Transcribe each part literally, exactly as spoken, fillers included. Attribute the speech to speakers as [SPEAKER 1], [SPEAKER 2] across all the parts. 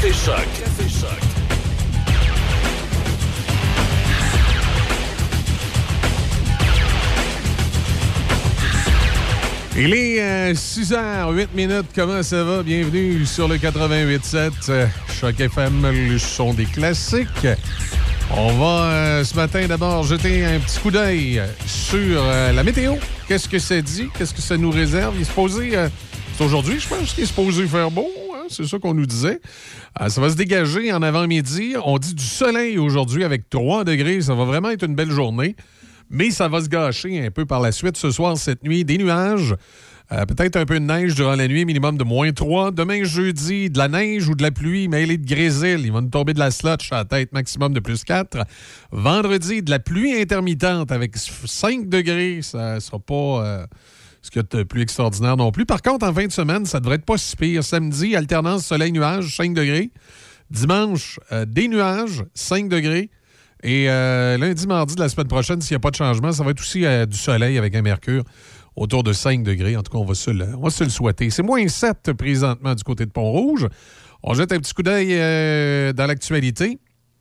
[SPEAKER 1] Café Choc. Café Choc.
[SPEAKER 2] Il est euh, six heures huit minutes. Comment ça va? Bienvenue sur le quatre-vingt-huit sept euh, Choc F M, le son des classiques. On va euh, ce matin d'abord jeter un petit coup d'œil sur euh, la météo. Qu'est-ce que ça dit? Qu'est-ce que ça nous réserve? Il est supposé... Euh, c'est aujourd'hui, je pense qu'il est supposé faire beau. Hein? C'est ça qu'on nous disait. Euh, ça va se dégager en avant-midi. On dit du soleil aujourd'hui avec trois degrés. Ça va vraiment être une belle journée. Mais ça va se gâcher un peu par la suite. Ce soir, cette nuit, des nuages. Euh, peut-être un peu de neige durant la nuit, minimum de moins trois. Demain, jeudi, de la neige ou de la pluie mêlée de grésil. Il va nous tomber de la slotch à la tête, maximum de plus quatre. Vendredi, de la pluie intermittente avec cinq degrés. Ça ne sera pas euh, ce qu'il y a de plus extraordinaire non plus. Par contre, en fin de semaine, ça devrait être pas si pire. Samedi, alternance soleil-nuage, cinq degrés. Dimanche, euh, des nuages, cinq degrés. Et euh, lundi, mardi de la semaine prochaine, s'il n'y a pas de changement, ça va être aussi euh, du soleil avec un mercure autour de cinq degrés. En tout cas, on va se le, on va se le souhaiter. C'est moins sept présentement du côté de Pont-Rouge. On jette un petit coup d'œil euh, dans l'actualité.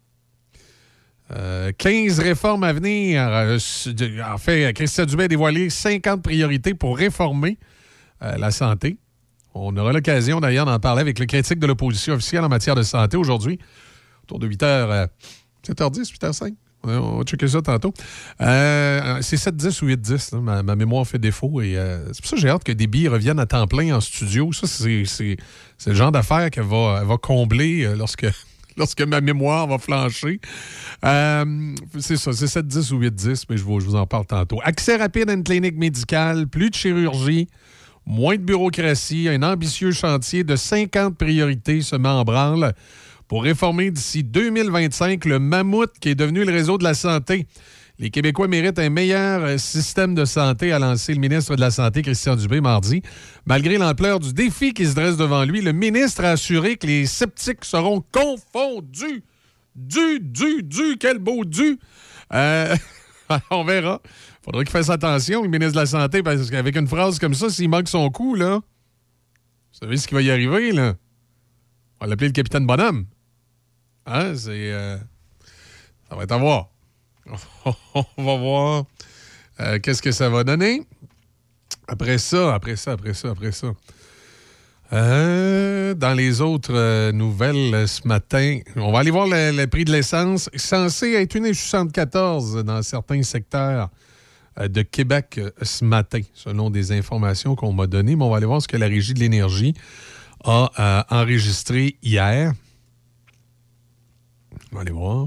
[SPEAKER 2] Euh, quinze réformes à venir. Euh, en fait, Christian Dubé a dévoilé cinquante priorités pour réformer euh, la santé. On aura l'occasion d'ailleurs d'en parler avec le critique de l'opposition officielle en matière de santé aujourd'hui, autour de huit heures. Euh, sept heures dix, huit heures cinq. On va checker ça tantôt. Euh, c'est sept dix ou huit dix. Là. Ma, ma mémoire fait défaut. Et euh, c'est pour ça que j'ai hâte que Déby revienne à temps plein en studio. Ça, c'est, c'est, c'est le genre d'affaire qu'elle va, elle va combler euh, lorsque, lorsque ma mémoire va flancher. Euh, c'est ça, c'est sept dix ou huit dix, mais je vous, je vous en parle tantôt. Accès rapide à une clinique médicale, plus de chirurgie, moins de bureaucratie, un ambitieux chantier de cinquante priorités se met en branle pour réformer d'ici deux mille vingt-cinq le mammouth qui est devenu le réseau de la santé. Les Québécois méritent un meilleur système de santé, a lancé le ministre de la Santé, Christian Dubé, mardi. Malgré l'ampleur du défi qui se dresse devant lui, le ministre a assuré que les sceptiques seront confondus. Du, du, du, quel beau du! Euh, on verra. Faudra qu'il fasse attention, le ministre de la Santé, parce qu'avec une phrase comme ça, s'il manque son coup, là, vous savez ce qui va y arriver, là? On va l'appeler le capitaine Bonhomme. Hein? C'est. Euh, ça va être à voir. On va voir euh, qu'est-ce que ça va donner. Après ça, après ça, après ça, après ça. Euh, dans les autres euh, nouvelles euh, ce matin, on va aller voir le, le prix de l'essence. Censé être une virgule soixante-quatorze dans certains secteurs euh, de Québec euh, ce matin, selon des informations qu'on m'a données. Mais on va aller voir ce que la Régie de l'énergie a euh, enregistré hier. On va aller voir.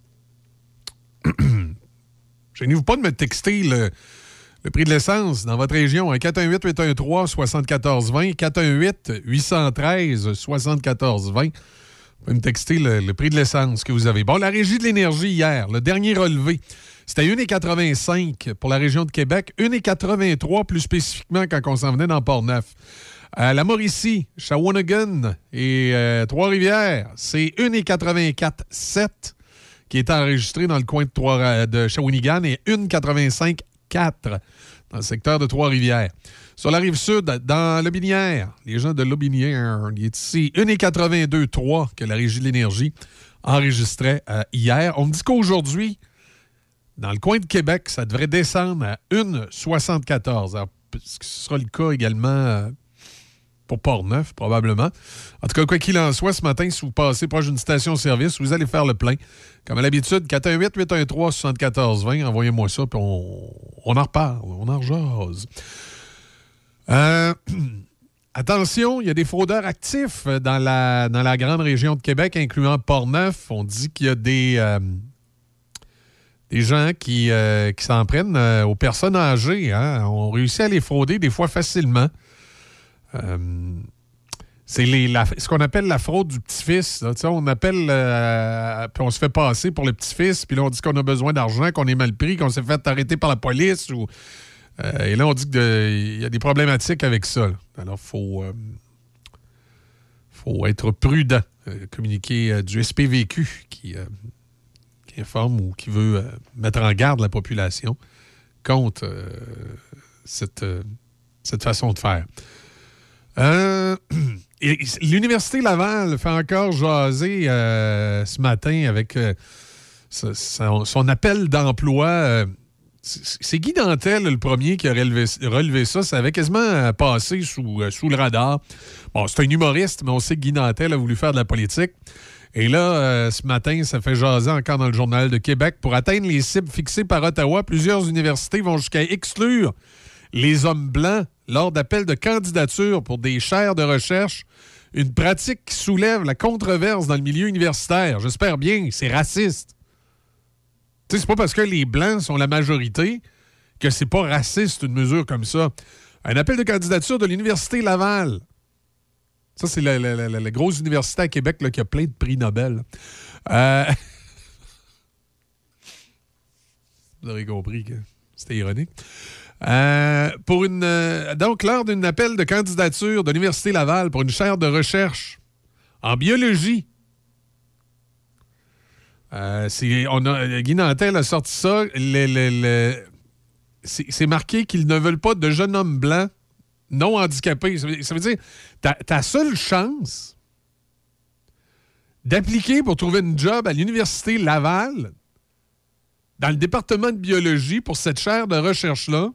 [SPEAKER 2] Gênez-vous pas de me texter le, le prix de l'essence dans votre région. Hein? quatre un huit, huit un trois, sept quatre deux zéro. quatre un huit, huit un trois, sept quatre deux zéro. Vous pouvez me texter le, le prix de l'essence que vous avez. Bon, la Régie de l'énergie hier, le dernier relevé, c'était un virgule quatre-vingt-cinq pour la région de Québec, un virgule quatre-vingt-trois plus spécifiquement quand on s'en venait dans Port-Neuf. Euh, la Mauricie, Shawinigan et euh, Trois-Rivières, c'est un virgule quatre-vingt-quatre sept qui est enregistré dans le coin de, Trois, de Shawinigan et un virgule quatre-vingt-cinq quatre dans le secteur de Trois-Rivières. Sur la rive sud, dans Lobinière, les gens de Lobinière, il est ici un virgule quatre-vingt-deux trois que la Régie de l'énergie enregistrait euh, hier. On me dit qu'aujourd'hui, dans le coin de Québec, ça devrait descendre à un virgule soixante-quatorze. Alors, ce sera le cas également euh, pour Port-Neuf, probablement. En tout cas, quoi qu'il en soit, ce matin, si vous passez proche d'une station-service, vous allez faire le plein. Comme à l'habitude, quatre un huit, huit un trois, sept quatre deux zéro. Envoyez-moi ça, puis on, on en reparle. On en rejase. Euh, attention, il y a des fraudeurs actifs dans la, dans la grande région de Québec, incluant Port-Neuf. On dit qu'il y a des, euh, des gens qui, euh, qui s'en prennent euh, aux personnes âgées. Hein? On réussit à les frauder des fois facilement. Euh, c'est les, la, ce qu'on appelle la fraude du petit-fils. Là. On appelle, euh, puis on se fait passer pour le petit-fils, puis là, on dit qu'on a besoin d'argent, qu'on est mal pris, qu'on s'est fait arrêter par la police. Ou, euh, et là, on dit qu'il y a des problématiques avec ça. Là. Alors, il faut, euh, faut être prudent. Euh, communiquer euh, du S P V Q qui, euh, qui informe ou qui veut euh, mettre en garde la population contre euh, cette, euh, cette façon de faire. Euh, et, l'Université Laval fait encore jaser euh, ce matin avec euh, son, son appel d'emploi. Euh, c'est Guy Nantel, le premier, qui a relevé, relevé ça. Ça avait quasiment passé sous, sous le radar. Bon, c'est un humoriste, mais on sait que Guy Nantel a voulu faire de la politique. Et là, euh, ce matin, ça fait jaser encore dans le Journal de Québec. Pour atteindre les cibles fixées par Ottawa, plusieurs universités vont jusqu'à exclure les hommes blancs lors d'appels de candidature pour des chaires de recherche. Une pratique qui soulève la controverse dans le milieu universitaire. J'espère bien, c'est raciste. Tu sais, c'est pas parce que les Blancs sont la majorité que c'est pas raciste, une mesure comme ça. Un appel de candidature de l'Université Laval. Ça, c'est la, la, la, la grosse université à Québec là, qui a plein de prix Nobel. Euh... Vous aurez compris que c'était ironique. Euh, pour une, euh, donc, lors d'un appel de candidature de l'Université Laval pour une chaire de recherche en biologie, euh, c'est, on a, Guy Nantel a sorti ça. Le, le, le, c'est, c'est marqué qu'ils ne veulent pas de jeunes hommes blancs non handicapés. Ça veut, ça veut dire ta, ta seule chance d'appliquer pour trouver une job à l'Université Laval dans le département de biologie pour cette chaire de recherche-là,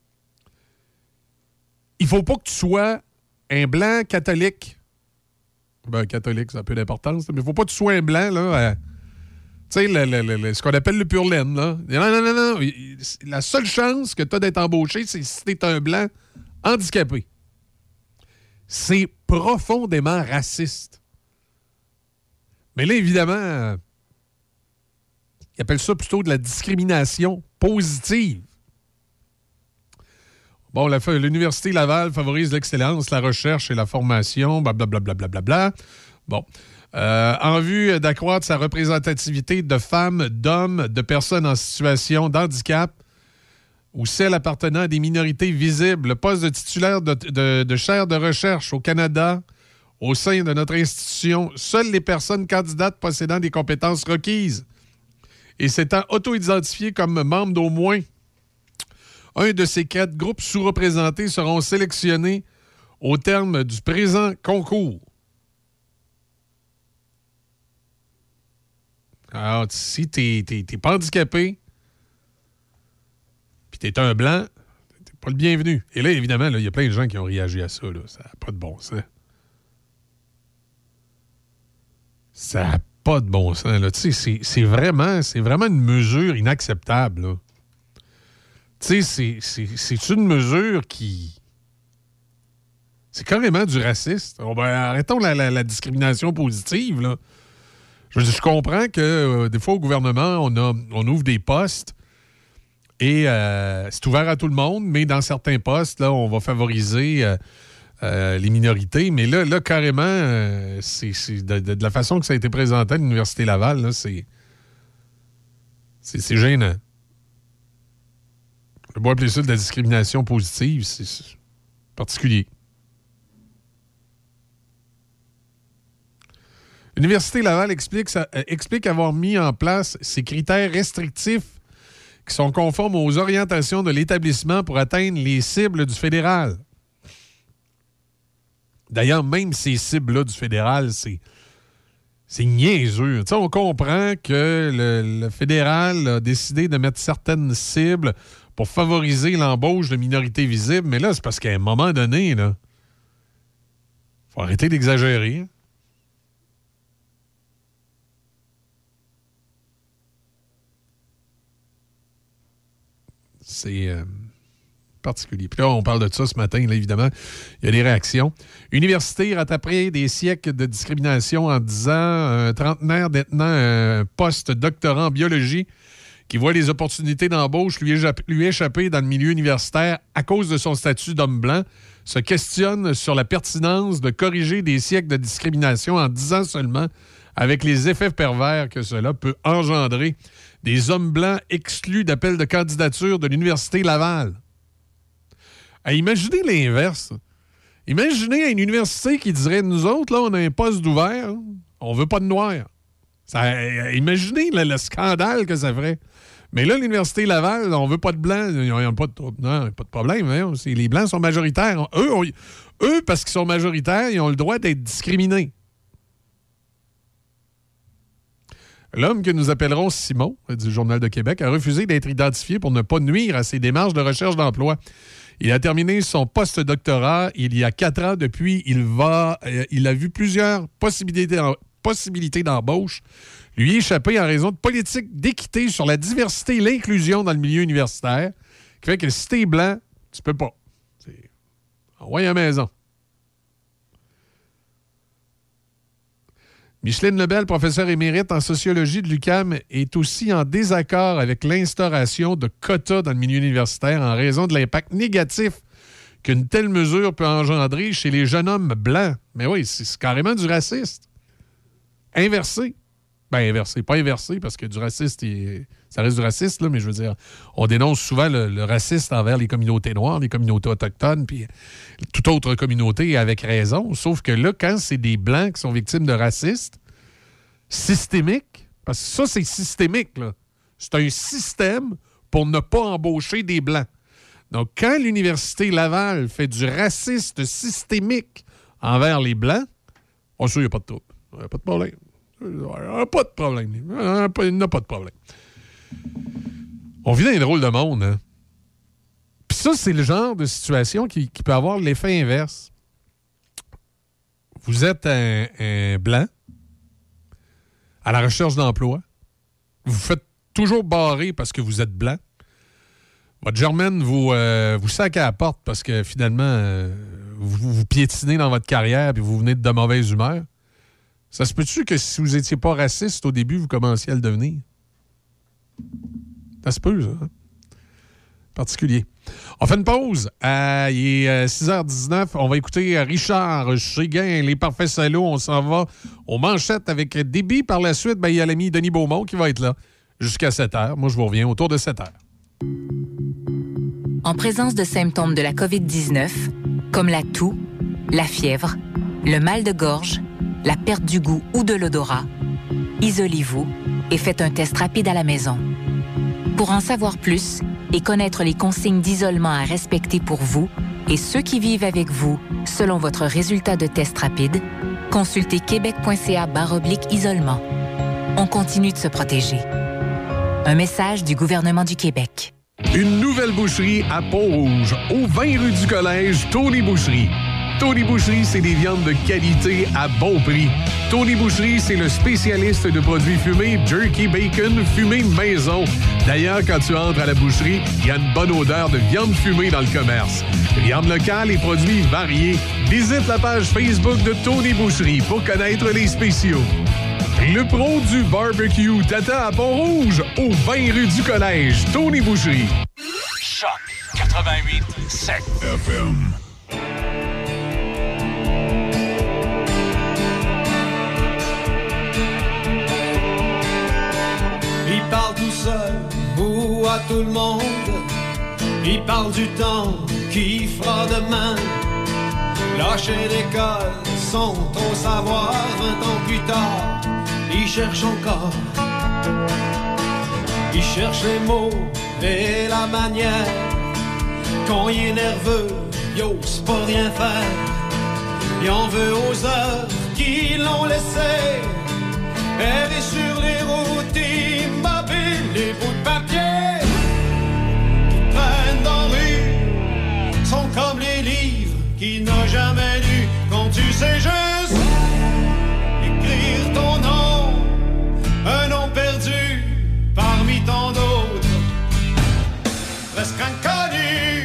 [SPEAKER 2] il faut pas que tu sois un blanc catholique. Ben, catholique, ça a peu d'importance, mais il faut pas que tu sois un blanc, là. Euh, tu sais, le, le, le, ce qu'on appelle le pur laine, là. Non, non, non, non. La seule chance que tu as d'être embauché, c'est si tu es un blanc handicapé. C'est profondément raciste. Mais là, évidemment, euh, ils appellent ça plutôt de la discrimination positive. Bon, la, l'Université Laval favorise l'excellence, la recherche et la formation, blablabla. Bla, bla, bla, bla. Bon. Euh, en vue d'accroître sa représentativité de femmes, d'hommes, de personnes en situation d'handicap ou celles appartenant à des minorités visibles, le poste de titulaire de, de, de chaire de recherche au Canada, au sein de notre institution, seules les personnes candidates possédant des compétences requises et s'étant auto-identifiées comme membres d'au moins un de ces quatre groupes sous-représentés seront sélectionnés au terme du présent concours. Alors, si t'es, t'es, t'es pas handicapé, puis t'es un blanc, t'es pas le bienvenu. Et là, évidemment, il y a plein de gens qui ont réagi à ça. Là. Ça n'a pas de bon sens. Ça n'a pas de bon sens. Là. Tu sais, c'est, c'est, vraiment, c'est vraiment une mesure inacceptable, là. Tu sais, c'est, c'est, c'est une mesure qui... C'est carrément du raciste. Oh ben, arrêtons la, la, la discrimination positive, là. Je, je comprends que euh, des fois, au gouvernement, on, a, on ouvre des postes et euh, c'est ouvert à tout le monde, mais dans certains postes, là, on va favoriser euh, euh, les minorités. Mais là, là carrément, euh, c'est, c'est de, de, de la façon que ça a été présenté à l'Université Laval, là, c'est, c'est, c'est gênant. Je vais appeler ça de la discrimination positive, c'est, c'est particulier. L'Université Laval explique, ça, euh, explique avoir mis en place ces critères restrictifs qui sont conformes aux orientations de l'établissement pour atteindre les cibles du fédéral. D'ailleurs, même ces cibles-là du fédéral, c'est, c'est niaiseux. T'sais, on comprend que le, le fédéral a décidé de mettre certaines cibles pour favoriser l'embauche de minorités visibles, mais là, c'est parce qu'à un moment donné, il faut arrêter d'exagérer. C'est euh, particulier. Puis là, on parle de ça ce matin, là, évidemment. Il y a des réactions. Université rattraperait des siècles de discrimination en disant un trentenaire détenant un post-doctorat en biologie qui voit les opportunités d'embauche lui, échapp- lui échapper dans le milieu universitaire à cause de son statut d'homme blanc, se questionne sur la pertinence de corriger des siècles de discrimination en dix ans seulement, avec les effets pervers que cela peut engendrer. Des hommes blancs exclus d'appel de candidature de l'Université Laval. À imaginez l'inverse. Imaginez à une université qui dirait, nous autres, là, on a un poste d'ouvert, hein, on veut pas de noirs. Ça, imaginez le, le scandale que ça ferait. Mais là, l'Université Laval, on veut pas de Blancs. Ils n'ont pas de, non, pas de problème. Hein. Les Blancs sont majoritaires. Eux, on, eux, parce qu'ils sont majoritaires, ils ont le droit d'être discriminés. L'homme que nous appellerons Simon, du Journal de Québec, a refusé d'être identifié pour ne pas nuire à ses démarches de recherche d'emploi. Il a terminé son post-doctorat il y a quatre ans. Depuis, il, va, euh, il a vu plusieurs possibilités, en, possibilités d'embauche lui échapper en raison de politiques d'équité sur la diversité et l'inclusion dans le milieu universitaire, qui fait que si t'es blanc, tu peux pas. C'est... Envoie à la maison. Micheline Lebel, professeure émérite en sociologie de l'U Q A M, est aussi en désaccord avec l'instauration de quotas dans le milieu universitaire en raison de l'impact négatif qu'une telle mesure peut engendrer chez les jeunes hommes blancs. Mais oui, c'est, c'est carrément du raciste. Inversé. Ben, inversé. Pas inversé, parce que du raciste, il... ça reste du raciste, là, mais je veux dire, on dénonce souvent le, le racisme envers les communautés noires, les communautés autochtones, puis toute autre communauté avec raison. Sauf que là, quand c'est des Blancs qui sont victimes de racisme systémique, parce que ça, c'est systémique, là. C'est un système pour ne pas embaucher des Blancs. Donc, quand l'Université Laval fait du racisme systémique envers les Blancs, on sait qu'il n'y a pas de trouble. Il n'y a pas de problème. Pas de problème. Il n'y a pas de problème. On vit dans un drôle de monde, hein? Puis ça, c'est le genre de situation qui, qui peut avoir l'effet inverse. Vous êtes un, un blanc à la recherche d'emploi. Vous vous faites toujours barrer parce que vous êtes blanc. Votre germaine vous, euh, vous sac à la porte parce que finalement, euh, vous, vous piétinez dans votre carrière et vous venez de, de mauvaise humeur. Ça se peut-tu que si vous n'étiez pas raciste au début, vous commenciez à le devenir? Ça se peut, ça. Hein? Particulier. On fait une pause. Euh, il est euh, six heures dix-neuf. On va écouter Richard Séguin, Les Parfaits Salauds. On s'en va aux manchettes avec Déby. Par la suite, ben, il y a l'ami Denis Beaumont qui va être là jusqu'à sept heures. Moi, je vous reviens autour de sept heures.
[SPEAKER 1] En présence de symptômes de la covid dix-neuf, comme la toux, la fièvre, le mal de gorge, la perte du goût ou de l'odorat, isolez-vous et faites un test rapide à la maison. Pour en savoir plus et connaître les consignes d'isolement à respecter pour vous et ceux qui vivent avec vous selon votre résultat de test rapide, consultez québec.ca barre oblique isolement. On continue de se protéger. Un message du gouvernement du Québec.
[SPEAKER 2] Une nouvelle boucherie à Pont-Rouge, au vingt rue du Collège, Tony Boucherie. Tony Boucherie, c'est des viandes de qualité à bon prix. Tony Boucherie, c'est le spécialiste de produits fumés, jerky, bacon, fumé maison. D'ailleurs, quand tu entres à la boucherie, il y a une bonne odeur de viande fumée dans le commerce. Viande locale et produits variés. Visite la page Facebook de Tony Boucherie pour connaître les spéciaux. Le pro du barbecue t'attend à Pont-Rouge, au vingt rue du Collège. Tony Boucherie.
[SPEAKER 3] Choc quatre-vingt-huit sept F M.
[SPEAKER 4] Il parle tout seul ou à tout le monde. Il parle du temps qui fera demain. Lâcher l'école, son ton savoir. Vingt ans plus tard, il cherche encore. Il cherche les mots et la manière. Quand il est nerveux, il ose pas rien faire. Il en veut aux heures qui l'ont laissé errer sur les routes immobiles, les bouts de papier qui traînent dans la rue sont comme les livres qu'il n'a jamais lus. Quand tu sais juste écrire ton nom, un nom perdu parmi tant d'autres, presque inconnu.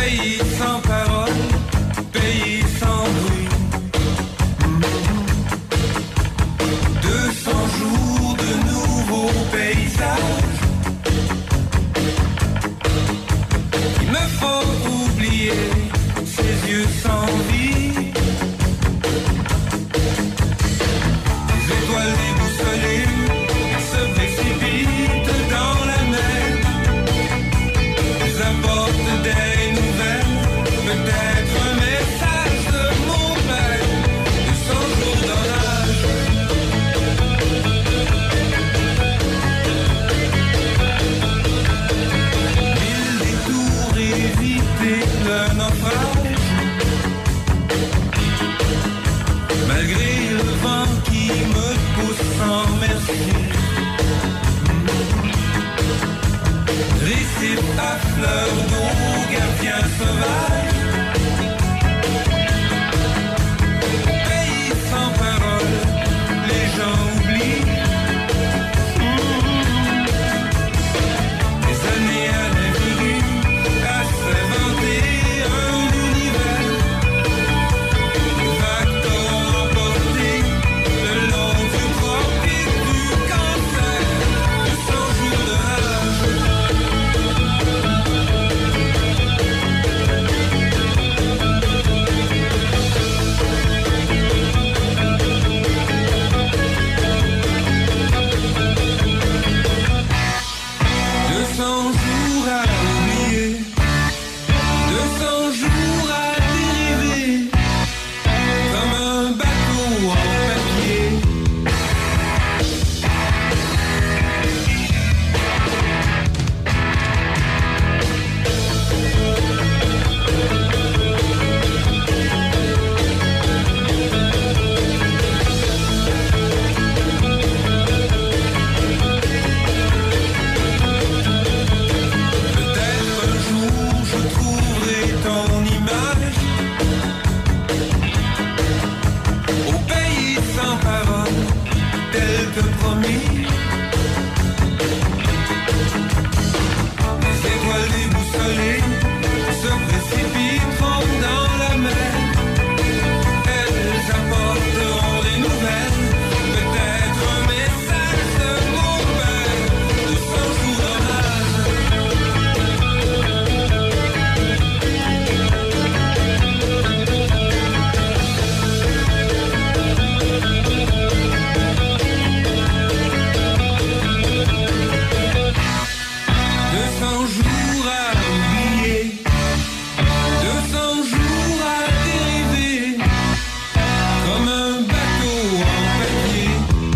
[SPEAKER 5] Pays sans parole, pays sans bruit. deux cents jours de nouveaux paysages. Il me faut oublier ces yeux sans vie. Les étoiles déboussolées se précipitent dans la mer. Ils apportent des nouvelles, peut-être un message de mon père. De cent jours d'orage. Mille détours éviter le naufrage. Malgré le vent qui me pousse sans merci. Récif à fleurs d'eau, gardien sauvage. Pays sans parole, les gens oublient. Des années à l'infini, à s'inventer un univers. Les vagues t'ont emporté le long du tropique du cancer. De cent jours de rage. deux cents jours à oublier, deux cents jours à dériver, comme un bateau en papier. Peut-être un jour je trouverai ton image au pays sans parole, tel que promis. Les étoiles déboussolées se précipiteront dans la mer. Elles apporteront des nouvelles, peut-être un message de mon père. De cent jours d'orage. deux cents jours à oublier, deux cents jours à dériver, comme un bateau en papier.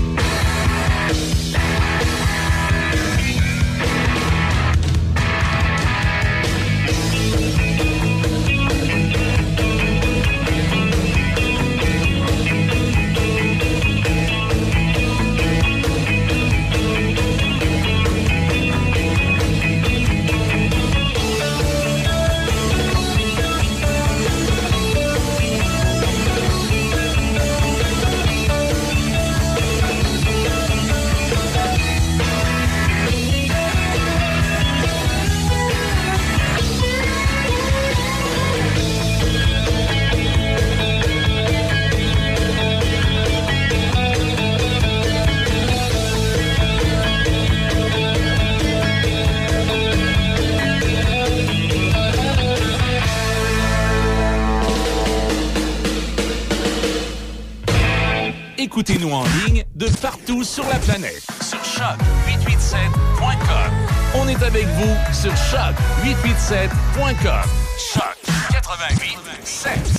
[SPEAKER 3] Écoutez-nous en ligne de partout sur la planète. Sur choc huit huit sept point com. On est avec vous sur choc huit huit sept point com. Choc quatre-vingt-huit sept.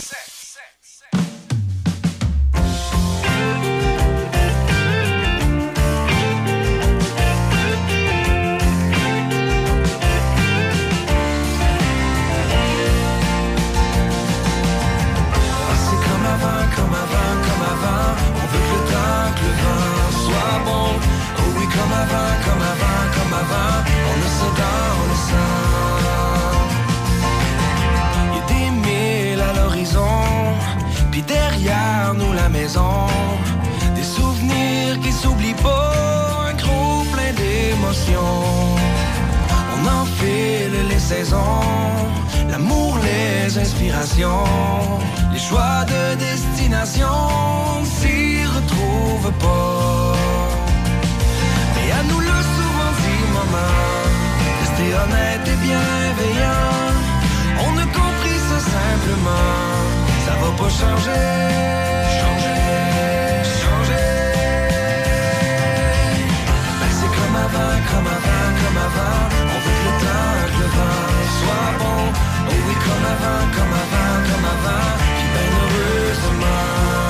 [SPEAKER 5] C'est comme avant, comme avant, comme avant. On veut que le temps, que le vent soit bon. Oh oui, comme avant, comme avant, comme avant. On le sent dans, on le sent. Il y a des milles à l'horizon, puis derrière nous la maison. Des souvenirs qui s'oublient pas, un gros plein d'émotions. On enfile les saisons, l'amour, les inspiration. Les choix de destination ne s'y retrouvent pas. Et à nous le souvent dit maman, rester honnête et bienveillant. On a compris ça simplement, ça va pas changer. Changer, changer. Ben c'est comme avant, comme avant, comme avant. On veut que le temps, que le vent soit bon. Oh oui, comme avant, comme avant, comme avant. Puis ben heureusement.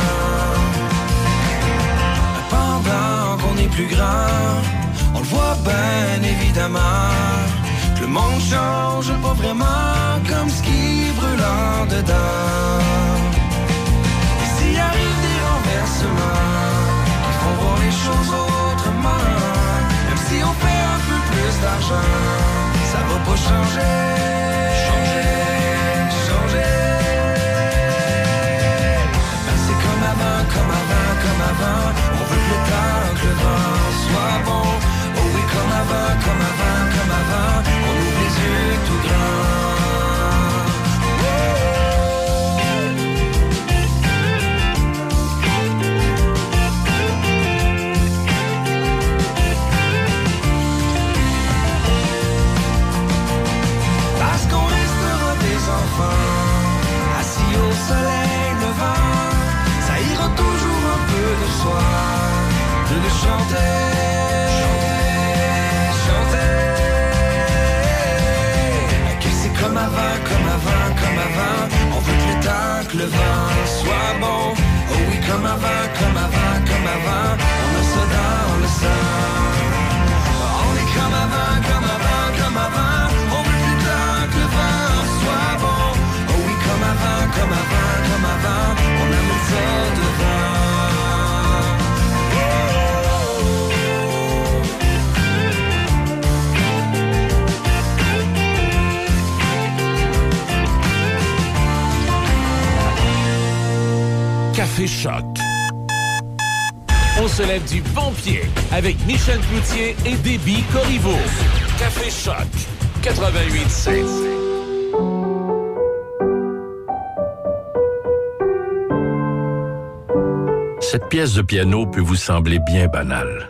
[SPEAKER 5] Pendant qu'on est plus grand, on le voit ben évidemment, que le monde change pas vraiment comme ce qui brûle en dedans. Et s'il arrive des renversements qui font voir les choses autrement, même si on fait un peu plus d'argent, ça va pas changer. Changer, changer. Ben c'est comme avant, comme avant, comme avant. On veut que le temps, que le vent soit bon. Oh oui, comme avant, comme avant, comme avant. On ouvre les yeux tout grands. Parce qu'on restera des enfants, assis au soleil levant. Ça ira toujours un peu de soi, de le chanter. Comme avant, comme avant, comme avant. On veut que le temps, que le vent soit bon. Oh oui, comme avant, comme avant, comme avant. On a ça dans, on le sent. On est comme avant, comme avant, comme avant. On veut que le temps, que le vent soit bon. Oh oui, comme avant, comme avant, comme avant. On amène ça devant.
[SPEAKER 3] Café Choc. On se lève du bon pied avec Michel Cloutier et Déby Corriveau. Café Choc quatre-vingt-huit sept.
[SPEAKER 6] Cette pièce de piano peut vous sembler bien banale.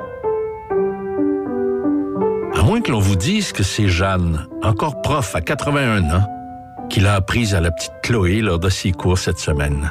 [SPEAKER 6] À moins que l'on vous dise que c'est Jeanne, encore prof à quatre-vingt-un ans, qui l'a apprise à la petite Chloé lors de ses cours cette semaine.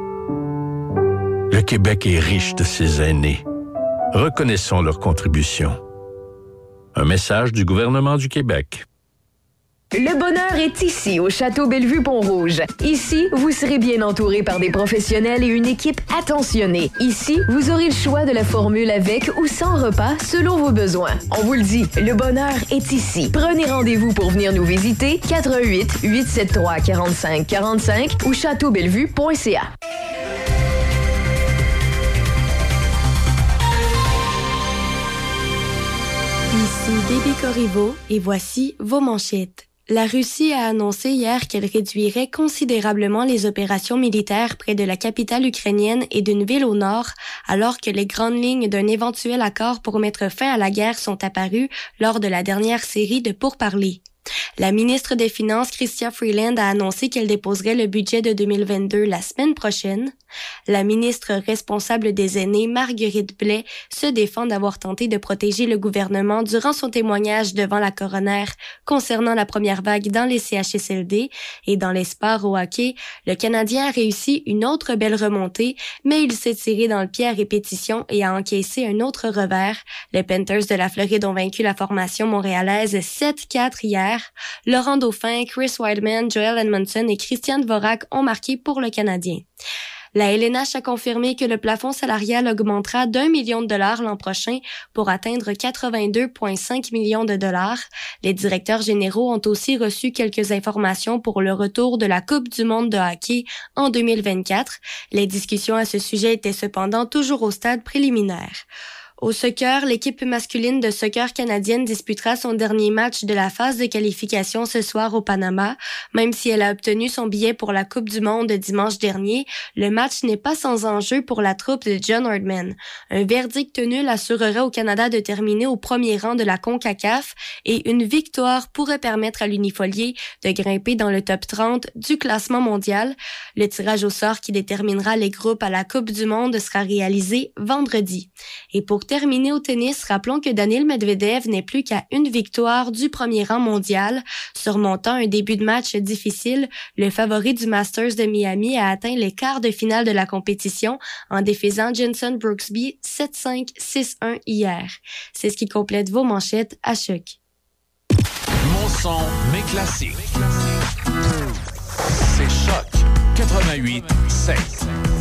[SPEAKER 6] Le Québec est riche de ses aînés. Reconnaissons leur contribution. Un message du gouvernement du Québec.
[SPEAKER 7] Le bonheur est ici, au Château Bellevue-Pont-Rouge. Ici, vous serez bien entouré par des professionnels et une équipe attentionnée. Ici, vous aurez le choix de la formule avec ou sans repas selon vos besoins. On vous le dit, le bonheur est ici. Prenez rendez-vous pour venir nous visiter, quatre un huit, huit sept trois, quatre cinq quatre cinq ou château bellevue point c a.
[SPEAKER 8] Ici Déby Corriveau et voici vos manchettes. La Russie a annoncé hier qu'elle réduirait considérablement les opérations militaires près de la capitale ukrainienne et d'une ville au nord, alors que les grandes lignes d'un éventuel accord pour mettre fin à la guerre sont apparues lors de la dernière série de pourparlers. La ministre des Finances, Chrystia Freeland, a annoncé qu'elle déposerait le budget de deux mille vingt-deux la semaine prochaine. La ministre responsable des aînés, Marguerite Blais, se défend d'avoir tenté de protéger le gouvernement durant son témoignage devant la coroner concernant la première vague dans les C H S L D. Et dans les sports au hockey, le Canadien a réussi une autre belle remontée, mais il s'est tiré dans le pied à répétition et a encaissé un autre revers. Les Panthers de la Floride ont vaincu la formation montréalaise sept quatre hier. Laurent Dauphin, Chris Wideman, Joel Edmondson et Christian Dvorak ont marqué pour le Canadien. La L N H a confirmé que le plafond salarial augmentera d'un million de dollars l'an prochain pour atteindre quatre-vingt-deux virgule cinq millions de dollars. Les directeurs généraux ont aussi reçu quelques informations pour le retour de la Coupe du monde de hockey en deux mille vingt-quatre. Les discussions à ce sujet étaient cependant toujours au stade préliminaire. Au soccer, l'équipe masculine de soccer canadienne disputera son dernier match de la phase de qualification ce soir au Panama. Même si elle a obtenu son billet pour la Coupe du monde dimanche dernier, le match n'est pas sans enjeu pour la troupe de John Herdman. Un verdict nul assurerait au Canada de terminer au premier rang de la CONCACAF et une victoire pourrait permettre à l'Unifolier de grimper dans le top trente du classement mondial. Le tirage au sort qui déterminera les groupes à la Coupe du monde sera réalisé vendredi. Et pour terminer au tennis, rappelons que Daniil Medvedev n'est plus qu'à une victoire du premier rang mondial. Surmontant un début de match difficile, le favori du Masters de Miami a atteint les quarts de finale de la compétition en défaisant Jenson Brooksby sept cinq, six un hier. C'est ce qui complète vos manchettes à Choc.
[SPEAKER 3] Mon son, mes classiques. C'est Choc quatre-vingt-huit sept.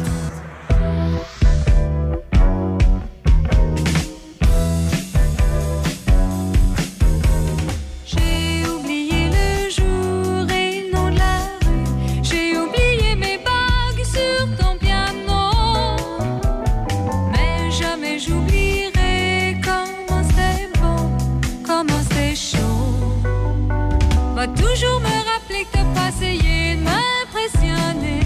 [SPEAKER 9] Va toujours me rappeler que t'as pas essayé de m'impressionner.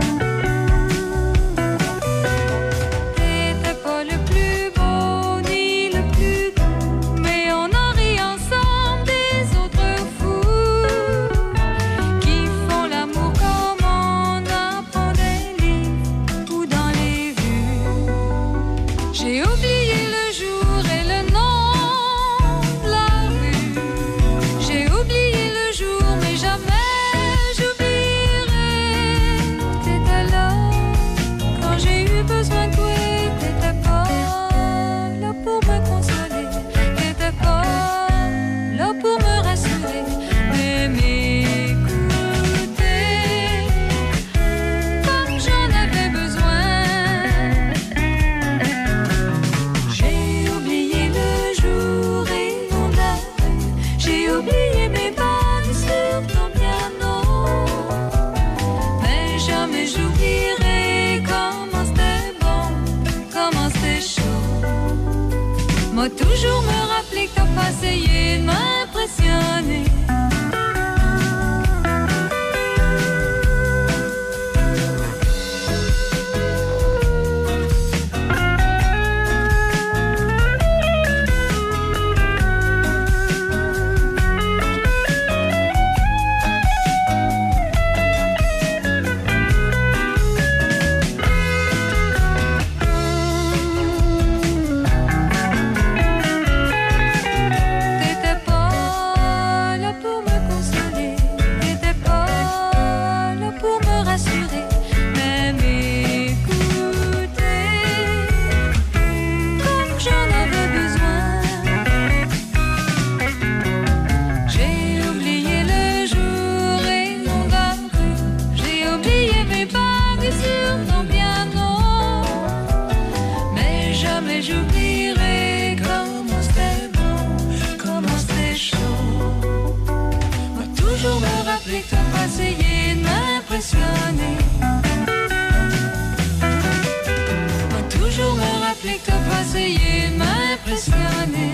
[SPEAKER 9] T'étais pas le plus beau ni le plus doux, mais on en rit ensemble des autres fous qui font l'amour comme on apprend des livres ou dans les vues. J'ai oublié le jour et le nom de la rue. J'ai oublié le jour, mais jamais j'oublierai. T'étais là quand j'ai eu besoin de toi. T'étais pas là pour me consoler. T'étais pas là pour me rassurer. Mais m'écouter comme j'en avais besoin. J'ai oublié le jour et mon âme. J'ai oublié mes bagues sur ton piano. Mais jamais j'oublierai comment c'était bon, comment c'était chaud. Moi toujours me rappeler que t'as pas essayé de m'impressionner. T'étais pas là pour me consoler. T'étais pas là pour me rassurer. Mais m'écouter comme j'en avais besoin. J'ai oublié le jour et mon gâteau. J'ai oublié mes bagues sur ton piano. Mais jamais j'oublierai comment c'était bon, comment c'était chaud. Moi toujours me rappeler que t'as pas essayé de m'impressionner. Moi toujours me rappeler que t'as pas essayé de m'impressionner.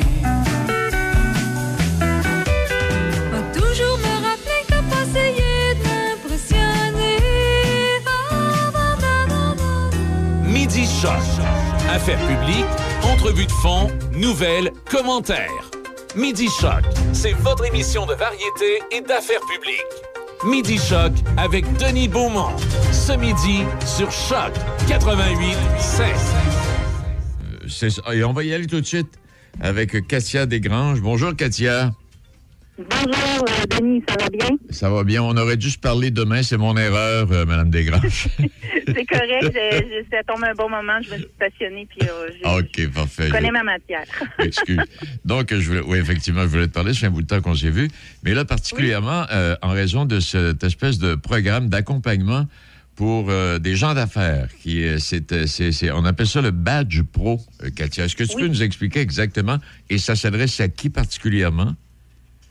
[SPEAKER 9] Moi toujours me rappeler que t'as pas essayé de m'impressionner. Ah, da, da, da, da.
[SPEAKER 3] Midi Choc. Affaires publiques, entrevues de fond, nouvelles, commentaires. Midi Choc, c'est votre émission de variété et d'affaires publiques. Midi Choc avec Denis Beaumont. Ce midi sur Choc quatre-vingt-huit sept.
[SPEAKER 10] C'est ça. Et on va y aller tout de suite avec Katia Desgranges. Bonjour, Katia.
[SPEAKER 11] Bonjour, euh, Denis, ça va bien?
[SPEAKER 10] Ça va bien. On aurait dû se parler demain. C'est mon erreur, euh, Mme Desgranges.
[SPEAKER 11] C'est correct. je, je, ça tombe un bon moment. Je me suis stationnée. Puis, euh, je,
[SPEAKER 10] OK, parfait.
[SPEAKER 11] je connais
[SPEAKER 10] je...
[SPEAKER 11] ma matière.
[SPEAKER 10] Excuse. Donc, je voulais, oui, effectivement, je voulais te parler. Ça fait un bout de temps qu'on s'est vu. Mais là, particulièrement, oui. euh, en raison de cette espèce de programme d'accompagnement pour euh, des gens d'affaires. Qui, euh, c'est, c'est, c'est, on appelle ça le badge pro, euh, Katia. Est-ce que tu oui. peux nous expliquer exactement? Et ça s'adresse à qui particulièrement?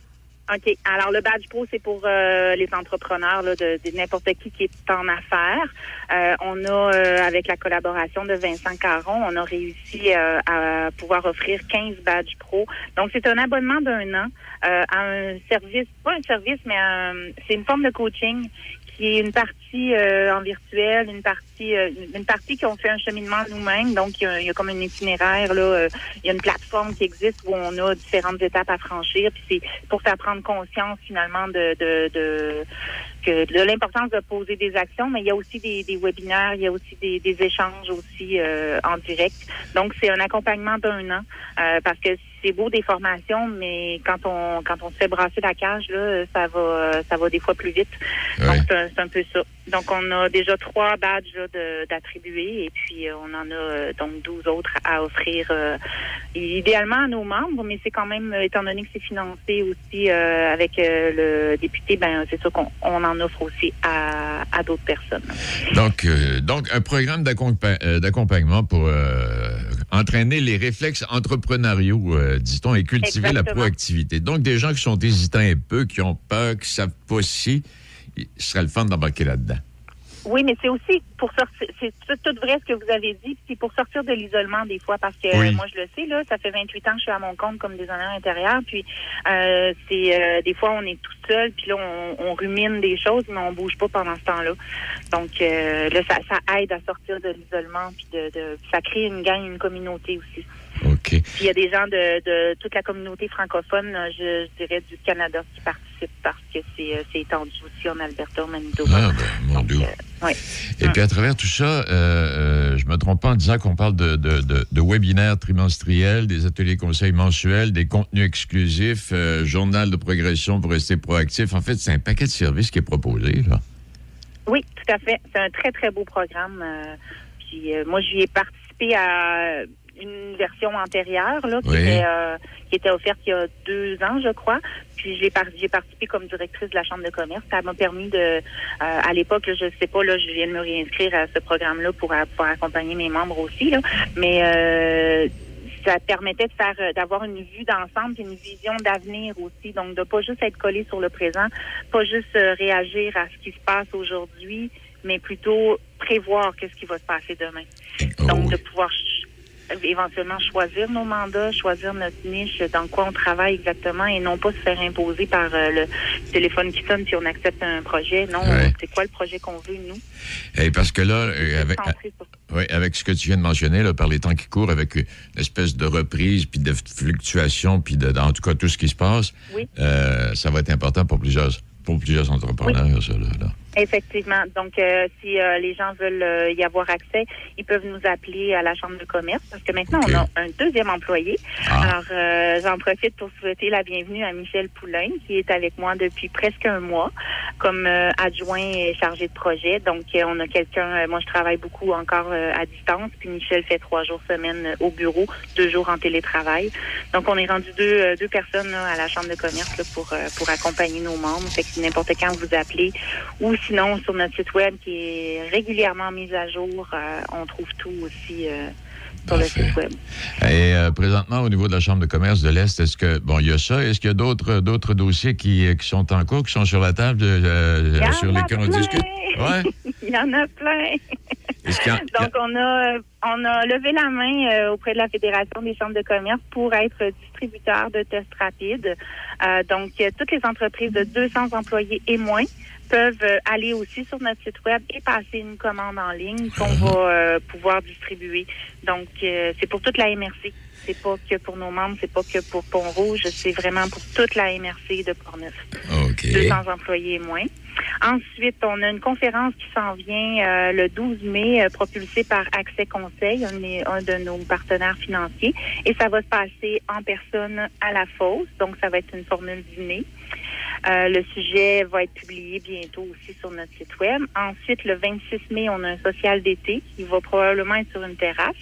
[SPEAKER 11] OK. Alors, le Badge Pro, c'est pour euh, les entrepreneurs là, de, de n'importe qui qui est en affaires. Euh, on a, euh, avec la collaboration de Vincent Caron, on a réussi euh, à pouvoir offrir quinze Badge Pro. Donc, c'est un abonnement d'un an euh, à un service, pas un service, mais un, c'est une forme de coaching qui est une partie euh, en virtuel, une partie euh, une partie qu'on fait un cheminement nous-mêmes. Donc, il y a, il y a comme un itinéraire, là, euh, il y a une plateforme qui existe où on a différentes étapes à franchir. Puis c'est pour faire prendre conscience, finalement, de, de, de, que, de l'importance de poser des actions. Mais il y a aussi des, des webinaires, il y a aussi des, des échanges aussi euh, en direct. Donc, c'est un accompagnement d'un an euh, parce que c'est beau des formations, mais quand on quand on se fait brasser la cage, là, ça va ça va des fois plus vite.
[SPEAKER 10] Ouais.
[SPEAKER 11] Donc, c'est un, c'est un peu ça. Donc, on a déjà trois badges là, de, d'attribuer et puis euh, on en a euh, donc douze autres à offrir euh, idéalement à nos membres, mais c'est quand même, étant donné que c'est financé aussi euh, avec euh, le député, ben c'est sûr qu'on on en offre aussi à, à d'autres personnes.
[SPEAKER 10] Donc, euh, donc un programme d'accompa- euh, d'accompagnement pour euh, entraîner les réflexes entrepreneuriaux, euh, dit-on, et cultiver
[SPEAKER 11] Exactement.
[SPEAKER 10] la proactivité. Donc, des gens qui sont hésitants un peu, qui ont peur, qui savent pas si, ce serait le fun d'embarquer là-dedans.
[SPEAKER 11] Oui, mais c'est aussi pour sortir, c'est tout, tout vrai ce que vous avez dit, c'est pour sortir de l'isolement des fois, parce que
[SPEAKER 10] Oui.
[SPEAKER 11] euh, moi je le sais, là, ça fait vingt-huit ans que je suis à mon compte comme designer intérieur, puis euh, c'est euh, des fois on est tout seul, puis là on, on rumine des choses, mais on bouge pas pendant ce temps-là. Donc euh, là, ça, ça aide à sortir de l'isolement, puis de, de ça crée une gang, une communauté aussi.
[SPEAKER 10] OK.
[SPEAKER 11] Puis il y a des gens de, de toute la communauté francophone, je, je dirais du Canada, qui participent parce que c'est, c'est étendu aussi en Alberta, au Manitoba.
[SPEAKER 10] Ah, ben, mon Dieu.
[SPEAKER 11] Oui.
[SPEAKER 10] Et puis, à travers tout ça, euh, euh, je me trompe pas en disant qu'on parle de, de, de, de webinaires trimestriels, des ateliers conseils mensuels, des contenus exclusifs, euh, journal de progression pour rester proactif. En fait, c'est un paquet de services qui est proposé, là.
[SPEAKER 11] Oui, tout à fait. C'est un très, très beau programme. Euh, puis euh, moi, j'y ai participé à une version antérieure là, qui,
[SPEAKER 10] Oui.
[SPEAKER 11] était, euh, qui était offerte il y a deux ans, je crois. Puis j'ai, par- j'ai participé comme directrice de la Chambre de commerce. Ça m'a permis de, euh, à l'époque, là, je sais pas, là, je viens de me réinscrire à ce programme-là pour, pour accompagner mes membres aussi, là, mais euh, ça permettait de faire, euh, d'avoir une vue d'ensemble, puis une vision d'avenir aussi. Donc, de pas juste être collé sur le présent, pas juste euh, réagir à ce qui se passe aujourd'hui, mais plutôt prévoir qu'est-ce qui va se passer demain.
[SPEAKER 10] Oh,
[SPEAKER 11] Donc,
[SPEAKER 10] oui.
[SPEAKER 11] de pouvoir ch- éventuellement choisir nos mandats, choisir notre niche, dans quoi on travaille exactement, et non pas se faire imposer par euh, le téléphone qui sonne puis on accepte un projet. Non,
[SPEAKER 10] Ouais.
[SPEAKER 11] c'est quoi le projet qu'on veut, nous?
[SPEAKER 10] Et parce que là, euh, avec,
[SPEAKER 11] Centré sur-
[SPEAKER 10] oui, avec ce que tu viens de mentionner, là, par les temps qui courent, avec une espèce de reprise, puis de fluctuation, puis de, en tout cas, tout ce qui se passe,
[SPEAKER 11] Oui.
[SPEAKER 10] euh, ça va être important pour plusieurs, pour plusieurs entrepreneurs, ça, là. là.
[SPEAKER 11] Effectivement. Donc, euh, si euh, les gens veulent euh, y avoir accès, ils peuvent nous appeler à la Chambre de commerce parce que maintenant,
[SPEAKER 10] OK.
[SPEAKER 11] on a un deuxième employé.
[SPEAKER 10] Ah.
[SPEAKER 11] Alors, euh, j'en profite pour souhaiter la bienvenue à Michel Poulain, qui est avec moi depuis presque un mois comme euh, adjoint et chargé de projet. Donc, euh, on a quelqu'un, euh, moi, je travaille beaucoup encore euh, à distance, puis Michel fait trois jours semaine euh, au bureau, deux jours en télétravail. Donc, on est rendu deux, euh, deux personnes là, à la Chambre de commerce là, pour, euh, pour accompagner nos membres. Fait que n'importe quand vous appelez ou sinon, sur notre site web qui est régulièrement mis à jour, euh, on trouve tout aussi euh, sur
[SPEAKER 10] Parfait.
[SPEAKER 11] le site web.
[SPEAKER 10] Et euh, présentement, au niveau de la Chambre de commerce de l'Est, est-ce que, bon, il y a ça, est-ce qu'il y a d'autres, d'autres dossiers qui, euh, qui sont en cours, qui sont sur la table, euh,
[SPEAKER 11] Il y en
[SPEAKER 10] sur
[SPEAKER 11] a
[SPEAKER 10] lesquels on
[SPEAKER 11] plein!
[SPEAKER 10] discute? Ouais.
[SPEAKER 11] Il y en a plein.
[SPEAKER 10] Est-ce qu'il y a-
[SPEAKER 11] Donc, on a, on a levé la main euh, auprès de la Fédération des chambres de commerce pour être distributeur de tests rapides. Euh, donc, euh, toutes les entreprises de deux cents employés et moins peuvent euh, aller aussi sur notre site web et passer une commande en ligne qu'on va euh, pouvoir distribuer. Donc, euh, c'est pour toute la M R C. C'est pas que pour nos membres, c'est pas que pour Pont-Rouge, c'est vraiment pour toute la M R C de Portneuf.
[SPEAKER 10] OK.
[SPEAKER 11] deux cents employés et moins. Ensuite, on a une conférence qui s'en vient euh, le douze mai, euh, propulsée par Accès Conseil, un, des- un de nos partenaires financiers. Et ça va se passer en personne à la fosse. Donc, ça va être une formule dîner. Euh, le sujet va être publié bientôt aussi sur notre site web. Ensuite, le vingt-six mai, on a un social d'été qui va probablement être sur une terrasse.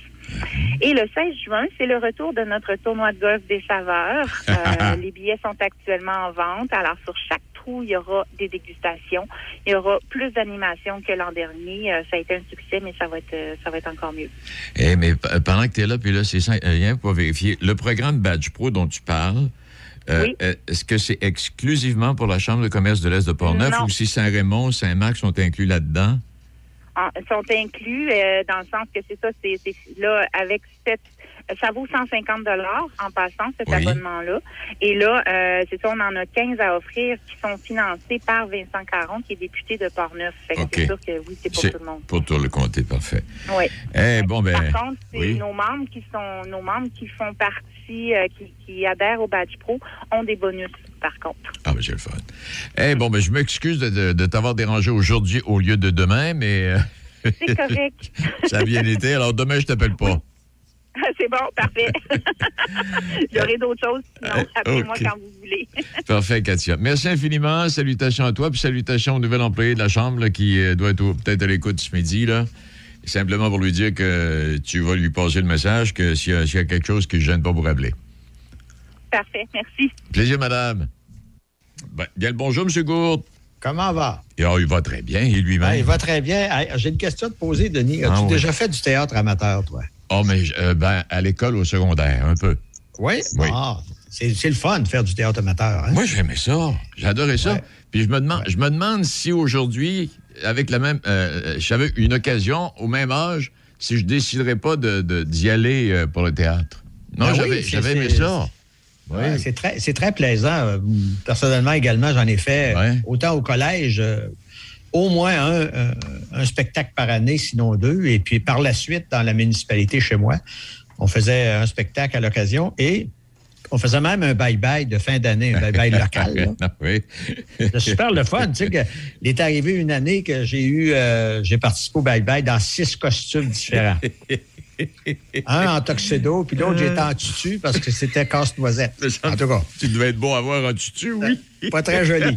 [SPEAKER 11] Et le seize juin, c'est le retour de notre tournoi de golf des saveurs. Euh, les billets sont actuellement en vente. Alors, sur chaque trou, il y aura des dégustations. Il y aura plus d'animations que l'an dernier. Euh, ça a été un succès, mais ça va être, euh, ça va être encore mieux.
[SPEAKER 10] Eh, mais p- pendant que tu es là, puis là, c'est ça, rien pour vérifier. Le programme Badge Pro dont tu parles, Euh,
[SPEAKER 11] Oui.
[SPEAKER 10] Est-ce que c'est exclusivement pour la Chambre de commerce de l'Est de Portneuf
[SPEAKER 11] Non.
[SPEAKER 10] ou si Saint-Raymond, Saint-Marc sont inclus là-dedans?
[SPEAKER 11] En- sont inclus euh, dans le sens que c'est ça, c'est, c'est là avec cette, ça vaut cent cinquante dollars en passant cet
[SPEAKER 10] Oui.
[SPEAKER 11] abonnement-là. Et là, euh, c'est ça, on en a quinze à offrir qui sont financés par Vincent Caron, qui est député de Portneuf. Fait que
[SPEAKER 10] OK.
[SPEAKER 11] c'est sûr que oui, c'est pour
[SPEAKER 10] C'est
[SPEAKER 11] tout le monde.
[SPEAKER 10] pour tout le comté, parfait.
[SPEAKER 11] Oui.
[SPEAKER 10] Eh, bon, ben...
[SPEAKER 11] Par contre, c'est
[SPEAKER 10] oui.
[SPEAKER 11] nos membres qui sont nos membres qui font partie, euh, qui, qui adhèrent au Badge Pro, ont des bonus, par contre.
[SPEAKER 10] Ah, ben, c'est le fun. Eh, bon, ben, je m'excuse de, de, de t'avoir dérangé aujourd'hui au lieu de demain, mais... euh,
[SPEAKER 11] C'est correct.
[SPEAKER 10] ça a bien été. Alors, demain, je t'appelle pas.
[SPEAKER 11] C'est bon, parfait. J'aurai d'autres choses, sinon, appelez-moi
[SPEAKER 10] OK.
[SPEAKER 11] quand vous voulez.
[SPEAKER 10] Parfait, Katia. Merci infiniment. Salutations à toi, puis salutations au nouvel employé de la Chambre là, qui euh, doit être au- peut-être à l'écoute ce midi. Là. Simplement pour lui dire que tu vas lui passer le message que s'il y a, s'il y a quelque chose qui ne gêne pas pour rappeler.
[SPEAKER 11] Parfait, merci.
[SPEAKER 10] Plaisir, madame. Ben, bien le bonjour, M. Gourde.
[SPEAKER 12] Comment va?
[SPEAKER 10] Et, oh, il va très bien, et lui-même.
[SPEAKER 12] Ah, il va très bien. Hey, j'ai une question à te poser, Denis. As-tu
[SPEAKER 10] Ah, oui.
[SPEAKER 12] déjà fait du théâtre amateur, toi?
[SPEAKER 10] Oh, mais euh, ben, à l'école, au secondaire, un peu.
[SPEAKER 12] Oui?
[SPEAKER 10] Oui.
[SPEAKER 12] Ah, c'est, c'est le fun de faire du théâtre amateur. Hein?
[SPEAKER 10] Moi, j'aimais ça. J'adorais ça.
[SPEAKER 12] Ouais.
[SPEAKER 10] Puis je me demande,
[SPEAKER 12] Ouais.
[SPEAKER 10] je me demande si aujourd'hui, avec la même, euh, j'avais une occasion au même âge, si je déciderais pas de, de- d'y aller euh, pour le théâtre. Non,
[SPEAKER 12] Ben oui,
[SPEAKER 10] j'avais,
[SPEAKER 12] c'est-
[SPEAKER 10] j'avais aimé
[SPEAKER 12] c'est-
[SPEAKER 10] ça.
[SPEAKER 12] Ouais, c'est, très, c'est très plaisant. Euh, Personnellement, également, j'en ai fait
[SPEAKER 10] Ouais.
[SPEAKER 12] autant au collège, euh, au moins un, euh, un spectacle par année, sinon deux. Et puis par la suite, dans la municipalité chez moi, on faisait un spectacle à l'occasion et on faisait même un bye-bye de fin d'année, un bye-bye local. là.
[SPEAKER 10] Oui.
[SPEAKER 12] C'est super le fun. Tu sais, que, il est arrivé une année que j'ai eu, euh, j'ai participé au bye-bye dans six costumes différents. Un en tuxedo, puis l'autre, j'étais en tutu parce que c'était casse-noisette. En tout cas,
[SPEAKER 10] Tu devais être beau à voir en tutu, oui.
[SPEAKER 12] pas très joli.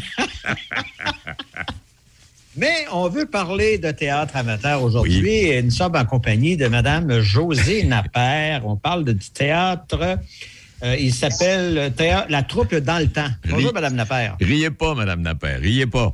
[SPEAKER 12] Mais on veut parler de théâtre amateur aujourd'hui
[SPEAKER 10] Oui.
[SPEAKER 12] et nous sommes en compagnie de Mme Josée Napper. On parle de, du théâtre. Euh, il s'appelle théâtre, La Troupe dans le temps. Bonjour,
[SPEAKER 10] Ri-
[SPEAKER 12] Mme Napper.
[SPEAKER 10] Riez pas, Mme Napper, riez pas.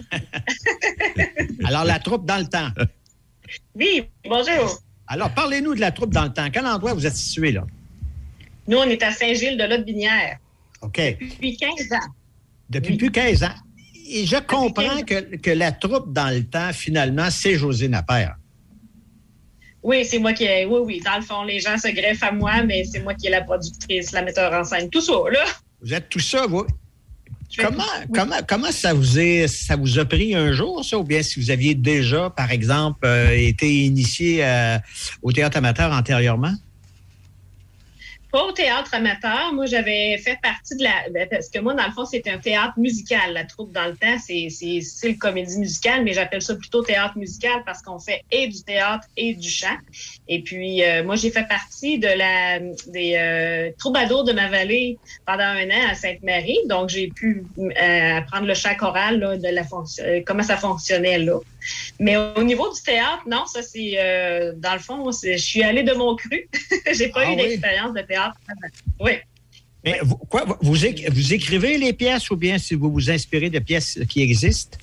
[SPEAKER 12] Alors, La Troupe dans le temps.
[SPEAKER 13] Oui, bonjour.
[SPEAKER 12] Alors, parlez-nous de La Troupe dans le temps. Quel endroit vous êtes situé, là?
[SPEAKER 13] Nous, on est à Saint-Gilles-de-Lot-Binière
[SPEAKER 12] OK.
[SPEAKER 13] depuis quinze ans.
[SPEAKER 12] Depuis
[SPEAKER 13] Oui.
[SPEAKER 12] plus quinze ans. Et je comprends que, que La Troupe dans le temps, finalement, c'est Josée Napper.
[SPEAKER 13] Oui, c'est moi qui ai. Oui, oui. Dans le fond, les gens se greffent à moi, mais c'est moi qui est la productrice, la metteur en scène. Tout ça, là.
[SPEAKER 12] Vous êtes tout ça, vous?
[SPEAKER 13] Je fais
[SPEAKER 12] Comment,
[SPEAKER 13] tout. Oui.
[SPEAKER 12] comment, comment ça vous est, ça vous a pris un jour, ça? Ou bien si vous aviez déjà, par exemple, euh, été initié euh, au théâtre amateur antérieurement?
[SPEAKER 13] Pas au théâtre amateur. Moi, j'avais fait partie de la... ben, parce que moi, dans le fond, c'est un théâtre musical. La troupe dans le temps, c'est, c'est, c'est le comédie musicale, mais j'appelle ça plutôt théâtre musical parce qu'on fait et du théâtre et du chant. Et puis, euh, moi, j'ai fait partie de la des euh, troubadours de ma vallée pendant un an à Sainte-Marie. Donc, j'ai pu euh, apprendre le chant choral, là, de la fonction, euh, comment ça fonctionnait là. Mais au niveau du théâtre, non, ça c'est euh, dans le fond, c'est, je suis allée de mon cru. J'ai pas
[SPEAKER 12] Ah
[SPEAKER 13] eu
[SPEAKER 12] oui?
[SPEAKER 13] d'expérience de théâtre. Oui.
[SPEAKER 12] Mais vous, quoi, vous, éc- vous écrivez les pièces ou bien si vous vous inspirez de pièces qui existent?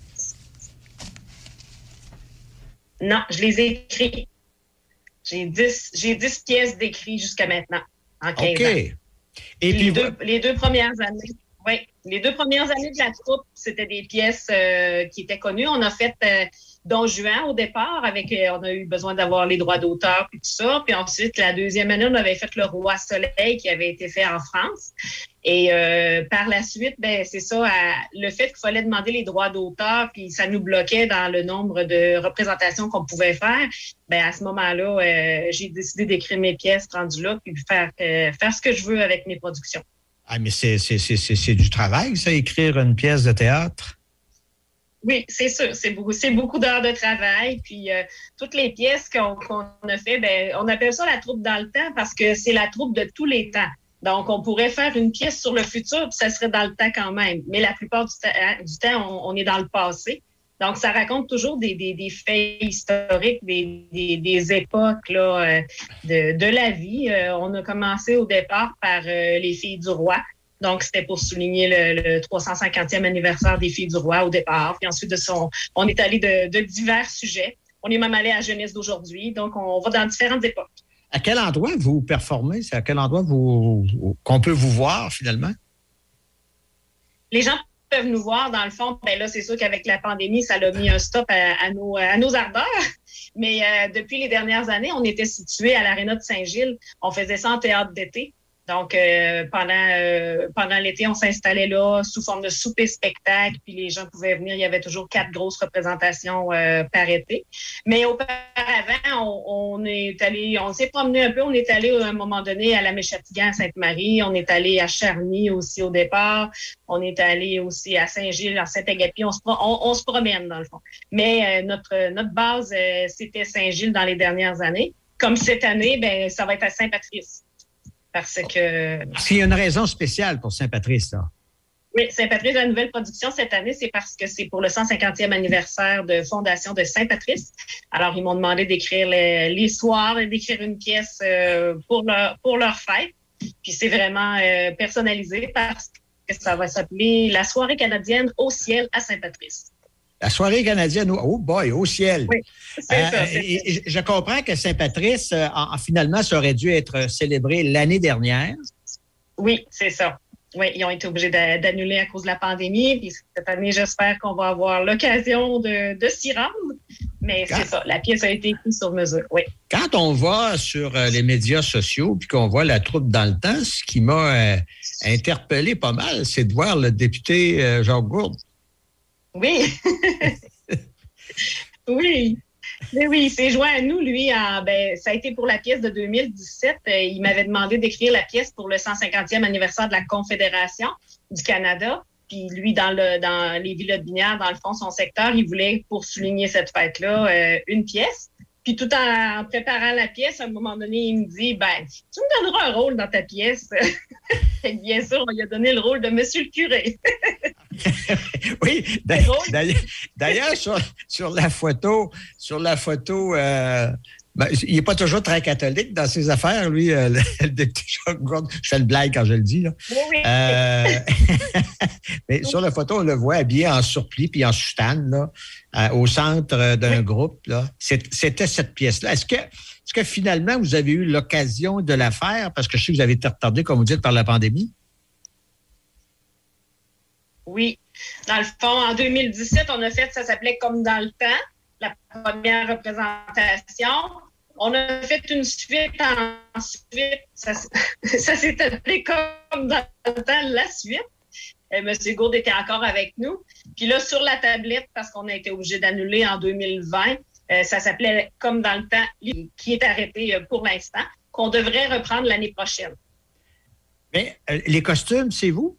[SPEAKER 13] Non, je les ai écrits. J'ai dix, j'ai dix pièces d'écrits jusqu'à maintenant, en quinze
[SPEAKER 12] OK.
[SPEAKER 13] ans.
[SPEAKER 12] Et
[SPEAKER 13] les,
[SPEAKER 12] puis,
[SPEAKER 13] deux, les deux premières années, oui, les deux premières années de la troupe, c'était des pièces euh, qui étaient connues. On a fait euh, Don Juan au départ, avec euh, on a eu besoin d'avoir les droits d'auteur et tout ça. Puis ensuite, la deuxième année, on avait fait Le Roi Soleil qui avait été fait en France. Et euh, par la suite, ben c'est ça, à, le fait qu'il fallait demander les droits d'auteur, puis ça nous bloquait dans le nombre de représentations qu'on pouvait faire. Ben à ce moment-là, euh, j'ai décidé d'écrire mes pièces rendues là, puis faire euh, faire ce que je veux avec mes productions.
[SPEAKER 12] ah, mais c'est, c'est, c'est, c'est, c'est du travail, ça, écrire une pièce de théâtre?
[SPEAKER 13] Oui, c'est sûr. C'est beaucoup, c'est beaucoup d'heures de travail. Puis euh, toutes les pièces qu'on, qu'on a fait, ben, on appelle ça la troupe dans le temps parce que c'est la troupe de tous les temps. Donc, on pourrait faire une pièce sur le futur, puis ça serait dans le temps quand même. Mais la plupart du, ta- du temps, on, on est dans le passé. Donc, ça raconte toujours des, des, des faits historiques, des, des, des époques là, euh, de, de la vie. Euh, on a commencé au départ par euh, les filles du roi. Donc, c'était pour souligner le, le trois cent cinquantième anniversaire des filles du roi au départ. Puis ensuite de ça, on, on est allé de, de divers sujets. On est même allé à la jeunesse d'aujourd'hui. Donc, on va dans différentes époques.
[SPEAKER 12] À quel endroit vous performez? C'est à quel endroit vous, qu'on peut vous voir, finalement?
[SPEAKER 13] Les gens peuvent nous voir, dans le fond. Ben là, c'est sûr qu'avec la pandémie, ça a mis un stop à, à, nos, à nos ardeurs. Mais euh, depuis les dernières années, on était situé à l'Aréna de Saint-Gilles. On faisait ça en théâtre d'été. Donc, euh, pendant euh, pendant l'été, on s'installait là sous forme de souper-spectacle, puis les gens pouvaient venir. Il y avait toujours quatre grosses représentations euh, par été. Mais auparavant, on, on est allé, on s'est promené un peu. On est allé à un moment donné à la Méchatigan, à Sainte-Marie. On est allé à Charny aussi au départ. On est allé aussi à Saint-Gilles, à Saint-Agapi. On se on, on se promène dans le fond. Mais euh, notre notre base, euh, c'était Saint-Gilles dans les dernières années. Comme cette année, ben ça va être à Saint-Patrice. Parce que.
[SPEAKER 12] Parce qu'il y a une raison spéciale pour Saint-Patrice, là.
[SPEAKER 13] Oui, Saint-Patrice, la nouvelle production cette année, c'est parce que c'est pour le cent cinquantième anniversaire de fondation de Saint-Patrice. Alors, ils m'ont demandé d'écrire les, les soirs et d'écrire une pièce euh, pour, leur, pour leur fête. Puis c'est vraiment euh, personnalisé parce que ça va s'appeler la soirée canadienne au ciel à Saint-Patrice.
[SPEAKER 12] La soirée canadienne, oh boy, au ciel.
[SPEAKER 13] Oui, c'est euh, ça. C'est
[SPEAKER 12] et, je comprends que Saint-Patrice, euh, en, finalement, ça aurait dû être célébré l'année dernière.
[SPEAKER 13] Oui, c'est ça. Oui, ils ont été obligés d'annuler à cause de la pandémie. Puis cette année, j'espère qu'on va avoir l'occasion de, de s'y rendre. Mais Quand... c'est ça, la pièce a été écrite sur mesure, oui.
[SPEAKER 12] Quand on va sur euh, les médias sociaux puis qu'on voit la troupe dans le temps, ce qui m'a euh, interpellé pas mal, c'est de voir le député euh, Jacques Gourde.
[SPEAKER 13] Oui. oui. Mais oui, il s'est joint à nous, lui. En, ben, ça a été pour la pièce de deux mille dix-sept. Euh, il m'avait demandé d'écrire la pièce pour le cent cinquantième anniversaire de la Confédération du Canada. Puis lui, dans le dans les villes de Binière, dans le fond, son secteur, il voulait, pour souligner cette fête-là, euh, une pièce. Puis tout en, en préparant la pièce, à un moment donné, il me dit, ben, tu me donneras un rôle dans ta pièce. Et bien sûr, on lui a donné le rôle de Monsieur le curé.
[SPEAKER 12] Oui, d'ailleurs, d'ailleurs sur, sur la photo, sur la photo, euh, ben, il n'est pas toujours très catholique dans ses affaires, lui, euh, le, le député Jacques Gourde. Je fais le blague quand je le dis, là.
[SPEAKER 13] Oui, oui.
[SPEAKER 12] Euh, mais sur la photo, on le voit habillé en surplis puis en soutane, là, euh, au centre d'un oui. groupe, là. C'était cette pièce-là. Est-ce que, est-ce que finalement, vous avez eu l'occasion de la faire? Parce que je sais que vous avez été retardé, comme vous dites, par la pandémie.
[SPEAKER 13] Oui. Dans le fond, en deux mille dix-sept, on a fait, ça s'appelait Comme dans le temps, la première représentation. On a fait une suite ensuite, ça, ça s'est appelé Comme dans le temps, la suite. Et M. Gourde était encore avec nous. Puis là, sur la tablette, parce qu'on a été obligé d'annuler en deux mille vingt, euh, ça s'appelait Comme dans le temps, qui est arrêté pour l'instant, qu'on devrait reprendre l'année prochaine.
[SPEAKER 12] Mais euh, les costumes, c'est vous?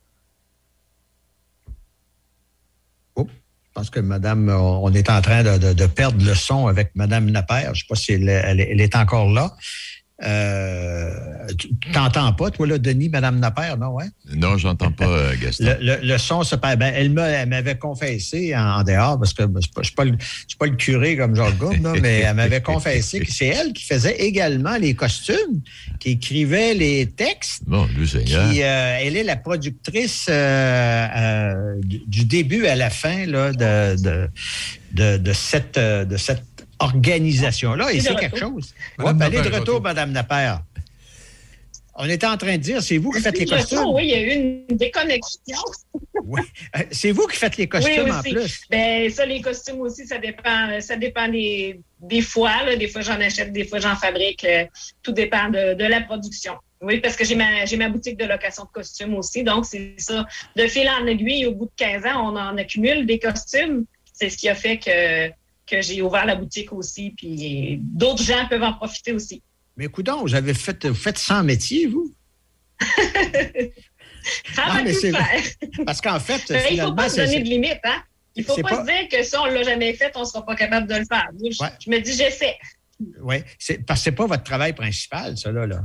[SPEAKER 12] Oh, je pense que Madame, on est en train de, de, de perdre le son avec Madame Napper. Je ne sais pas si elle, elle, elle est encore là. Euh, tu t'entends pas, toi, là, Denis, Madame Napper, non, ouais?
[SPEAKER 10] Non, j'entends pas, Gaston.
[SPEAKER 12] Le, le, le son se perd. Ben, elle m'avait confessé en, en dehors, parce que ben, je ne suis pas, pas le curé comme Jacques Gourde, là, mais elle m'avait confessé que c'est elle qui faisait également les costumes, qui écrivait les textes.
[SPEAKER 10] Bon, lui, c'est
[SPEAKER 12] qui, euh, elle est la productrice euh, euh, du, du début à la fin là, de, de, de, de cette... de cette organisation-là, et c'est quelque chose. Ouais, ben, allez de retour, Mme Napper. On était en train de dire, c'est vous qui faites les costumes.
[SPEAKER 13] Oui, il y a eu une déconnexion.
[SPEAKER 12] Oui. C'est vous qui faites les costumes oui, en plus.
[SPEAKER 13] Ben, ça, les costumes aussi, ça dépend, ça dépend des, des fois. Là. Des fois, j'en achète, des fois, j'en fabrique. Tout dépend de, de la production. Oui, parce que j'ai ma, j'ai ma boutique de location de costumes aussi. Donc, c'est ça. De fil en aiguille, au bout de quinze ans, on en accumule des costumes. C'est ce qui a fait que que j'ai ouvert la boutique aussi, puis d'autres gens peuvent en profiter aussi.
[SPEAKER 12] Mais coudonc, vous avez fait, vous faites cent métiers, vous?
[SPEAKER 13] Ah, non, c'est faire.
[SPEAKER 12] Parce qu'en fait,
[SPEAKER 13] ben, il ne faut pas se donner
[SPEAKER 12] c'est...
[SPEAKER 13] de limite, hein? Il ne faut pas, pas se dire que ça, on ne l'a jamais fait, on ne sera pas capable de le faire. Je, ouais. je me dis, j'essaie.
[SPEAKER 12] Oui, parce que ce n'est pas votre travail principal, ça, là. là.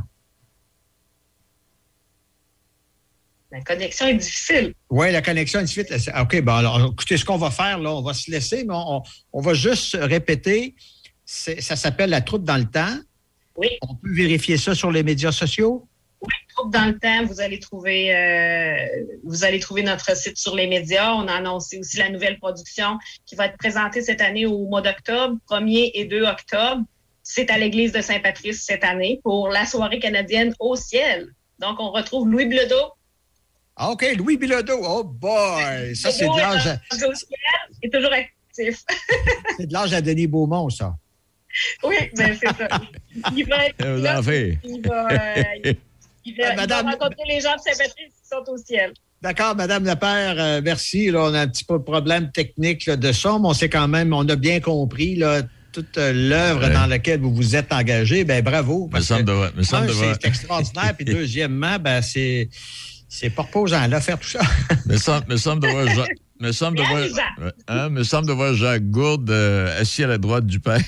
[SPEAKER 13] La connexion est difficile.
[SPEAKER 12] Oui, la connexion est difficile. OK, bon, alors, écoutez, ce qu'on va faire, là, on va se laisser, mais on, on va juste répéter. C'est, ça s'appelle La Troupe dans le temps.
[SPEAKER 13] Oui.
[SPEAKER 12] On peut vérifier ça sur les médias sociaux?
[SPEAKER 13] Oui, Troupe dans le temps, vous allez trouver euh, vous allez trouver notre site sur les médias. On a annoncé aussi la nouvelle production qui va être présentée cette année au mois d'octobre, premier et deux octobre. c'est à l'église de Saint-Patrice cette année pour la soirée canadienne au ciel. Donc, on retrouve Louis Bilodeau.
[SPEAKER 12] Ah, OK, Louis Bilodeau. Oh boy! Ça, c'est de l'âge à...
[SPEAKER 13] au ciel, il est toujours actif.
[SPEAKER 12] c'est de l'âge à Denis Beaumont, ça.
[SPEAKER 13] Oui, bien, c'est ça. Il va être
[SPEAKER 10] Vous
[SPEAKER 13] là,
[SPEAKER 10] en faites.
[SPEAKER 13] il va, euh, il, il va,
[SPEAKER 12] Ah,
[SPEAKER 13] il
[SPEAKER 12] madame-
[SPEAKER 13] va rencontrer les gens de Saint-Patrice qui sont au ciel.
[SPEAKER 12] D'accord, Madame Lapère, euh, merci. Là, on a un petit peu de problème technique là, de son, mais on sait quand même, on a bien compris là, toute euh, l'œuvre
[SPEAKER 10] Ouais.
[SPEAKER 12] dans laquelle vous vous êtes engagé. Ben bravo.
[SPEAKER 10] Me
[SPEAKER 12] parce
[SPEAKER 10] semble
[SPEAKER 12] que,
[SPEAKER 10] de- me semble
[SPEAKER 12] un,
[SPEAKER 10] de voir.
[SPEAKER 12] c'est extraordinaire. Puis deuxièmement, ben c'est c'est pas reposant là faire tout ça.
[SPEAKER 10] Me semble, me semble de voir Jean- me semble de voir,
[SPEAKER 13] Réalisant.
[SPEAKER 10] ouais, hein, me semble de voir Jacques Gourde euh, assis à la droite du père.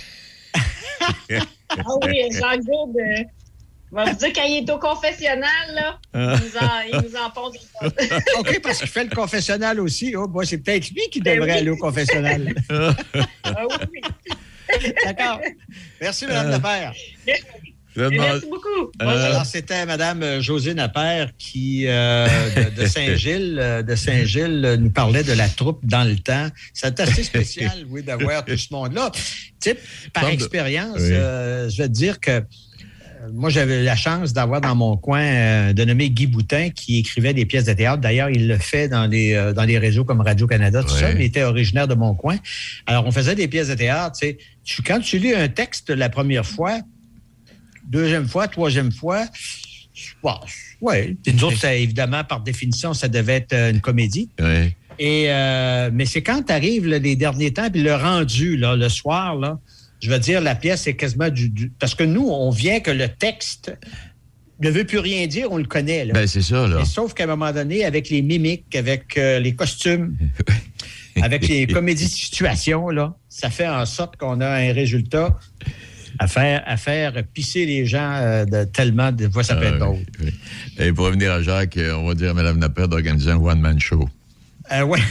[SPEAKER 13] Ah oui, Jean Gourde, euh, on va vous dire, quand il est au confessionnal, là,
[SPEAKER 10] Ah.
[SPEAKER 13] il nous en, il nous en pond des fois.
[SPEAKER 12] OK, parce qu'il fait le confessionnal aussi. Oh, bon, c'est peut-être lui qui
[SPEAKER 13] Ben
[SPEAKER 12] devrait
[SPEAKER 13] oui.
[SPEAKER 12] aller au confessionnal.
[SPEAKER 13] Ah oui, oui.
[SPEAKER 12] D'accord. Merci, Madame
[SPEAKER 10] Euh,
[SPEAKER 12] Lapère.
[SPEAKER 10] Je demande-
[SPEAKER 13] Merci beaucoup.
[SPEAKER 10] Euh,
[SPEAKER 12] Alors, c'était Mme Josée Napère qui, euh, de, de Saint-Gilles, euh, de Saint-Gilles, euh, nous parlait de la troupe dans le temps. C'est assez spécial, oui, d'avoir tout ce monde-là. Tu sais, par
[SPEAKER 10] Semble-
[SPEAKER 12] expérience,
[SPEAKER 10] Oui.
[SPEAKER 12] euh, je vais te dire que euh, moi, j'avais la chance d'avoir dans mon coin euh, de nommer Guy Boutin qui écrivait des pièces de théâtre. D'ailleurs, il le fait dans les, euh, dans les réseaux comme Radio-Canada, tout
[SPEAKER 10] Ouais.
[SPEAKER 12] ça, mais il était originaire de mon coin. Alors, on faisait des pièces de théâtre. Tu sais, tu- quand tu lis un texte la première fois, deuxième fois, troisième fois, bon, ouais. Puis nous autres, ça, évidemment, par définition, ça devait être euh, une comédie.
[SPEAKER 10] ouais.
[SPEAKER 12] Et euh, mais c'est quand tu arrives les derniers temps, puis le rendu, là, le soir, là, je veux dire, la pièce est quasiment du, du- Parce que nous, on vient que le texte ne veut plus rien dire, on le connaît. Là.
[SPEAKER 10] Ben, c'est ça, là.
[SPEAKER 12] Et sauf qu'à un moment donné, avec les mimiques, avec euh, les costumes, avec les comédies de situation, là, ça fait en sorte qu'on a un résultat à faire, à faire pisser les gens euh, de tellement de fois ça peut être
[SPEAKER 10] Ah,
[SPEAKER 12] drôle.
[SPEAKER 10] oui, oui. Et pour revenir à Jacques, euh, on va dire à Mme Napère d'organiser un one-man show.
[SPEAKER 12] Euh, ouais.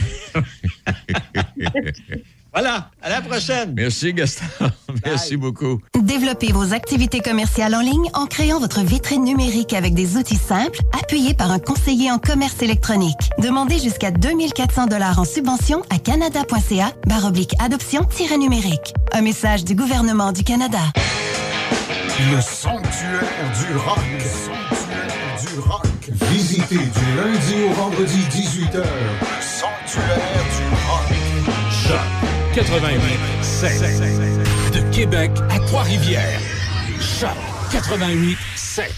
[SPEAKER 12] Voilà, à la prochaine.
[SPEAKER 10] Merci, Gaston. Merci beaucoup.
[SPEAKER 14] Développez vos activités commerciales en ligne en créant votre vitrine numérique avec des outils simples, appuyés par un conseiller en commerce électronique. Demandez jusqu'à deux mille quatre cents dollars en subvention à canada.ca barre oblique adoption-numérique. Un message du gouvernement du Canada.
[SPEAKER 15] Le sanctuaire du rock. Le sanctuaire du rock. Visitez du lundi au vendredi dix-huit heures. Le sanctuaire du rock.
[SPEAKER 3] Choc quatre-vingt-huit sept. De Québec à Trois-Rivières. Choc quatre-vingt-huit sept.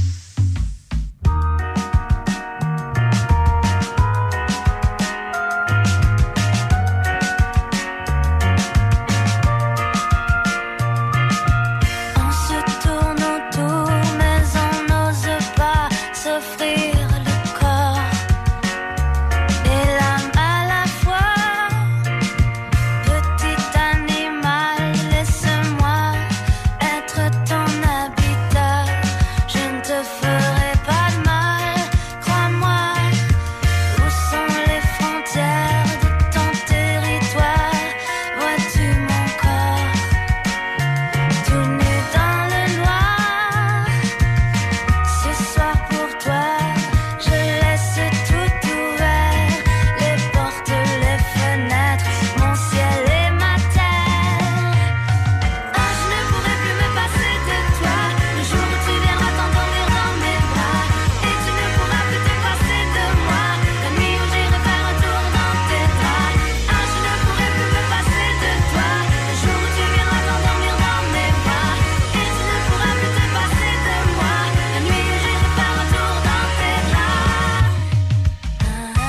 [SPEAKER 9] On se tourne autour, mais on n'ose pas s'offrir le corps et l'âme à la fois. Petit animal, laisse-moi être ton habitat. Je ne te ferai pas de mal, crois-moi. Où sont les frontières de ton territoire? Vois-tu mon corps? Tout nu dans le noir, ce soir pour toi, je laisse tout ouvert, les portes, les fenêtres, mon ciel et ma terre. Ah, je ne pourrai plus me passer de toi, le jour où tu viendras t'endormir dans mes bras, et tu ne pourras plus te passer de moi, la nuit où j'irai faire un tour dans tes draps. Ah, je ne pourrai plus me passer de toi, le jour où tu viendras t'endormir dans mes bras, et tu ne pourras plus te passer de moi, la nuit où j'irai faire un tour dans tes draps. Ah,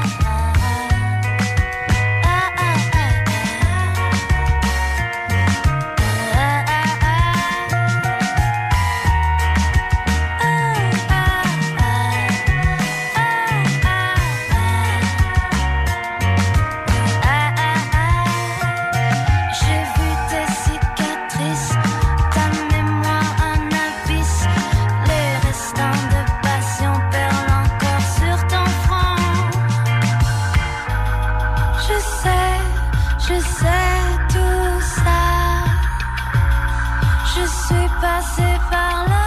[SPEAKER 9] ah, J'ai vu tes cicatrices, ta mémoire un abysse, les restants de passion perlent encore sur ton front. Je sais, je sais tout ça, je suis passée par là.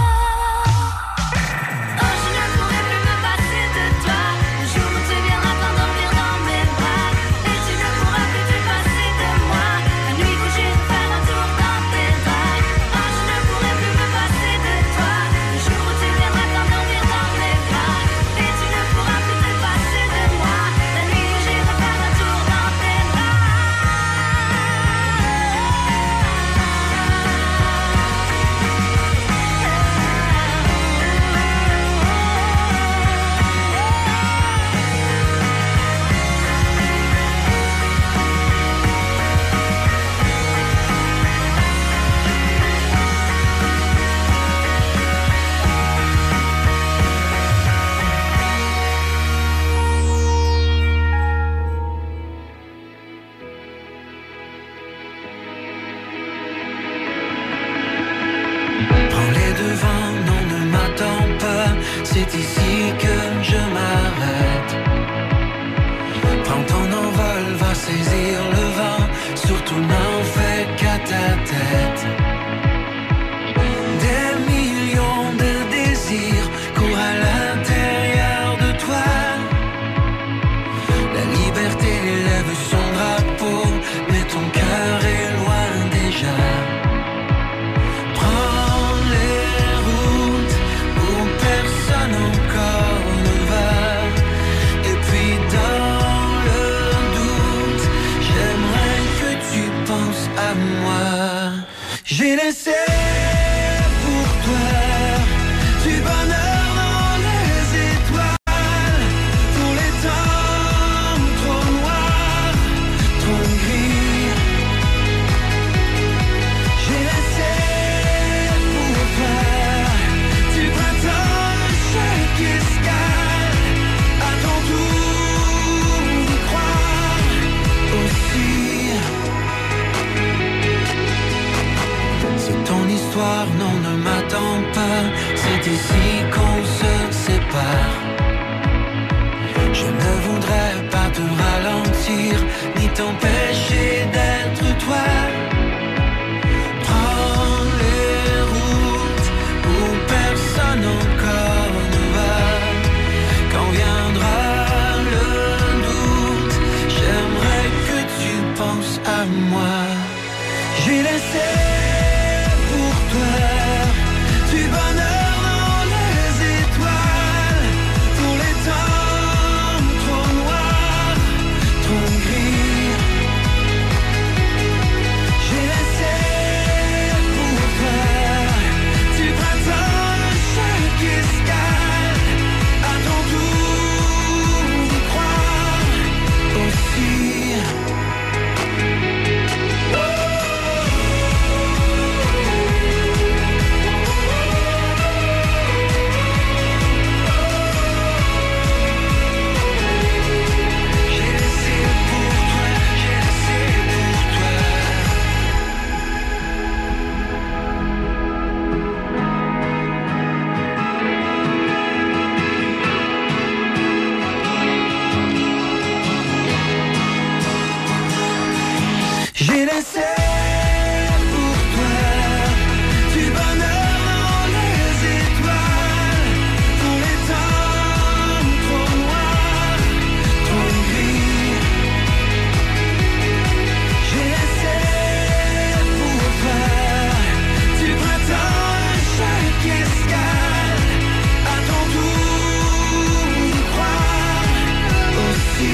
[SPEAKER 9] Oh, je ne pourrai plus me passer de toi, le jour où tu viendras t'endormir dans mes bras, et tu ne pourras plus te passer de moi, la nuit où j'irai faire un tour dans tes draps.
[SPEAKER 4] à moi. J'ai laissé pour toi du bonheur dans les étoiles, pour les temps trop noirs, trop gris. J'ai laissé pour toi du printemps chaque escale, à ton tour d'y croire aussi. C'est ton histoire, non, ne m'attends pas. C'est ici qu'on se sépare. Je ne voudrais pas te ralentir, ni t'empêcher d'être toi. Prends les routes où personne encore ne va. Quand viendra le doute, j'aimerais que tu penses à moi. J'ai laissé du bonheur dans les étoiles, pour les temps trop noirs, trop gris. J'ai laissé pour toi du printemps chaque escale, à ton tour d'y croire aussi. J'ai laissé pour toi du bonheur dans les étoiles, pour les temps trop noirs, trop gris. J'ai laissé pour toi du printemps chaque escale, à ton tour d'y croire aussi.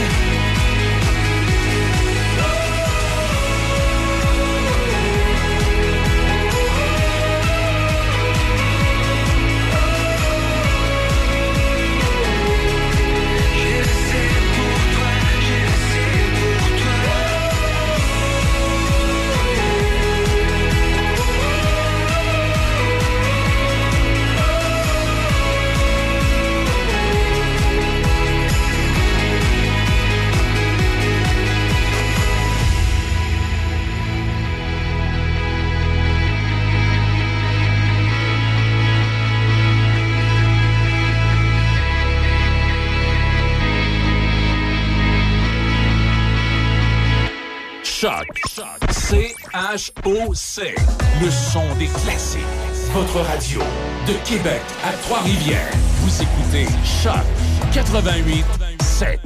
[SPEAKER 3] Choc. C H O C. Le son des classiques. Votre radio. De Québec à Trois-Rivières. Vous écoutez Choc quatre-vingt-huit sept.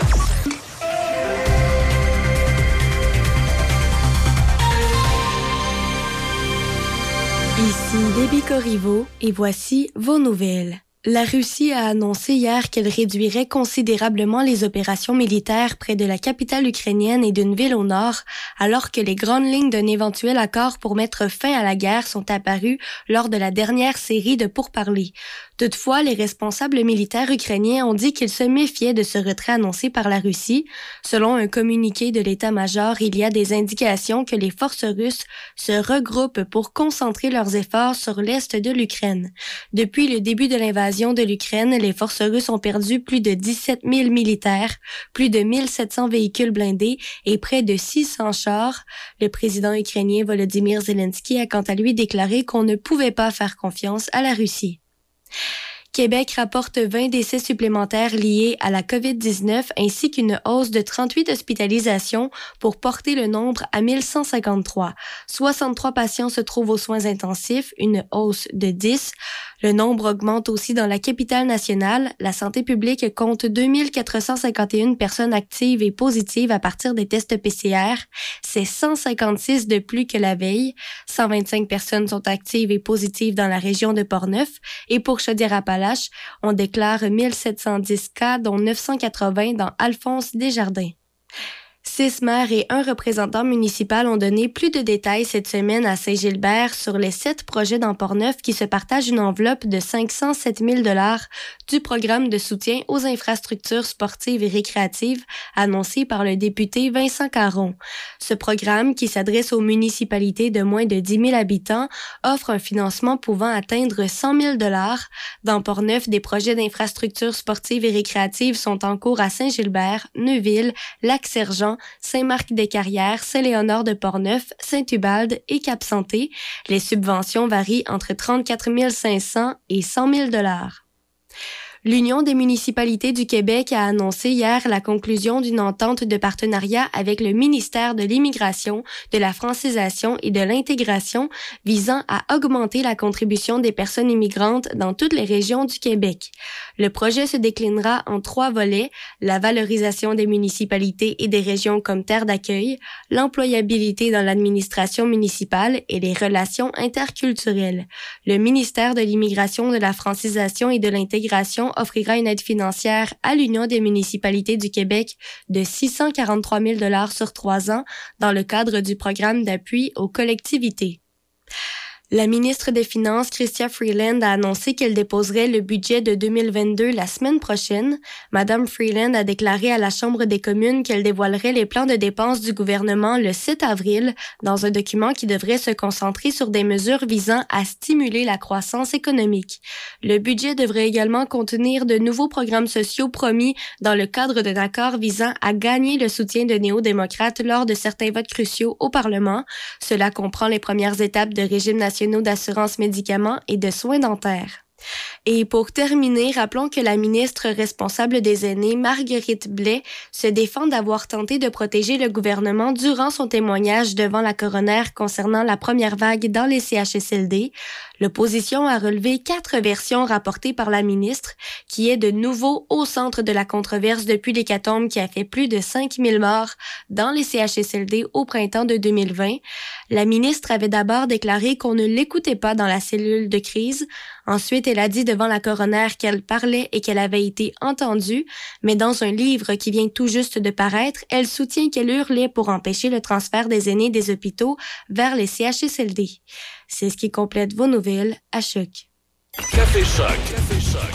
[SPEAKER 8] Ici Déby Corriveau et voici vos nouvelles. La Russie a annoncé hier qu'elle réduirait considérablement les opérations militaires près de la capitale ukrainienne et d'une ville au nord, alors que les grandes lignes d'un éventuel accord pour mettre fin à la guerre sont apparues lors de la dernière série de pourparlers. Toutefois, les responsables militaires ukrainiens ont dit qu'ils se méfiaient de ce retrait annoncé par la Russie. Selon un communiqué de l'état-major, il y a des indications que les forces russes se regroupent pour concentrer leurs efforts sur l'est de l'Ukraine. Depuis le début de l'invasion de l'Ukraine, les forces russes ont perdu plus de dix-sept mille militaires, plus de mille sept cents véhicules blindés et près de six cents chars. Le président ukrainien Volodymyr Zelensky a quant à lui déclaré qu'on ne pouvait pas faire confiance à la Russie. Québec rapporte vingt décès supplémentaires liés à la covid dix-neuf ainsi qu'une hausse de trente-huit hospitalisations pour porter le nombre à mille cent cinquante-trois. soixante-trois patients se trouvent aux soins intensifs, une hausse de dix. Le nombre augmente aussi dans la capitale nationale. La santé publique compte deux mille quatre cent cinquante et une personnes actives et positives à partir des tests P C R. C'est cent cinquante-six de plus que la veille. cent vingt-cinq personnes sont actives et positives dans la région de Portneuf. Et pour Chaudière-Appalaches, on déclare mille sept cent dix cas, dont neuf cent quatre-vingts dans Alphonse-Desjardins. Six maires et un représentant municipal ont donné plus de détails cette semaine à Saint-Gilbert sur les sept projets dans Portneuf qui se partagent une enveloppe de cinq cent sept mille dollars du programme de soutien aux infrastructures sportives et récréatives annoncé par le député Vincent Caron. Ce programme, qui s'adresse aux municipalités de moins de dix mille habitants, offre un financement pouvant atteindre cent mille dollars. Dans Portneuf, des projets d'infrastructures sportives et récréatives sont en cours à Saint-Gilbert, Neuville, Lac-Sergent, Saint-Marc-des-Carrières, Saint-Léonard de Portneuf, Saint-Ubalde et Cap-Santé. Les subventions varient entre trente-quatre mille cinq cents et cent mille dollars. L'Union des municipalités du Québec a annoncé hier la conclusion d'une entente de partenariat avec le ministère de l'Immigration, de la Francisation et de l'Intégration visant à augmenter la contribution des personnes immigrantes dans toutes les régions du Québec. Le projet se déclinera en trois volets: la valorisation des municipalités et des régions comme terre d'accueil, l'employabilité dans l'administration municipale et les relations interculturelles. Le ministère de l'Immigration, de la Francisation et de l'Intégration offrira une aide financière à l'Union des municipalités du Québec de six cent quarante-trois mille dollars sur trois ans dans le cadre du programme d'appui aux collectivités. La ministre des Finances, Chrystia Freeland, a annoncé qu'elle déposerait le budget de deux mille vingt-deux la semaine prochaine. Madame Freeland a déclaré à la Chambre des communes qu'elle dévoilerait les plans de dépenses du gouvernement le sept avril dans un document qui devrait se concentrer sur des mesures visant à stimuler la croissance économique. Le budget devrait également contenir de nouveaux programmes sociaux promis dans le cadre d'un accord visant à gagner le soutien de néo-démocrates lors de certains votes cruciaux au Parlement. Cela comprend les premières étapes de régime national d'assurance médicaments et de soins dentaires. Et pour terminer, rappelons que la ministre responsable des aînés, Marguerite Blais, se défend d'avoir tenté de protéger le gouvernement durant son témoignage devant la coroner concernant la première vague dans les C H S L D. L'opposition a relevé quatre versions rapportées par la ministre, qui est de nouveau au centre de la controverse depuis l'hécatombe qui a fait plus de cinq mille morts dans les C H S L D au printemps de deux mille vingt. La ministre avait d'abord déclaré qu'on ne l'écoutait pas dans la cellule de crise. Ensuite, elle a dit devant la coroner qu'elle parlait et qu'elle avait été entendue, mais dans un livre qui vient tout juste de paraître, elle soutient qu'elle hurlait pour empêcher le transfert des aînés des hôpitaux vers les C H S L D. C'est ce qui complète vos nouvelles à Choc.
[SPEAKER 3] Café Choc. Café Choc.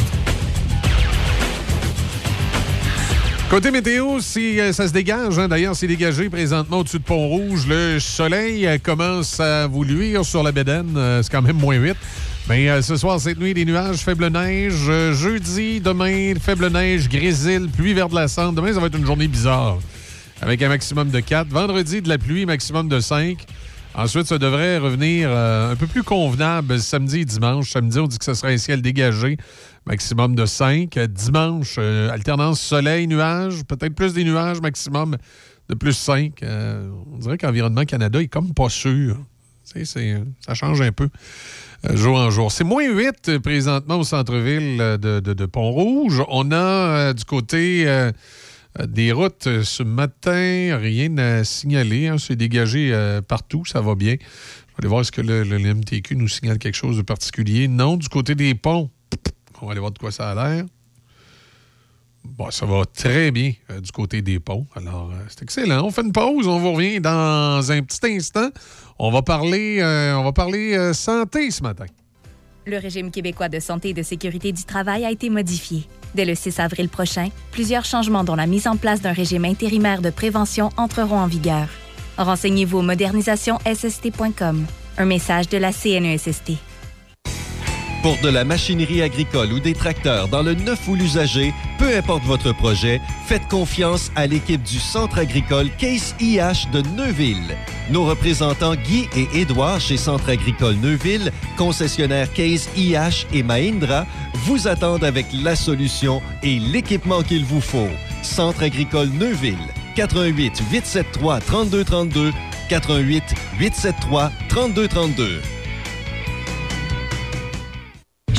[SPEAKER 2] Côté météo, si euh, ça se dégage, hein, d'ailleurs, c'est dégagé présentement au-dessus de Pont-Rouge. Le soleil euh, commence à vous luire sur la bédaine. Euh, c'est quand même moins huit. Mais euh, ce soir, cette nuit, des nuages, faible neige. Euh, jeudi, demain, faible neige, grésil, pluie verglaçante. Demain, ça va être une journée bizarre avec un maximum de quatre. Vendredi, de la pluie, maximum de cinq. Ensuite, ça devrait revenir euh, un peu plus convenable samedi et dimanche. Samedi, on dit que ce serait un ciel dégagé, maximum de cinq. Dimanche, euh, alternance soleil-nuages, peut-être plus des nuages, maximum de plus cinq. Euh, on dirait qu'Environnement Canada est comme pas sûr. Tu sais, c'est, ça change un peu euh, jour en jour. C'est moins huit euh, présentement au centre-ville de, de, de Pont-Rouge. On a euh, du côté... Euh, Des routes euh, ce matin, rien à signaler. Hein, c'est dégagé euh, partout, ça va bien. Je vais aller voir est-ce que le, le, le M T Q nous signale quelque chose de particulier. Non, du côté des ponts, on va aller voir de quoi ça a l'air. Bon, ça va très bien euh, du côté des ponts. Alors, euh, c'est excellent. On fait une pause, on vous revient dans un petit instant. On va parler, euh, on va parler euh, santé ce matin.
[SPEAKER 16] Le régime québécois de santé et de sécurité du travail a été modifié. Dès le six avril prochain, plusieurs changements dont la mise en place d'un régime intérimaire de prévention entreront en vigueur. Renseignez-vous au modernisation s s t point com. Un message de la C N E S S T.
[SPEAKER 17] Pour de la machinerie agricole ou des tracteurs dans le neuf ou l'usager, peu importe votre projet, faites confiance à l'équipe du Centre agricole Case I H de Neuville. Nos représentants Guy et Édouard chez Centre agricole Neuville, concessionnaire Case I H et Mahindra, vous attendent avec la solution et l'équipement qu'il vous faut. Centre agricole Neuville, quatre un huit, huit sept trois, trois deux trois deux, quatre un huit, huit sept trois, trois deux trois deux.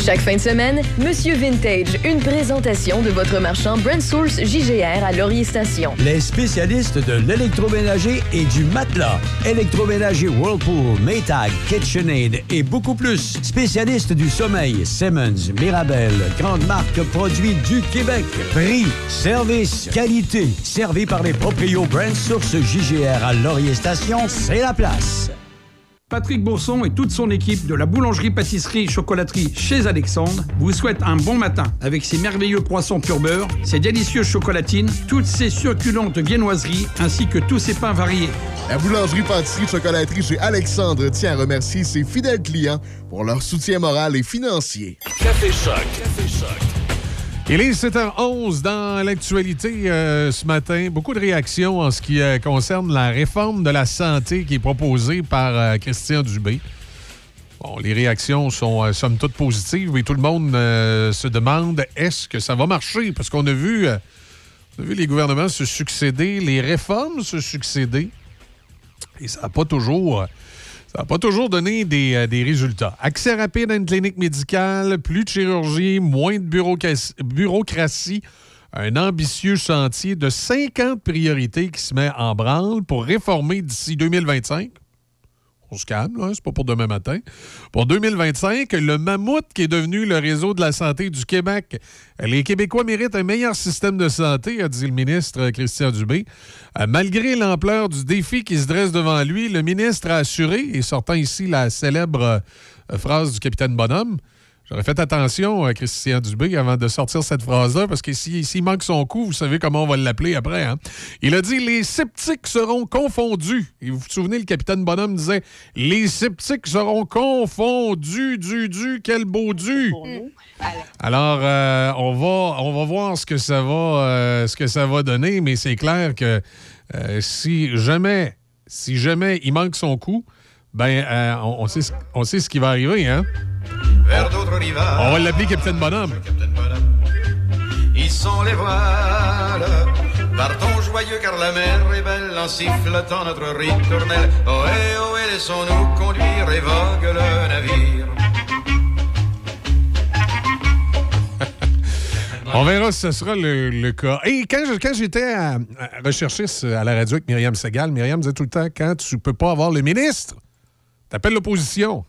[SPEAKER 7] Chaque fin de semaine, Monsieur Vintage, une présentation de votre marchand Brand Source J G R à Laurier Station.
[SPEAKER 18] Les spécialistes de l'électroménager et du matelas. Électroménager Whirlpool, Maytag, KitchenAid et beaucoup plus. Spécialistes du sommeil, Simmons, Mirabel, grande marque produits du Québec. Prix, service, qualité. Servi par les proprios Brand Source J G R à Laurier Station, c'est la place.
[SPEAKER 19] Patrick Bourson et toute son équipe de la boulangerie-pâtisserie-chocolaterie chez Alexandre vous souhaitent un bon matin avec ses merveilleux croissants pur beurre, ses délicieuses chocolatines, toutes ses succulentes viennoiseries ainsi que tous ses pains variés.
[SPEAKER 20] La boulangerie-pâtisserie-chocolaterie chez Alexandre tient à remercier ses fidèles clients pour leur soutien moral et financier.
[SPEAKER 3] Café Choc. Café Choc.
[SPEAKER 2] Il est sept heures onze dans l'actualité euh, ce matin. Beaucoup de réactions en ce qui euh, concerne la réforme de la santé qui est proposée par euh, Christian Dubé. Bon, les réactions sont euh, somme toute positives, mais tout le monde euh, se demande est-ce que ça va marcher? Parce qu'on a vu, euh, on a vu les gouvernements se succéder, les réformes se succéder, et ça n'a pas toujours... Ça n'a pas toujours donné des, euh, des résultats. Accès rapide à une clinique médicale, plus de chirurgie, moins de bureaucratie, bureaucratie, un ambitieux chantier de cinquante priorités qui se met en branle pour réformer d'ici deux mille vingt-cinq. On se calme, là, c'est pas pour demain matin. Pour deux mille vingt-cinq, le mammouth qui est devenu le réseau de la santé du Québec. Les Québécois méritent un meilleur système de santé, a dit le ministre Christian Dubé. Malgré l'ampleur du défi qui se dresse devant lui, le ministre a assuré, et sortant ici la célèbre phrase du capitaine Bonhomme, j'aurais fait attention à Christian Dubé avant de sortir cette phrase-là, parce que s'il si, manque son coup, vous savez comment on va l'appeler après. Hein? Il a dit « Les sceptiques seront confondus ». Et vous vous souvenez, le capitaine Bonhomme disait « Les sceptiques seront confondus, du, du, quel beau du ». Alors, euh, on, va, on va voir ce que ça va, euh, ce que ça va donner, mais c'est clair que euh, si jamais, si jamais il manque son coup, ben, euh, on, on, sait ce, on sait ce qui va arriver, hein?
[SPEAKER 21] Vers d'autres rivages.
[SPEAKER 2] On va l'appeler Capitaine Bonhomme.
[SPEAKER 21] Capitaine Bonhomme. Ils sont les voiles. Partons joyeux car la mer est belle en sifflotant notre ritournelle. Ohé, ohé, laissons-nous conduire et vogue le navire.
[SPEAKER 2] On verra si ce sera le, le cas. Et quand, je, quand j'étais à, à rechercher à la radio avec Myriam Segal, Myriam disait tout le temps, quand tu peux pas avoir le ministre, t'appelles l'opposition.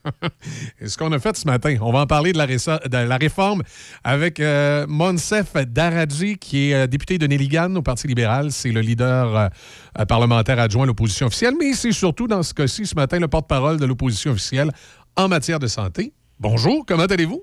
[SPEAKER 2] Et ce qu'on a fait ce matin, on va en parler de la, de la réforme avec euh, Monsef Daradji, qui est euh, député de Nelligan au Parti libéral. C'est le leader euh, parlementaire adjoint à l'opposition officielle, mais c'est surtout dans ce cas-ci, ce matin, le porte-parole de l'opposition officielle en matière de santé. Bonjour, comment allez-vous?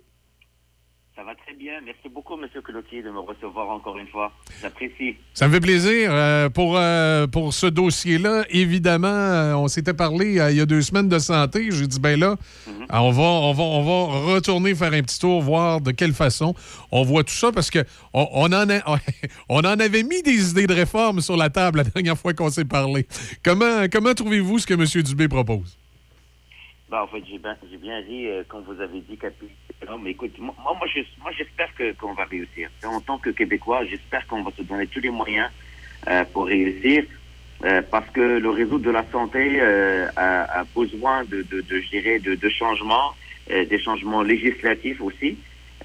[SPEAKER 22] Ça va très bien. Merci beaucoup, M. Cloutier, de me recevoir encore une fois. J'apprécie.
[SPEAKER 2] Ça me fait plaisir. Euh, pour, euh, pour ce dossier-là, évidemment, euh, on s'était parlé euh, il y a deux semaines de santé. J'ai dit, ben là, mm-hmm. on, va, on, va, on va retourner faire un petit tour, voir de quelle façon on voit tout ça, parce qu'on on en, a, on en avait mis des idées de réforme sur la table la dernière fois qu'on s'est parlé. Comment, comment trouvez-vous ce que M. Dubé propose?
[SPEAKER 22] Ben, en fait, j'ai bien, j'ai bien dit, euh, quand vous avez dit qu'appui. Non, mais écoute, moi, moi, je, moi j'espère que, qu'on va réussir. En tant que Québécois, j'espère qu'on va se donner tous les moyens euh, pour réussir, euh, parce que le réseau de la santé euh, a, a besoin de, de, de, je dirais, de, de changements, euh, des changements législatifs aussi.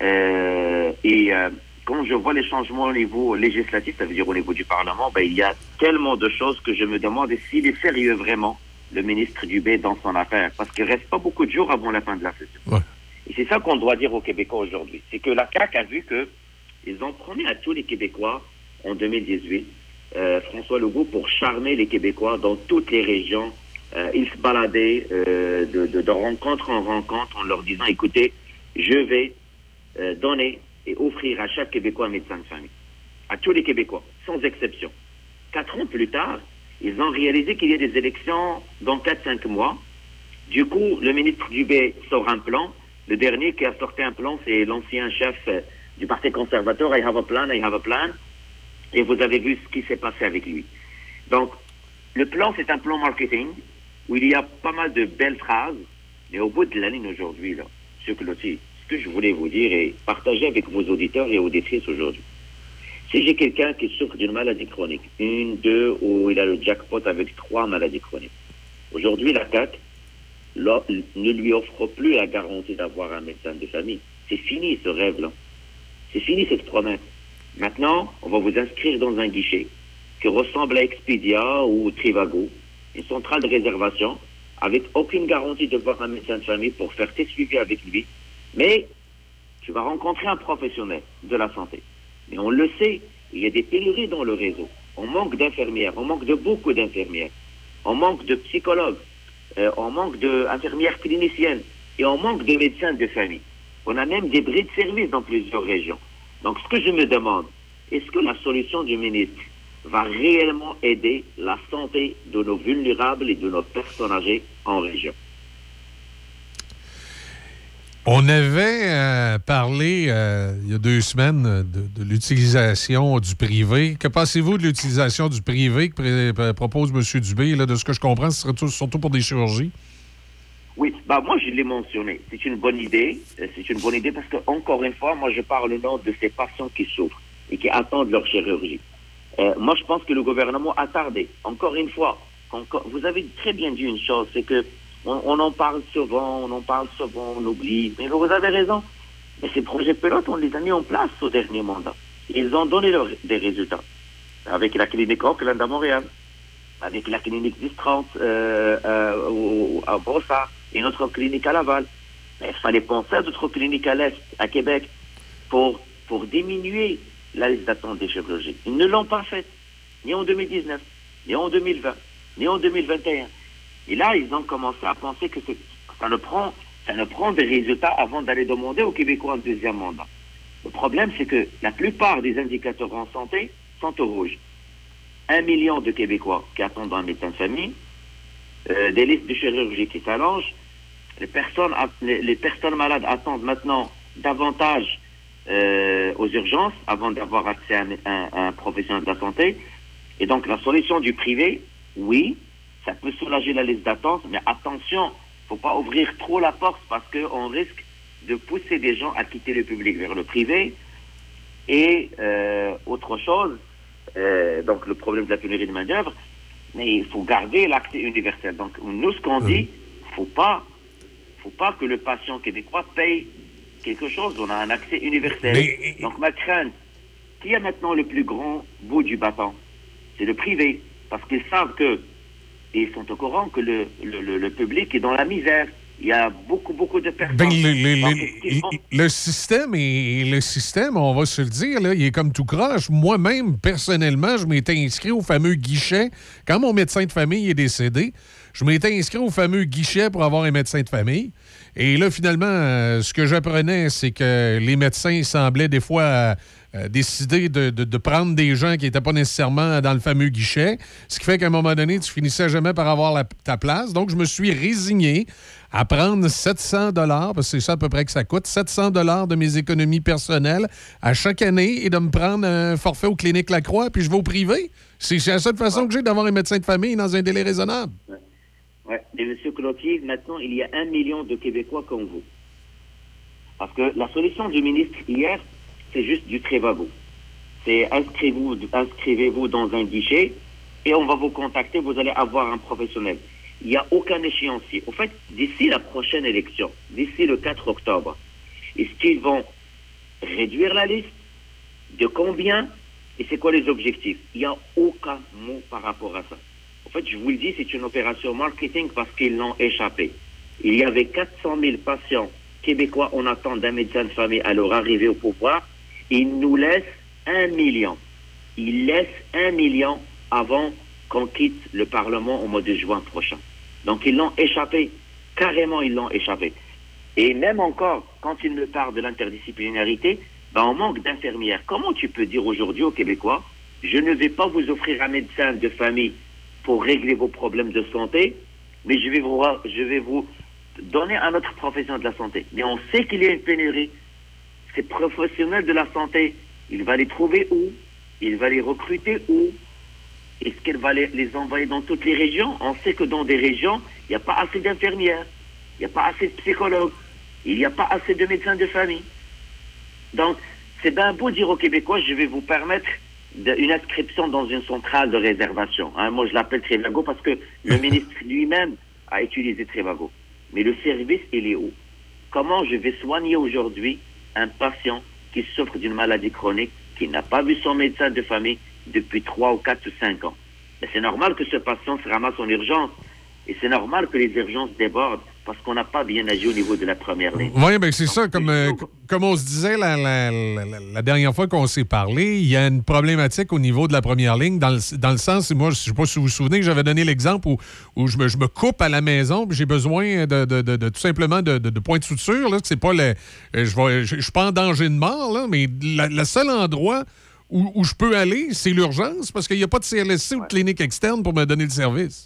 [SPEAKER 22] Euh, et euh, quand je vois les changements au niveau législatif, ça veut dire au niveau du Parlement, ben, il y a tellement de choses que je me demande s'il est sérieux vraiment, le ministre Dubé, dans son affaire, parce qu'il reste pas beaucoup de jours avant la fin de la session. Ouais. Et c'est ça qu'on doit dire aux Québécois aujourd'hui. C'est que la C A Q a vu qu'ils ont promis à tous les Québécois en deux mille dix-huit, euh, François Legault, pour charmer les Québécois dans toutes les régions. Euh, ils se baladaient euh, de, de, de rencontre en rencontre en leur disant, écoutez, je vais euh, donner et offrir à chaque Québécois un médecin de famille. À tous les Québécois, sans exception. Quatre ans plus tard, ils ont réalisé qu'il y a des élections dans quatre à cinq mois. Du coup, le ministre Dubé sort un plan. Le dernier qui a sorti un plan, c'est l'ancien chef du Parti conservateur. I have a plan, I have a plan. Et vous avez vu ce qui s'est passé avec lui. Donc, le plan, c'est un plan marketing où il y a pas mal de belles phrases. Mais au bout de la ligne aujourd'hui, là, M. Cloutier, ce que je voulais vous dire et partager avec vos auditeurs et auditrices aujourd'hui. Si j'ai quelqu'un qui souffre d'une maladie chronique, une, deux, ou il a le jackpot avec trois maladies chroniques, aujourd'hui, la C A Q là, ne lui offre plus la garantie d'avoir un médecin de famille. C'est fini ce rêve-là. C'est fini cette promesse. Maintenant, on va vous inscrire dans un guichet qui ressemble à Expedia ou Trivago, une centrale de réservation, avec aucune garantie de voir un médecin de famille pour faire tes suivis avec lui. Mais tu vas rencontrer un professionnel de la santé. Mais on le sait, il y a des pénuries dans le réseau. On manque d'infirmières, on manque de beaucoup d'infirmières. On manque de psychologues, euh, on manque d'infirmières cliniciennes et on manque de médecins de famille. On a même des bris de service dans plusieurs régions. Donc ce que je me demande, est-ce que la solution du ministre va réellement aider la santé de nos vulnérables et de nos personnes âgées en région?
[SPEAKER 2] On avait euh, parlé euh, il y a deux semaines de, de l'utilisation du privé. Que pensez-vous de l'utilisation du privé que pr- propose M. Dubé? Là, de ce que je comprends, ce serait tout, surtout pour des chirurgies.
[SPEAKER 22] Oui, bah moi je l'ai mentionné. C'est une bonne idée. C'est une bonne idée parce que, encore une fois, moi je parle au nom de ces patients qui souffrent et qui attendent leur chirurgie. Euh, moi je pense que le gouvernement a tardé. Encore une fois, encore, vous avez très bien dit une chose, c'est que On, on en parle souvent, on en parle souvent, on oublie. Mais vous avez raison. Mais ces projets pilotes, on les a mis en place au dernier mandat. Ils ont donné leur, des résultats. Avec la clinique Auckland à Montréal, avec la clinique dix trente euh, euh, à Brossard et notre clinique à Laval. Mais il fallait penser à d'autres cliniques à l'Est, à Québec, pour, pour diminuer la liste d'attente des chirurgies. Ils ne l'ont pas fait, ni en deux mille dix-neuf, ni en deux mille vingt, ni en deux mille vingt et un. Et là, ils ont commencé à penser que c'est, ça, ne prend, ça ne prend des résultats avant d'aller demander aux Québécois un deuxième mandat. Le problème, c'est que la plupart des indicateurs en santé sont au rouge. Un million de Québécois qui attendent un médecin de famille, euh, des listes de chirurgie qui s'allongent, les personnes, les, les personnes malades attendent maintenant davantage euh, aux urgences avant d'avoir accès à un, un, à un professionnel de la santé. Et donc, la solution du privé, oui, ça peut soulager la liste d'attente, mais attention, il ne faut pas ouvrir trop la porte parce qu'on risque de pousser des gens à quitter le public vers le privé. Et euh, autre chose, euh, donc le problème de la pénurie de main-d'œuvre, mais il faut garder l'accès universel. Donc nous, ce qu'on dit, il ne faut pas, faut pas que le patient québécois paye quelque chose. On a un accès universel. Mais... Donc ma crainte, qui a maintenant le plus grand bout du bâton? C'est le privé, parce qu'ils savent que et ils sont au courant que le, le, le, le public est dans la misère. Il y a beaucoup, beaucoup de personnes.
[SPEAKER 2] Ben, le, le, Donc, le, le système, est, le système, on va se le dire, là, il est comme tout croche. Moi-même, personnellement, je m'étais inscrit au fameux guichet. Quand mon médecin de famille est décédé, je m'étais inscrit au fameux guichet pour avoir un médecin de famille. Et là, finalement, euh, ce que j'apprenais, c'est que les médecins semblaient des fois euh, euh, décider de, de, de prendre des gens qui n'étaient pas nécessairement dans le fameux guichet, ce qui fait qu'à un moment donné, tu finissais jamais par avoir la, ta place. Donc, je me suis résigné à prendre sept cents dollars, parce que c'est ça à peu près que ça coûte, sept cents dollars de mes économies personnelles à chaque année et de me prendre un forfait aux cliniques Lacroix, puis je vais au privé. C'est, c'est la seule façon que j'ai d'avoir un médecin de famille dans un délai raisonnable.
[SPEAKER 22] Ouais. Ouais. Et M. Cloutier, maintenant, il y a un million de Québécois comme vous. Parce que la solution du ministre hier, c'est juste du Trivago. C'est inscrivez-vous, inscrivez-vous dans un guichet et on va vous contacter, vous allez avoir un professionnel. Il n'y a aucun échéancier. En fait, d'ici la prochaine élection, d'ici le quatre octobre, est-ce qu'ils vont réduire la liste? De combien? Et c'est quoi les objectifs? Il n'y a aucun mot par rapport à ça. En fait, je vous le dis, c'est une opération marketing parce qu'ils l'ont échappé. Il y avait quatre cent mille patients québécois en attente d'un médecin de famille à leur arrivée au pouvoir. Ils nous laissent un million. Ils laissent un million avant qu'on quitte le Parlement au mois de juin prochain. Donc, ils l'ont échappé. Carrément, ils l'ont échappé. Et même encore, quand ils me parlent de l'interdisciplinarité, ben, on manque d'infirmières. Comment tu peux dire aujourd'hui aux Québécois, je ne vais pas vous offrir un médecin de famille pour régler vos problèmes de santé, mais je vais vous, je vais vous donner un autre professionnel de la santé. Mais on sait qu'il y a une pénurie. Ces professionnels de la santé, il va les trouver où? Il va les recruter où? Est-ce qu'elle va les, les envoyer dans toutes les régions? On sait que dans des régions, il n'y a pas assez d'infirmières, il n'y a pas assez de psychologues, il n'y a pas assez de médecins de famille. Donc, c'est bien beau dire aux Québécois, je vais vous permettre de, une inscription dans une centrale de réservation. Hein, moi, je l'appelle Trivago parce que le ministre lui-même a utilisé Trivago. Mais le service, il est où? Comment je vais soigner aujourd'hui un patient qui souffre d'une maladie chronique, qui n'a pas vu son médecin de famille depuis trois ou quatre ou cinq ans. Mais c'est normal que ce patient se ramasse en urgence. Et c'est normal que les urgences débordent parce qu'on n'a pas bien agi au niveau de la première ligne.
[SPEAKER 2] Oui, bien c'est ça. Comme, euh, comme on se disait la, la, la, la dernière fois qu'on s'est parlé, il y a une problématique au niveau de la première ligne dans le, dans le sens, moi, je ne sais pas si vous vous souvenez que j'avais donné l'exemple où, où je, me, je me coupe à la maison puis j'ai besoin de, de, de, de tout simplement de, de, de points de suture. Là, que c'est pas le, je ne je, je suis pas en danger de mort, là, mais la, le seul endroit où, où je peux aller, c'est l'urgence parce qu'il n'y a pas de C L S C ouais. ou de clinique externe pour me donner le service.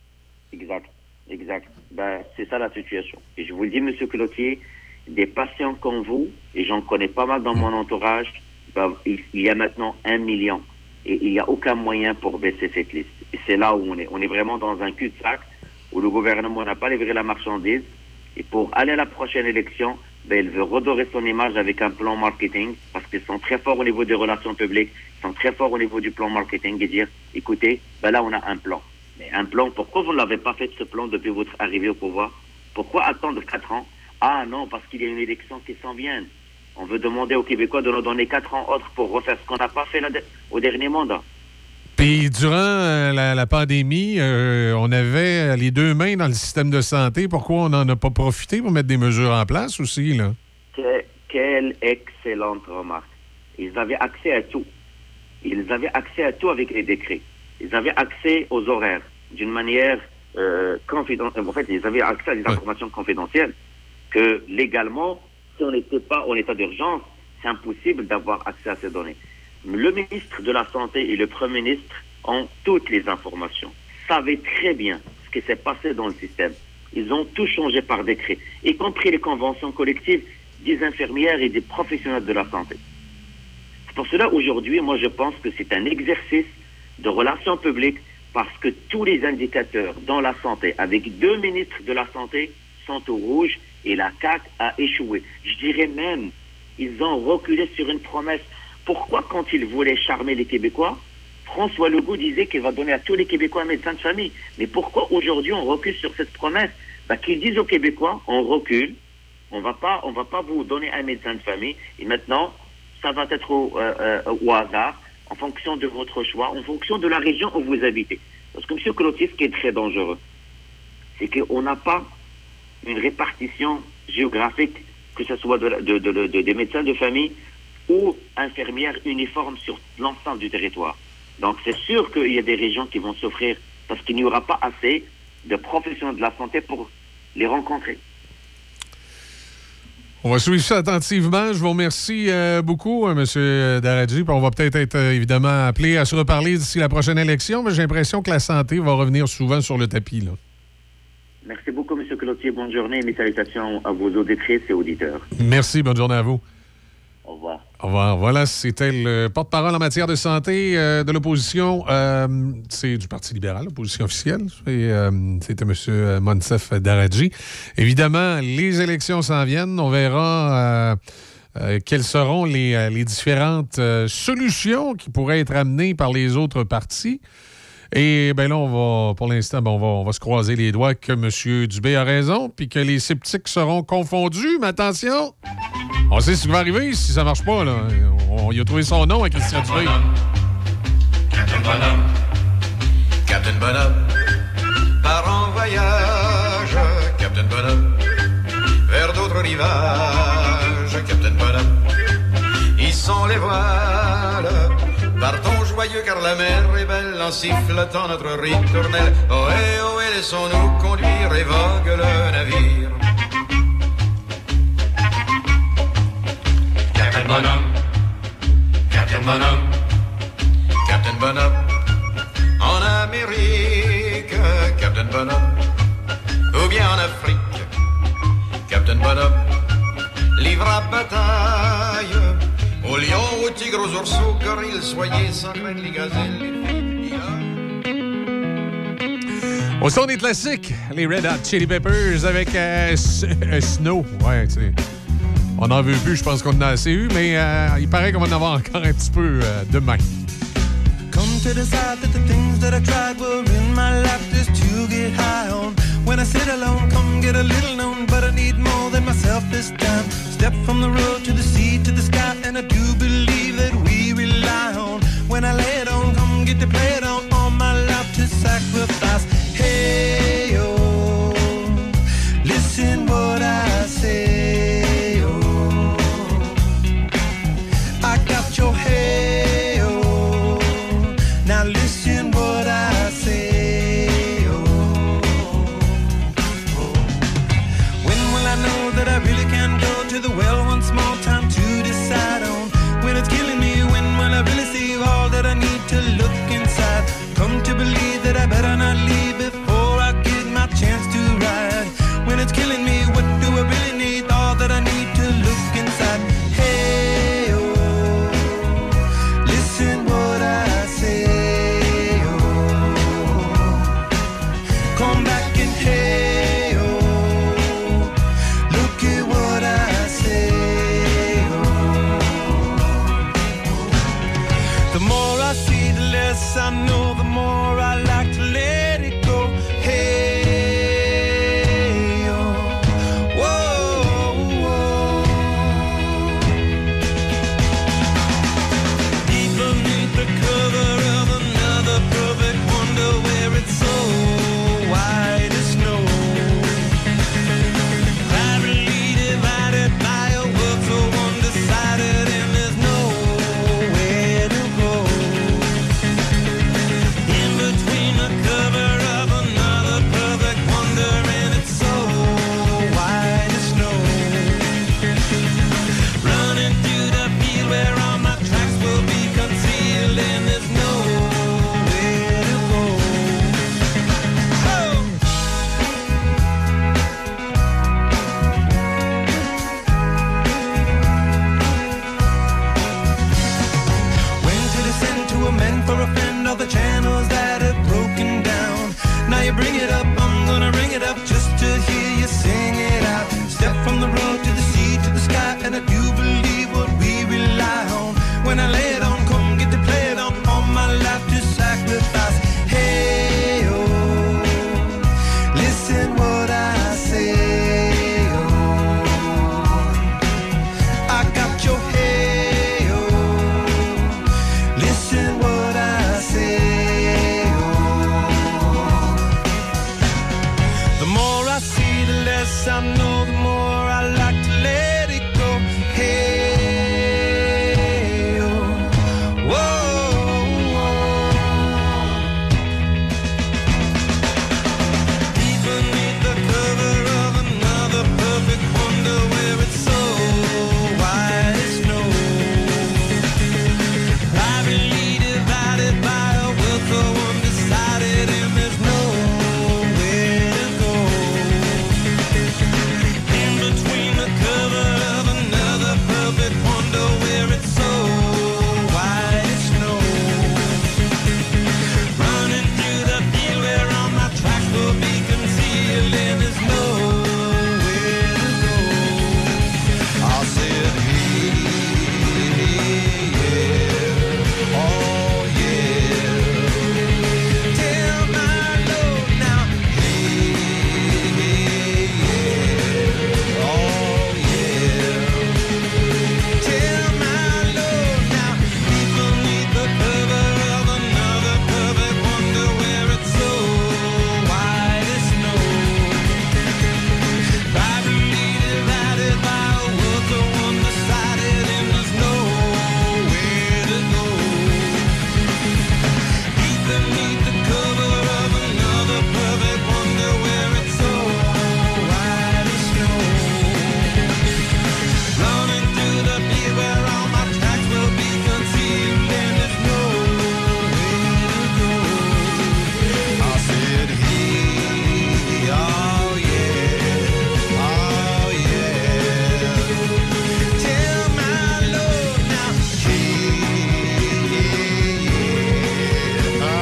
[SPEAKER 22] Exact, exact. Ben, c'est ça la situation. Et je vous le dis, M. Cloutier, des patients comme vous, et j'en connais pas mal dans mon entourage, ben, il, il y a maintenant un million. Et il n'y a aucun moyen pour baisser cette liste. Et c'est là où on est. On est vraiment dans un cul-de-sac, où le gouvernement n'a pas livré la marchandise. Et pour aller à la prochaine élection, ben, il veut redorer son image avec un plan marketing, parce qu'ils sont très forts au niveau des relations publiques, ils sont très forts au niveau du plan marketing, et dire, écoutez, ben là, on a un plan. Mais un plan, pourquoi vous ne l'avez pas fait ce plan depuis votre arrivée au pouvoir? Pourquoi attendre quatre ans? Ah non, parce qu'il y a une élection qui s'en vient. On veut demander aux Québécois de nous donner quatre ans autres pour refaire ce qu'on n'a pas fait de... au dernier mandat.
[SPEAKER 2] Puis durant euh, la, la pandémie, euh, on avait les deux mains dans le système de santé. Pourquoi on n'en a pas profité pour mettre des mesures en place aussi, là?
[SPEAKER 22] Que, quelle excellente remarque. Ils avaient accès à tout. Ils avaient accès à tout avec les décrets. Ils avaient accès aux horaires d'une manière euh, confidentielle. En fait, ils avaient accès à des informations ouais. confidentielles que légalement, si on n'était pas en état d'urgence, c'est impossible d'avoir accès à ces données. Le ministre de la Santé et le Premier ministre ont toutes les informations, savaient très bien ce qui s'est passé dans le système. Ils ont tout changé par décret, y compris les conventions collectives des infirmières et des professionnels de la santé. C'est pour cela, aujourd'hui, moi, je pense que c'est un exercice de relations publiques parce que tous les indicateurs dans la santé, avec deux ministres de la Santé, sont au rouge et la C A Q a échoué. Je dirais même, ils ont reculé sur une promesse. Pourquoi, quand ils voulaient charmer les Québécois, François Legault disait qu'il va donner à tous les Québécois un médecin de famille? Mais pourquoi aujourd'hui on recule sur cette promesse? Ben, qu'ils disent aux Québécois, on recule, on va pas, on va pas vous donner un médecin de famille, et maintenant, ça va être au, euh, euh, au hasard, en fonction de votre choix, en fonction de la région où vous habitez. Parce que, M. Cloutier, ce qui est très dangereux, c'est qu'on n'a pas une répartition géographique, que ce soit de, de, de, de, des médecins de famille ou infirmières uniformes sur l'ensemble du territoire. Donc, c'est sûr qu'il y a des régions qui vont souffrir parce qu'il n'y aura pas assez de professionnels de la santé pour les rencontrer.
[SPEAKER 2] On va suivre ça attentivement. Je vous remercie euh, beaucoup, euh, M. Daradji. On va peut-être être euh, évidemment appelé à se reparler d'ici la prochaine élection, mais j'ai l'impression que la santé va revenir souvent sur le tapis, là.
[SPEAKER 22] Merci beaucoup, M. Cloutier. Bonne journée et mes salutations à vos auditrices et auditeurs.
[SPEAKER 2] Merci. Bonne journée à vous.
[SPEAKER 22] Au revoir.
[SPEAKER 2] Au revoir. Voilà, c'était le porte-parole en matière de santé euh, de l'opposition. Euh, c'est du Parti libéral, l'opposition officielle. Et, euh, c'était M. Monsef Daradji. Évidemment, les élections s'en viennent. On verra euh, euh, quelles seront les, les différentes euh, solutions qui pourraient être amenées par les autres partis. Et bien là, on va, pour l'instant, ben on, va, on va se croiser les doigts que M. Dubé a raison, puis que les sceptiques seront confondus. Mais attention, on sait ce qui va arriver si ça marche pas, là. On, il a trouvé son nom à Christian Dubé.
[SPEAKER 21] Captain Bonhomme, Captain Bonhomme, part en voyage, Captain Bonhomme, vers d'autres rivages, Captain Bonhomme. Ils sont les voiles, partons joyeux car la mer est belle en sifflotant notre ritournelle. Ohé, ohé, laissons-nous conduire et vogue le navire. Captain Bonhomme, Captain Bonhomme, Captain Bonhomme, en Amérique, Captain Bonhomme, ou bien en Afrique, Captain Bonhomme, livre à bataille, aux lions, aux tigres, aux ours, aux gorilles, soyez sans craindre les gazelles, les
[SPEAKER 2] Au son des classiques, les Red Hot Chili Peppers avec euh, S- euh, Snow. Ouais, tu sais. On n'en veut plus, je pense qu'on en a assez eu, mais euh, il paraît qu'on va en avoir encore un petit peu euh, demain.
[SPEAKER 4] Come to decide that the things that I tried were in my life just to get high on. When I sit alone, come get a little known, but I need more than myself this time. Step from the road to the sea. fast. Hey, oh, listen what I say, oh, I got your hey, oh, now listen what I say, oh, oh. When will I know that I really can go to the well once more? Time to decide on when it's killing me. When will I really see all that I need to look inside? Come to believe that I better not leave before I get my chance to ride. When it's killing me, what do I really need? All that I need to look inside. Hey, oh, listen what I say, oh, come back and hey, oh, look at what I say, oh. The more I see, the less I know, the more I like to let it go. Hey, oh, whoa, whoa. Deep beneath the cover of another perfect wonder, where it's so white as snow, privately divided by a world so undecided, and there's nowhere to go. In between the cover of another perfect wonder, and it's so white as snow, running through the field where all my tracks will be concealed, and there's nowhere to go. Oh! When to descend to amend for a friend all the channels that have broken down. Now you bring it up, I'm gonna ring it up just to hear you sing it out. Step from the road to the sea to the sky, and I do believe what we rely on. When I lay it on, come get to play it on, all my life to sacrifice. Hey, oh, listen what I say, oh, I got your hey, oh, listen what I say, oh. The more I see, the less I know, the more I like to let it go. Hey, oh, whoa, whoa. Deep beneath the cover of another perfect wonder, where it's so white as snow, privately divided by a world so undecided, and there's nowhere to go. In between the cover of another perfect wonder, where it's so white as snow, running through the field where all my tracks will be concealed, and there's nowhere to go. I said, hey, yeah, oh yeah, tell my Lord now. Hey, yeah, oh yeah, tell my Lord now. Deep beneath the cover of another perfect wonder, where it's so white as snow, privately divided by a world so undecided, and there's nowhere to go. Deep beneath the cover of another perfect wonder, where it's so white as snow, running through the field where all my tracks will be concealed, and there's nowhere to go. I said, hey, oh yeah, oh yeah, tell my Lord now. Hey, yeah, oh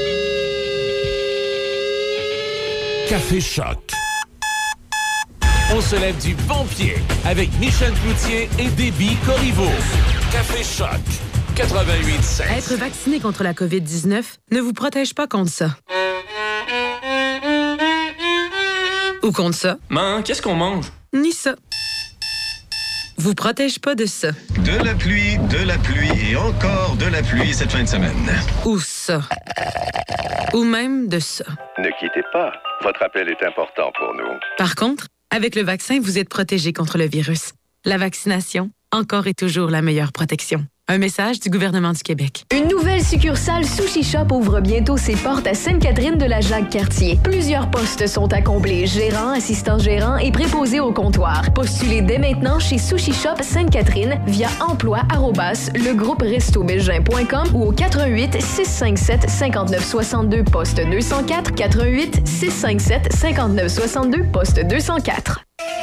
[SPEAKER 3] Café Choc. l'info se lève du bon pied avec Michel Cloutier et Déby Corriveau. Café Choc quatre-vingt-huit sept.
[SPEAKER 1] Être vacciné contre la covid dix-neuf ne vous protège pas contre ça. Ou contre ça.
[SPEAKER 5] Man, qu'est-ce qu'on mange?
[SPEAKER 1] Ni ça. Vous protège pas de ça.
[SPEAKER 5] De la pluie, de la pluie et encore de la pluie cette fin de semaine.
[SPEAKER 1] Ou ça. Ou même de ça.
[SPEAKER 23] Ne quittez pas. Votre appel est important pour nous.
[SPEAKER 1] Par contre, avec le vaccin, vous êtes protégé contre le virus. La vaccination, encore et toujours la meilleure protection. Un message du gouvernement du Québec.
[SPEAKER 7] Une nouvelle succursale Sushi Shop ouvre bientôt ses portes à Sainte-Catherine-de-la-Jacques-Cartier. Plusieurs postes sont à combler, gérant, assistant gérant et préposé au comptoir. Postulez dès maintenant chez Sushi Shop Sainte-Catherine via emploi arobase legrouperestobelgin point com ou au quatre un huit six cinq sept cinq neuf six deux poste deux zéro quatre quatre un huit six cinq sept cinq neuf six deux poste deux zéro quatre.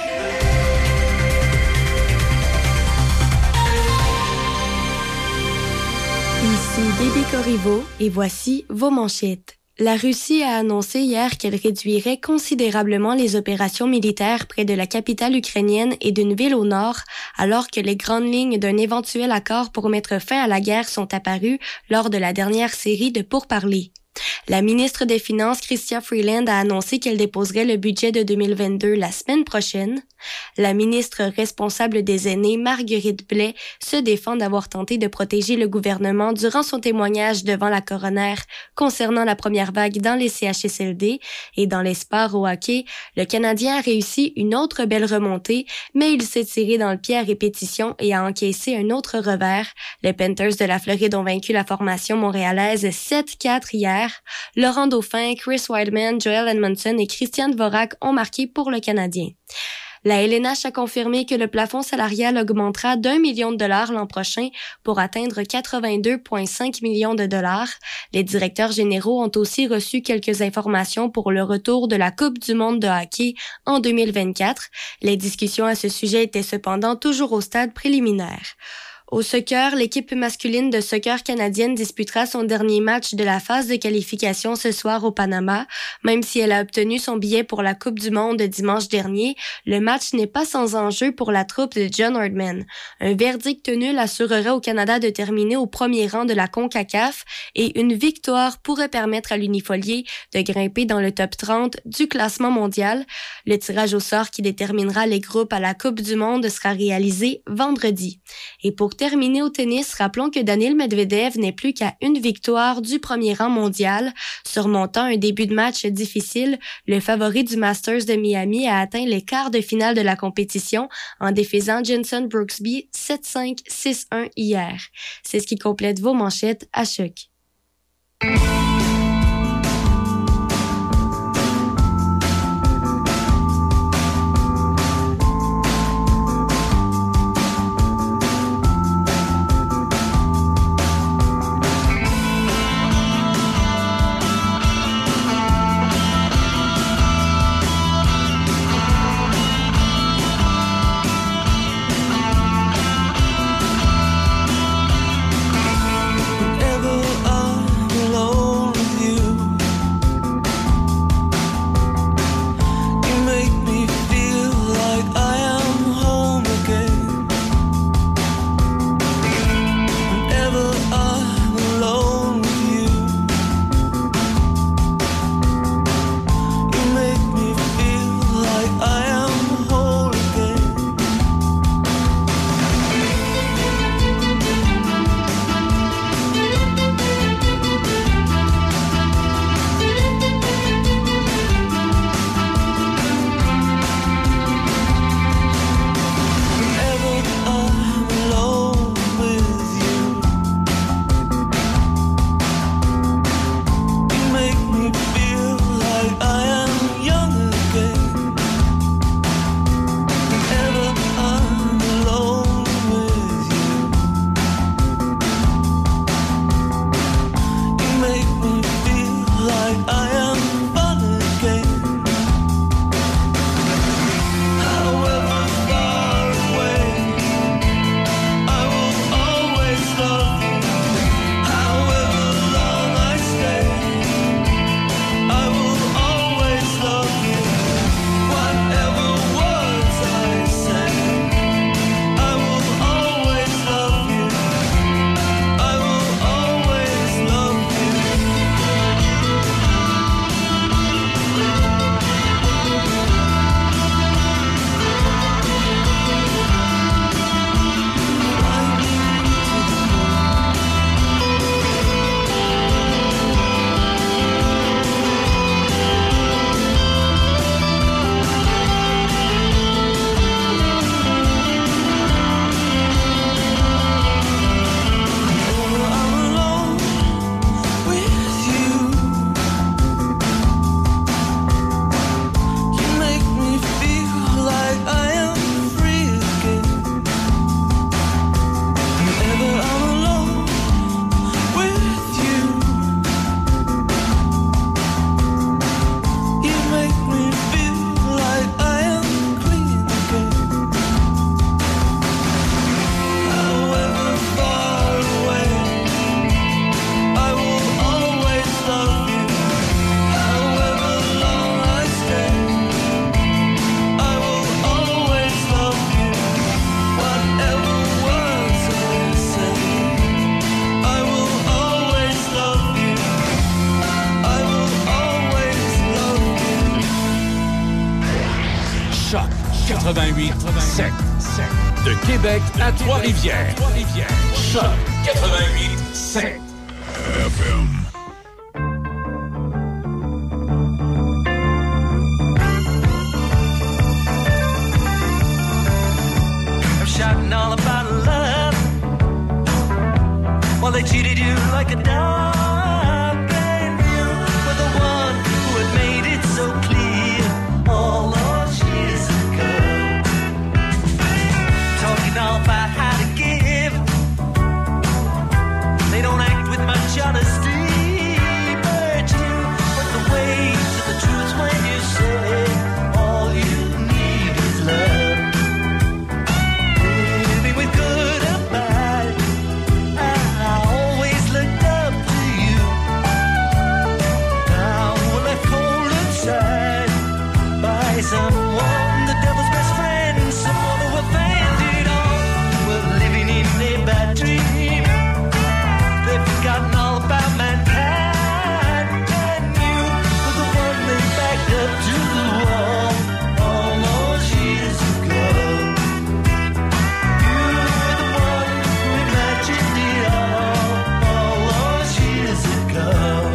[SPEAKER 8] Ici Déby Corriveau et voici vos manchettes. La Russie a annoncé hier qu'elle réduirait considérablement les opérations militaires près de la capitale ukrainienne et d'une ville au nord, alors que les grandes lignes d'un éventuel accord pour mettre fin à la guerre sont apparues lors de la dernière série de pourparlers. La ministre des Finances, Chrystia Freeland, a annoncé qu'elle déposerait le budget de deux mille vingt-deux la semaine prochaine. La ministre responsable des aînés, Marguerite Blais, se défend d'avoir tenté de protéger le gouvernement durant son témoignage devant la coroner concernant la première vague dans les C H S L D. Et dans les sports au hockey, le Canadien a réussi une autre belle remontée, mais il s'est tiré dans le pied à répétition et a encaissé un autre revers. Les Panthers de la Floride ont vaincu la formation montréalaise sept quatre hier. Laurent Dauphin, Chris Wideman, Joel Edmondson et Christian Dvorak ont marqué pour le Canadien. La L N H a confirmé que le plafond salarial augmentera d'un million de dollars l'an prochain pour atteindre quatre-vingt-deux virgule cinq millions de dollars. Les directeurs généraux ont aussi reçu quelques informations pour le retour de la Coupe du monde de hockey en deux mille vingt-quatre. Les discussions à ce sujet étaient cependant toujours au stade préliminaire. Au soccer, l'équipe masculine de soccer canadienne disputera son dernier match de la phase de qualification ce soir au Panama. Même si elle a obtenu son billet pour la Coupe du monde dimanche dernier, le match n'est pas sans enjeu pour la troupe de John Herdman. Un verdict nul assurerait au Canada de terminer au premier rang de la CONCACAF et une victoire pourrait permettre à l'Unifolier de grimper dans le top trente du classement mondial. Le tirage au sort qui déterminera les groupes à la Coupe du monde sera réalisé vendredi. Et pour terminer au tennis, rappelons que Daniil Medvedev n'est plus qu'à une victoire du premier rang mondial. Surmontant un début de match difficile, le favori du Masters de Miami a atteint les quarts de finale de la compétition en défaisant Jenson Brooksby sept cinq six un hier. C'est ce qui complète vos manchettes à Choc.
[SPEAKER 4] Whenever I'm alone
[SPEAKER 3] quatre-vingt-huit sept. De Québec à Trois-Rivières. Choc quatre-vingt-huit sept. F M.
[SPEAKER 4] Shouting all about love. Well, they cheated you like a dog, and you were the one who had made it so clear all those years ago. Talking all about how to give. They don't act with much honesty, but you put the weight to the truth when you say all you need is love. Someone, the devil's best friend, someone who offended all. We're living in a bad dream. They've forgotten all about mankind, and you were the one they backed up to the wall all those years ago. You were the one who imagined it all all those years ago.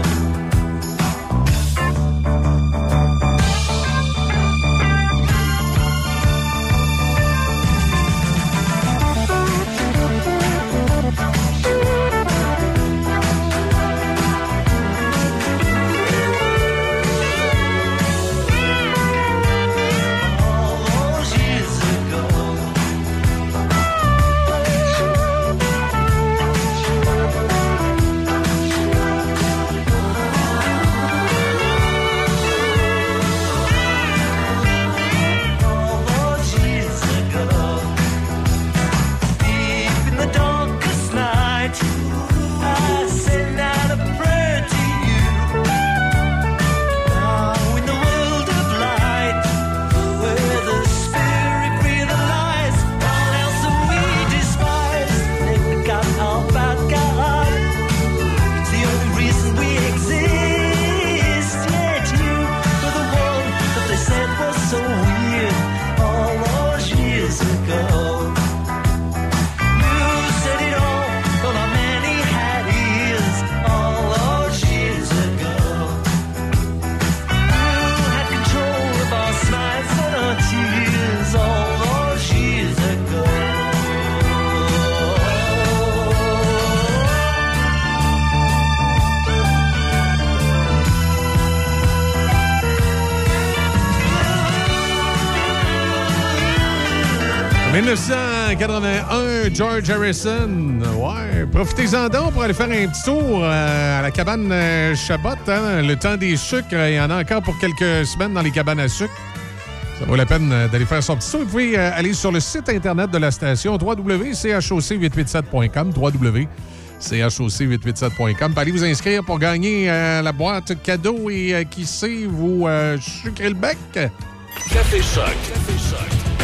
[SPEAKER 2] dix-neuf cent quatre-vingt-un, George Harrison. Ouais, profitez-en donc pour aller faire un petit tour euh, à la cabane euh, Chabot. Hein? Le temps des sucres, il y en a encore pour quelques semaines dans les cabanes à sucre. Ça vaut la peine euh, d'aller faire son petit tour. Vous pouvez euh, aller sur le site Internet de la station w w w point c h o c huit cent quatre-vingt-sept point com w w w point c h o c huit cent quatre-vingt-sept point com. Allez vous inscrire pour gagner euh, la boîte cadeau et euh, qui sait vous euh, sucrer le bec.
[SPEAKER 3] Café Choc. Café Choc.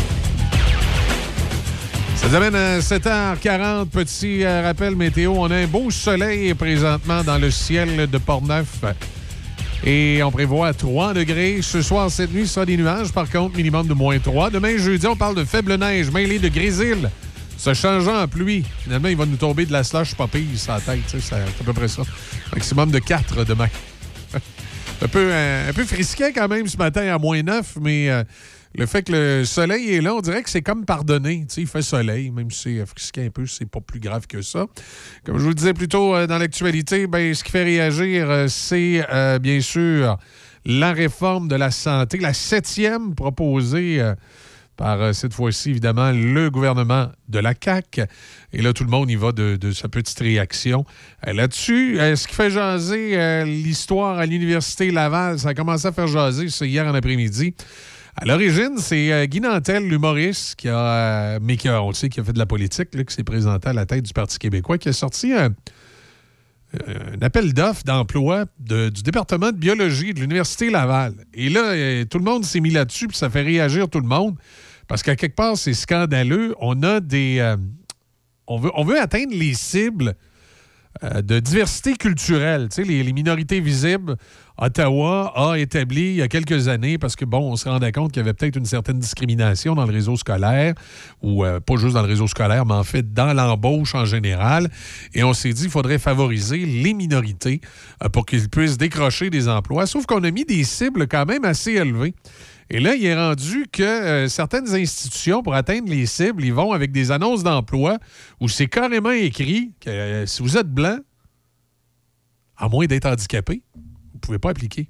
[SPEAKER 2] Ça nous amène à sept heures quarante. Petit euh, rappel météo. On a un beau soleil présentement dans le ciel de Portneuf. Et on prévoit trois degrés. Ce soir, cette nuit, ce sera des nuages. Par contre, minimum de moins trois. Demain, jeudi, on parle de faible neige mêlée de grésil. Se changeant en pluie. Finalement, il va nous tomber de la slush pas pire sur la tête. C'est à peu près ça. Maximum de quatre demain. un, peu, un, un peu frisquet quand même ce matin à moins neuf, mais... Euh, le fait que le soleil est là, on dirait que c'est comme pardonné. Tu sais, il fait soleil, même si c'est frisqué un peu, c'est pas plus grave que ça. Comme je vous le disais plus tôt euh, dans l'actualité, ben, ce qui fait réagir, euh, c'est euh, bien sûr la réforme de la santé, la septième proposée euh, par euh, cette fois-ci, évidemment, le gouvernement de la C A Q. Et là, tout le monde y va de, de sa petite réaction euh, là-dessus. Euh, ce qui fait jaser euh, l'histoire à l'Université Laval, ça a commencé à faire jaser, c'est hier en après-midi. À l'origine, c'est euh, Guy Nantel, l'humoriste, qui a, euh, mais qui a, on le sait, qui a fait de la politique, là, qui s'est présenté à la tête du Parti québécois, qui a sorti un, un appel d'offres d'emploi de, du département de biologie de l'Université Laval. Et là, euh, tout le monde s'est mis là-dessus, puis ça fait réagir tout le monde, parce qu'à quelque part, c'est scandaleux. On a des... Euh, on veut, on veut atteindre les cibles euh, de diversité culturelle. Tu sais, les, les minorités visibles, Ottawa a établi il y a quelques années, parce que, bon, on se rendait compte qu'il y avait peut-être une certaine discrimination dans le réseau scolaire, ou euh, pas juste dans le réseau scolaire, mais en fait dans l'embauche en général. Et on s'est dit qu'il faudrait favoriser les minorités euh, pour qu'ils puissent décrocher des emplois. Sauf qu'on a mis des cibles quand même assez élevées. Et là, il est rendu que euh, certaines institutions, pour atteindre les cibles, ils vont avec des annonces d'emploi où c'est carrément écrit que euh, si vous êtes blanc, à moins d'être handicapé, vous ne pouvez pas appliquer.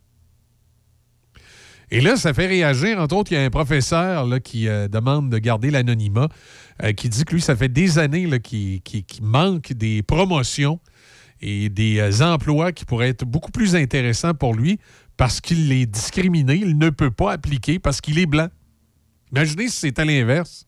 [SPEAKER 2] Et là, ça fait réagir. Entre autres, il y a un professeur là, qui euh, demande de garder l'anonymat, euh, qui dit que lui, ça fait des années là, qu'il, qu'il, qu'il manque des promotions et des euh, emplois qui pourraient être beaucoup plus intéressants pour lui parce qu'il est discriminé. Il ne peut pas appliquer parce qu'il est blanc. Imaginez si c'était l'inverse.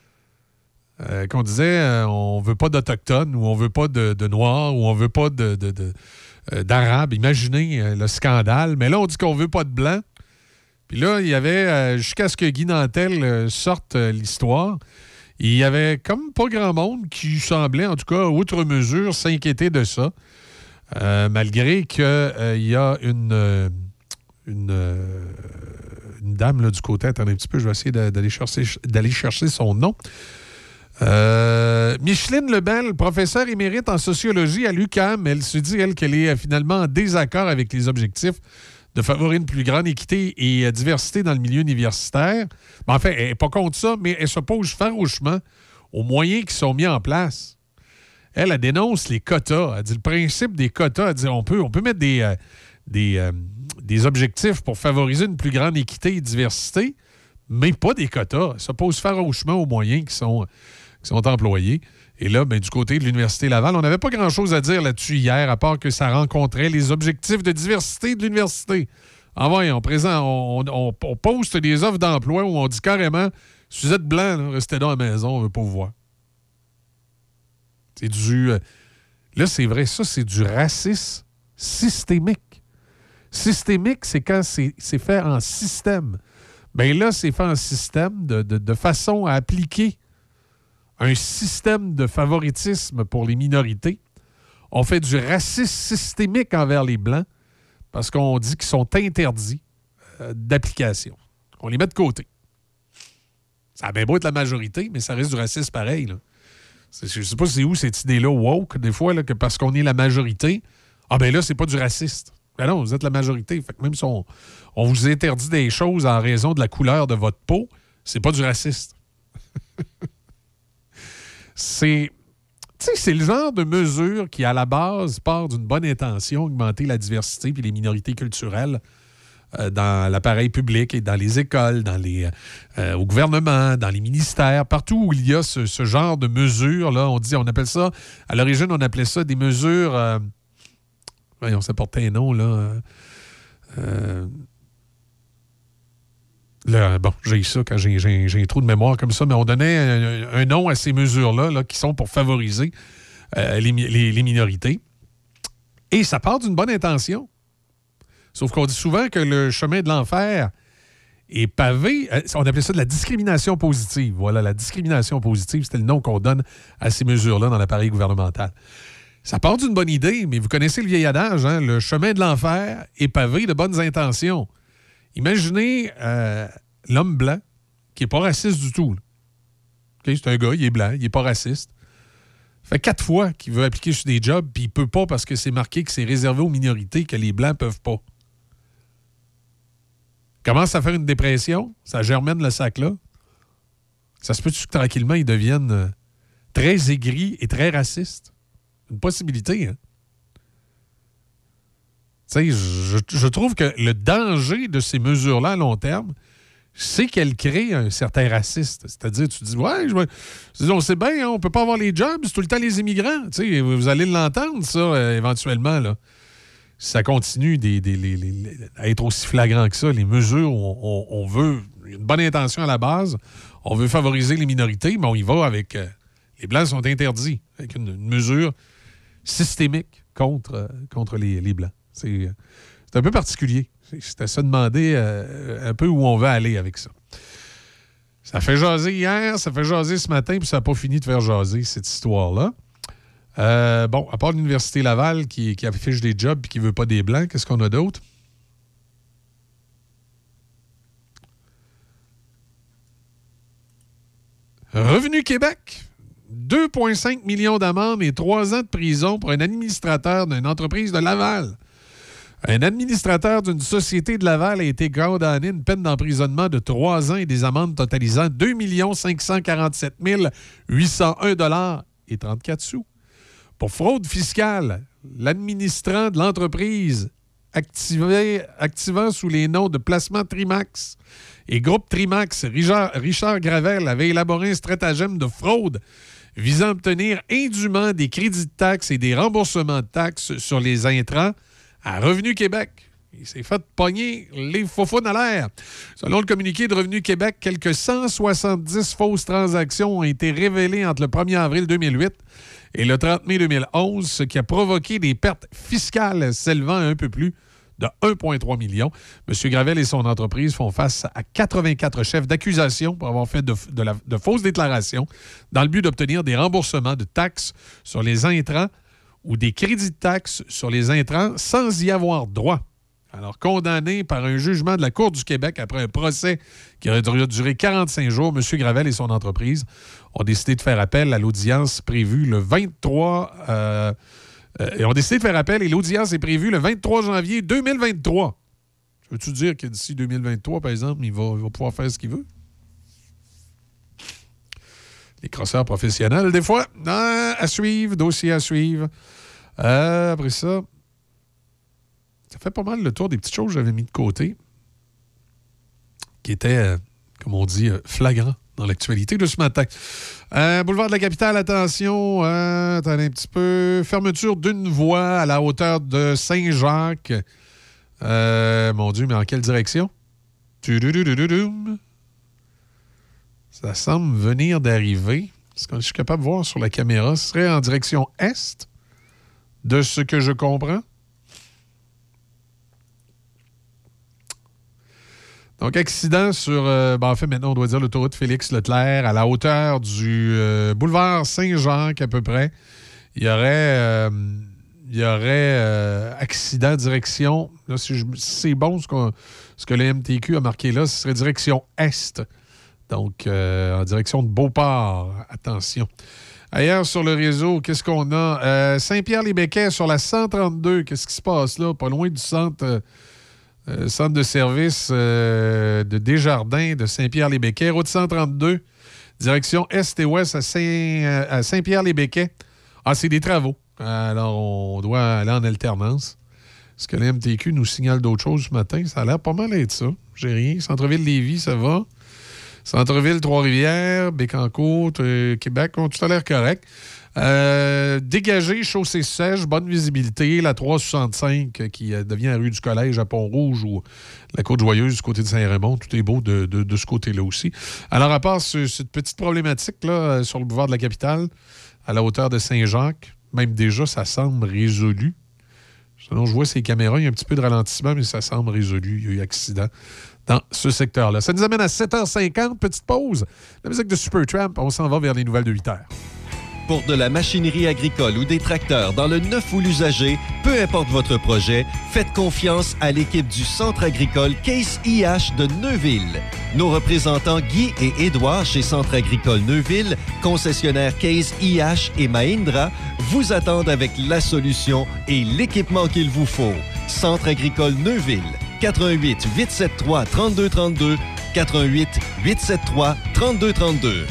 [SPEAKER 2] Euh, qu'on disait euh, on veut pas d'Autochtones ou on veut pas de, de Noirs ou on veut pas de, de, de, euh, d'Arabes. Imaginez euh, le scandale. Mais là, on dit qu'on veut pas de Blancs. Puis là, il y avait, euh, jusqu'à ce que Guy Nantel euh, sorte euh, l'histoire, il y avait comme pas grand monde qui semblait, en tout cas, outre mesure, s'inquiéter de ça. Euh, malgré qu'il euh, y a une, euh, une, euh, une dame là, du côté, attendez un petit peu, je vais essayer d'aller chercher, d'aller chercher son nom. Euh, Micheline Lebel, professeure émérite en sociologie à l'U Q A M, elle se dit, elle, qu'elle est finalement en désaccord avec les objectifs de favoriser une plus grande équité et diversité dans le milieu universitaire. Ben, en fait, elle n'est pas contre ça, mais elle s'oppose farouchement aux moyens qui sont mis en place. Elle, elle dénonce les quotas. Elle dit le principe des quotas. Elle dit on peut, on peut mettre des, euh, des, euh, des objectifs pour favoriser une plus grande équité et diversité, mais pas des quotas. Elle s'oppose farouchement aux moyens qui sont, qui sont employés. Et là, ben, du côté de l'Université Laval, on n'avait pas grand-chose à dire là-dessus hier, à part que ça rencontrait les objectifs de diversité de l'université. En voyant, on, présent, on, on, on poste des offres d'emploi où on dit carrément « Si vous êtes blanc, là, restez dans la maison, on ne veut pas vous voir. » C'est du... Euh, là, c'est vrai, ça, c'est du racisme systémique. Systémique, c'est quand c'est, c'est fait en système. Bien là, c'est fait en système de, de, de façon à appliquer un système de favoritisme pour les minorités. On fait du racisme systémique envers les Blancs parce qu'on dit qu'ils sont interdits euh, d'application. On les met de côté. Ça a bien beau être la majorité, mais ça reste du racisme pareil. Là. C'est, je ne sais pas c'est où cette idée-là woke, des fois, là, que parce qu'on est la majorité, ah ben là, c'est pas du raciste. Ben non, vous êtes la majorité. Fait que même si on, on vous interdit des choses en raison de la couleur de votre peau, c'est pas du raciste. C'est, c'est le genre de mesure qui, à la base, part d'une bonne intention, augmenter la diversité et les minorités culturelles euh, dans l'appareil public et dans les écoles, dans les, euh, au gouvernement, dans les ministères, partout où il y a ce, ce genre de mesures. Là, on dit, on appelle ça, à l'origine, on appelait ça des mesures... Euh, voyons, ça portait un nom, là... Euh, euh, Là, bon, j'ai eu ça quand j'ai, j'ai, j'ai un trou de mémoire comme ça, mais on donnait un, un nom à ces mesures-là là, qui sont pour favoriser euh, les, les, les minorités. Et ça part d'une bonne intention. Sauf qu'on dit souvent que le chemin de l'enfer est pavé. Euh, on appelait ça de la discrimination positive. Voilà, la discrimination positive, c'était le nom qu'on donne à ces mesures-là dans l'appareil gouvernemental. Ça part d'une bonne idée, mais vous connaissez le vieil adage, hein? Le chemin de l'enfer est pavé de bonnes intentions. Imaginez euh, l'homme blanc qui n'est pas raciste du tout. Okay, c'est un gars, il est blanc, il n'est pas raciste. Fait quatre fois qu'il veut appliquer sur des jobs, puis il ne peut pas parce que c'est marqué que c'est réservé aux minorités, que les blancs ne peuvent pas. Commence à faire une dépression, ça germène le sac-là. Ça se peut-tu que tranquillement, ils deviennent euh, très aigris et très racistes? Une possibilité, hein? Je, je trouve que le danger de ces mesures-là à long terme, c'est qu'elles créent un certain racisme. C'est-à-dire, tu dis, ouais, je, on sait bien, hein, on ne peut pas avoir les jobs, c'est tout le temps les immigrants. T'sais, vous allez l'entendre, ça, euh, éventuellement. Là. Ça continue des, des, les, les, à être aussi flagrant que ça. Les mesures, on, on, on veut une bonne intention à la base, on veut favoriser les minorités, mais on y va avec... Euh, les Blancs sont interdits, avec une, une mesure systémique contre, euh, contre les, les Blancs. C'est, c'est un peu particulier. C'est à se demander euh, un peu où on va aller avec ça. Ça fait jaser hier, ça fait jaser ce matin, puis ça n'a pas fini de faire jaser cette histoire-là. Euh, bon, à part l'Université Laval qui, qui affiche des jobs et qui ne veut pas des Blancs, qu'est-ce qu'on a d'autre? Revenu Québec, deux virgule cinq millions d'amendes et trois ans de prison pour un administrateur d'une entreprise de Laval. Un administrateur d'une société de Laval a été condamné à une peine d'emprisonnement de trois ans et des amendes totalisant deux millions cinq cent quarante-sept mille huit cent un dollars et trente-quatre sous. Pour fraude fiscale, l'administrant de l'entreprise activé, activant sous les noms de Placement Trimax et Groupe Trimax, Richard, Richard Gravel avait élaboré un stratagème de fraude visant à obtenir indûment des crédits de taxes et des remboursements de taxes sur les intrants à Revenu Québec. Il s'est fait pogner les faufounes à l'air. Selon le communiqué de Revenu Québec, quelques cent soixante-dix fausses transactions ont été révélées entre le premier avril deux mille huit et le trente mai deux mille onze, ce qui a provoqué des pertes fiscales s'élevant à un peu plus de un virgule trois million. M. Gravel et son entreprise font face à quatre-vingt-quatre chefs d'accusation pour avoir fait de, de, la, de fausses déclarations dans le but d'obtenir des remboursements de taxes sur les intrants ou des crédits de taxes sur les intrants sans y avoir droit. Alors, condamné par un jugement de la Cour du Québec après un procès qui aurait duré quarante-cinq jours, M. Gravel et son entreprise ont décidé de faire appel à l'audience prévue le vingt-trois... Euh, euh, et ont décidé de faire appel et l'audience est prévue le vingt-trois janvier deux mille vingt-trois. Veux-tu dire que d'ici deux mille vingt-trois, par exemple, il va, il va pouvoir faire ce qu'il veut? Les crosseurs professionnels, des fois. Ah, à suivre, dossier à suivre. Euh, après ça... Ça fait pas mal le tour des petites choses que j'avais mis de côté qui étaient, euh, comme on dit, euh, flagrants dans l'actualité de ce matin. Euh, Boulevard de la Capitale, attention, euh, attendez un petit peu. Fermeture d'une voie à la hauteur de Saint-Jacques. Euh, mon Dieu, mais en quelle direction? Tudududududoum. Ça semble venir d'arriver. Est-ce que je suis capable de voir sur la caméra? Ce serait en direction est, de ce que je comprends. Donc, accident sur, euh, ben en fait, maintenant, on doit dire l'autoroute Félix-Leclerc, à la hauteur du euh, boulevard Saint-Jacques, à peu près. Il y aurait, euh, il y aurait euh, accident direction. Là, si, je, si c'est bon ce, qu'on, ce que le M T Q a marqué là, ce serait direction est. Donc, euh, en direction de Beauport. Attention. Ailleurs sur le réseau, qu'est-ce qu'on a? Euh, Saint-Pierre-les-Béquets sur la cent trente-deux. Qu'est-ce qui se passe là? Pas loin du centre... Euh, Euh, centre de service euh, de Desjardins de Saint-Pierre-les-Béquets, route cent trente-deux, direction est et ouest à, Saint, euh, à Saint-Pierre-les-Béquets. Ah, c'est des travaux. Alors, on doit aller en alternance. Est-ce que le M T Q nous signale d'autres choses ce matin? Ça a l'air pas mal être ça. J'ai rien. Centre-ville-Lévis, ça va. Centre-ville, Trois-Rivières, Bécancour, euh, Québec, ont tout a l'air correct. Euh, dégagé, chaussée sèche, bonne visibilité, la trois cent soixante-cinq qui euh, devient la rue du Collège à Pont-Rouge ou la Côte-Joyeuse du côté de Saint-Raymond. Tout est beau de, de, de ce côté-là aussi. Alors, à part ce, cette petite problématique là, sur le boulevard de la Capitale, à la hauteur de Saint-Jacques, même déjà, ça semble résolu. Selon je vois ces caméras, il y a un petit peu de ralentissement, mais ça semble résolu. Il y a eu accident dans ce secteur-là. Ça nous amène à sept heures cinquante, petite pause. La musique de Supertramp, on s'en va vers les nouvelles de huit heures.
[SPEAKER 17] Pour de la machinerie agricole ou des tracteurs dans le neuf ou l'usager, peu importe votre projet, faites confiance à l'équipe du Centre agricole Case I H de Neuville. Nos représentants Guy et Édouard chez Centre agricole Neuville, concessionnaire Case I H et Mahindra, vous attendent avec la solution et l'équipement qu'il vous faut. Centre agricole Neuville, quatre un huit, huit sept trois, trois deux trois deux, quatre un huit, huit sept trois, trois deux trois deux.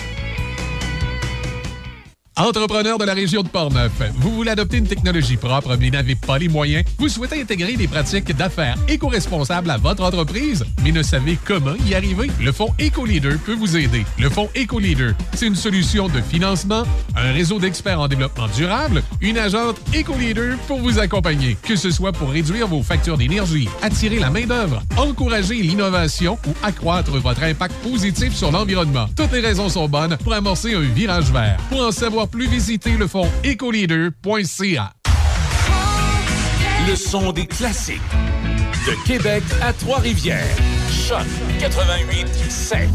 [SPEAKER 6] Entrepreneur de la région de Portneuf, vous voulez adopter une technologie propre mais n'avez pas les moyens? Vous souhaitez intégrer des pratiques d'affaires éco-responsables à votre entreprise mais ne savez comment y arriver? Le Fonds EcoLeader peut vous aider. Le Fonds EcoLeader, c'est une solution de financement, un réseau d'experts en développement durable, une agente EcoLeader pour vous accompagner. Que ce soit pour réduire vos factures d'énergie, attirer la main-d'œuvre, encourager l'innovation ou accroître votre impact positif sur l'environnement. Toutes les raisons sont bonnes pour amorcer un virage vert. Pour en savoir plus, visitez le fonds ecoleader point c a.
[SPEAKER 3] Le son des classiques. De Québec à Trois-Rivières. Choc quatre-vingt-huit sept.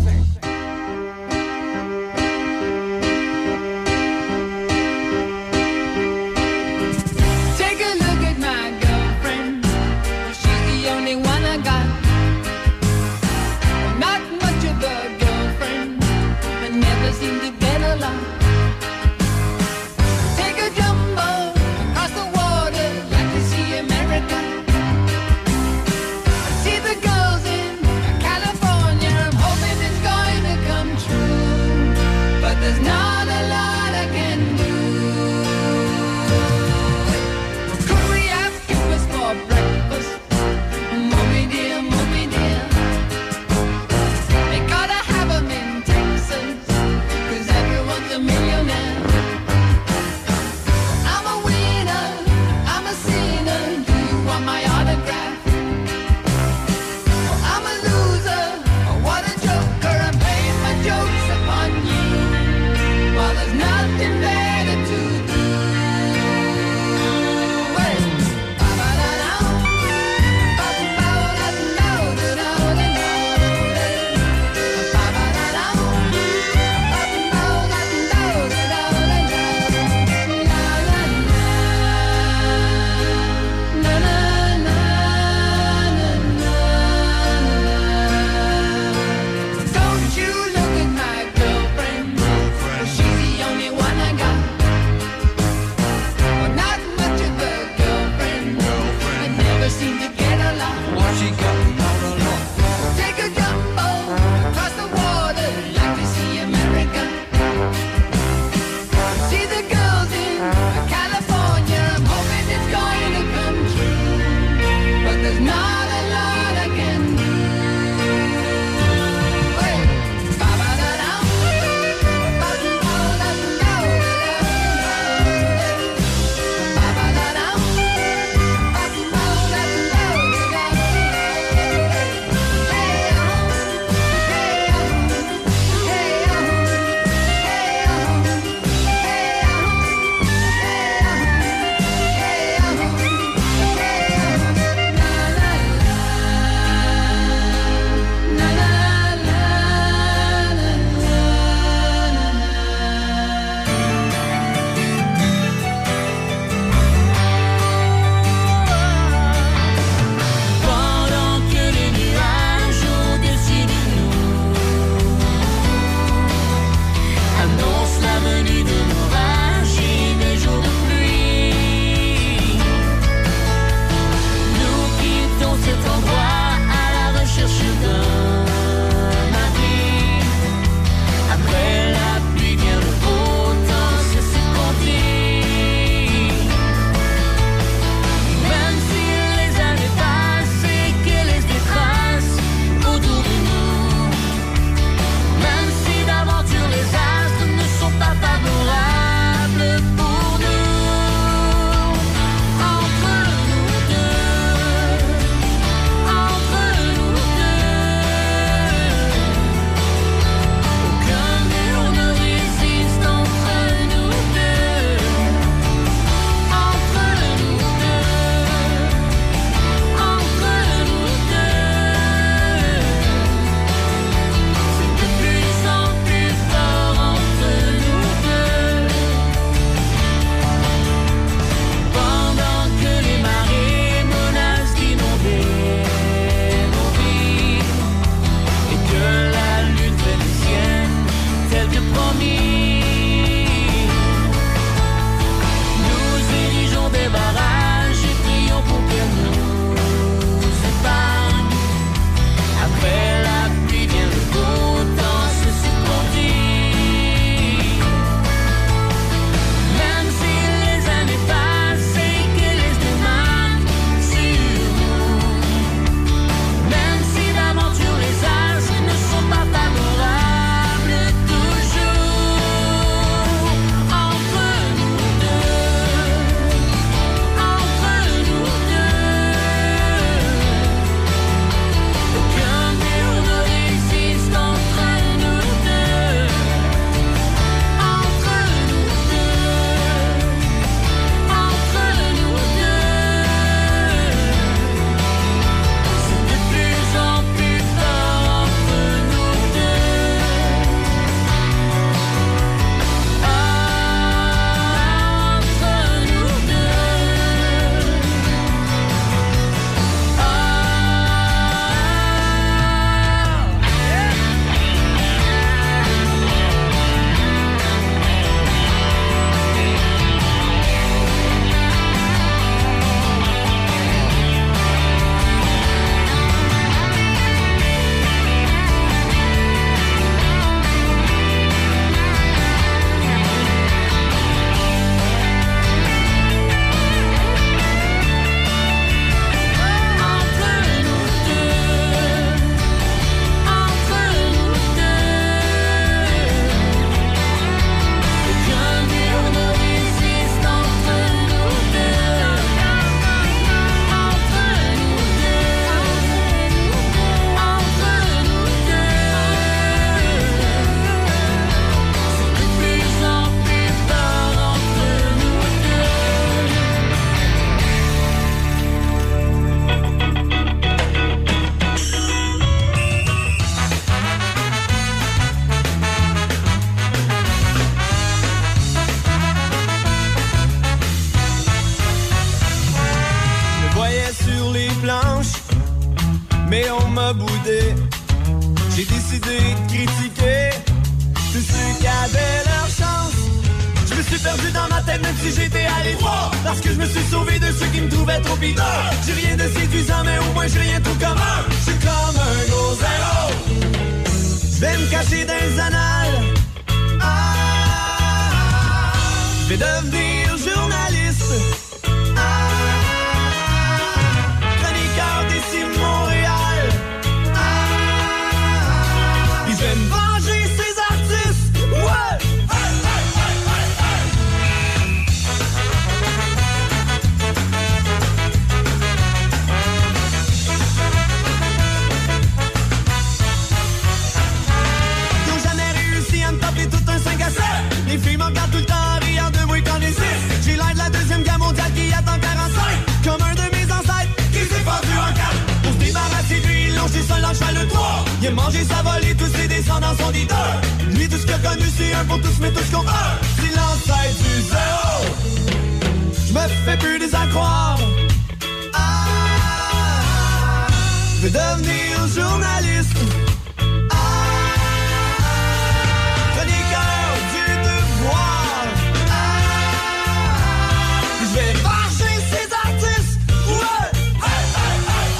[SPEAKER 4] m'a boudé. J'ai décidé de critiquer tous ceux qui avaient leur chance. Je me suis perdu dans ma tête même si j'étais à l'étroit. Parce que je me suis sauvé de ceux qui me trouvaient trop piteux. J'ai rien de séduisant mais au moins j'ai rien tout commun. Je suis comme un gros zéro. Je vais me cacher dans les annales. Ah, je vais devenir journaliste. Ah, chroniqueur d'ici Montréal. Ah, puis je vais me venger ces artistes. Ouais. Les filles me regardent tout le temps en riant de moi quand les six. J'ai l'air de la deuxième guerre mondiale qui attend quarante-cinq. Comme un de mes ancêtres qui s'est pendu en quatre. Pour se débarrasser de lui, il longe ses seuls en cheval le trois. Il a mangé sa volée, tous ses descendants sont des deux. Lui tout ce qu'il a connu c'est un pour tous mais tous contre un. C'est l'ancêtre du zéro. Je me fais plus des à croire. Ah, je veux devenir journaliste. Je vais marcher ces artistes. Ouais. Hey, hey,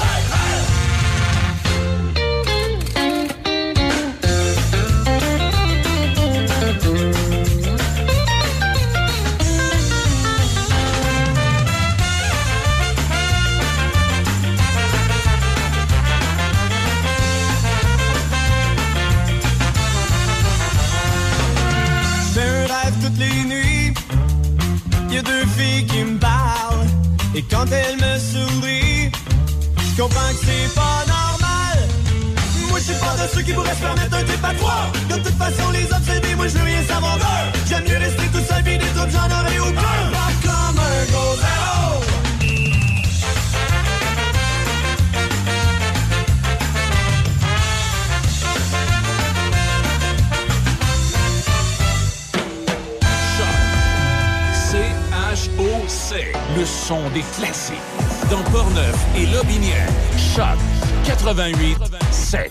[SPEAKER 4] je fais un rêve toutes les nuits. Il y a deux filles qui me parlent. Et quand elles me sourient, je comprends que c'est pas normal. Moi je suis pas de ceux qui pourraient se permettre un type à trois. De toute façon les obsédés, moi je veux rien savoir d'eux. J'aime mieux rester tout seul, puis des troubles j'en aurais aucun. Pas comme un gros zéro.
[SPEAKER 3] C O C, le son des classiques. Dans Portneuf et Lotbinière, Choc quatre-vingt-huit sept.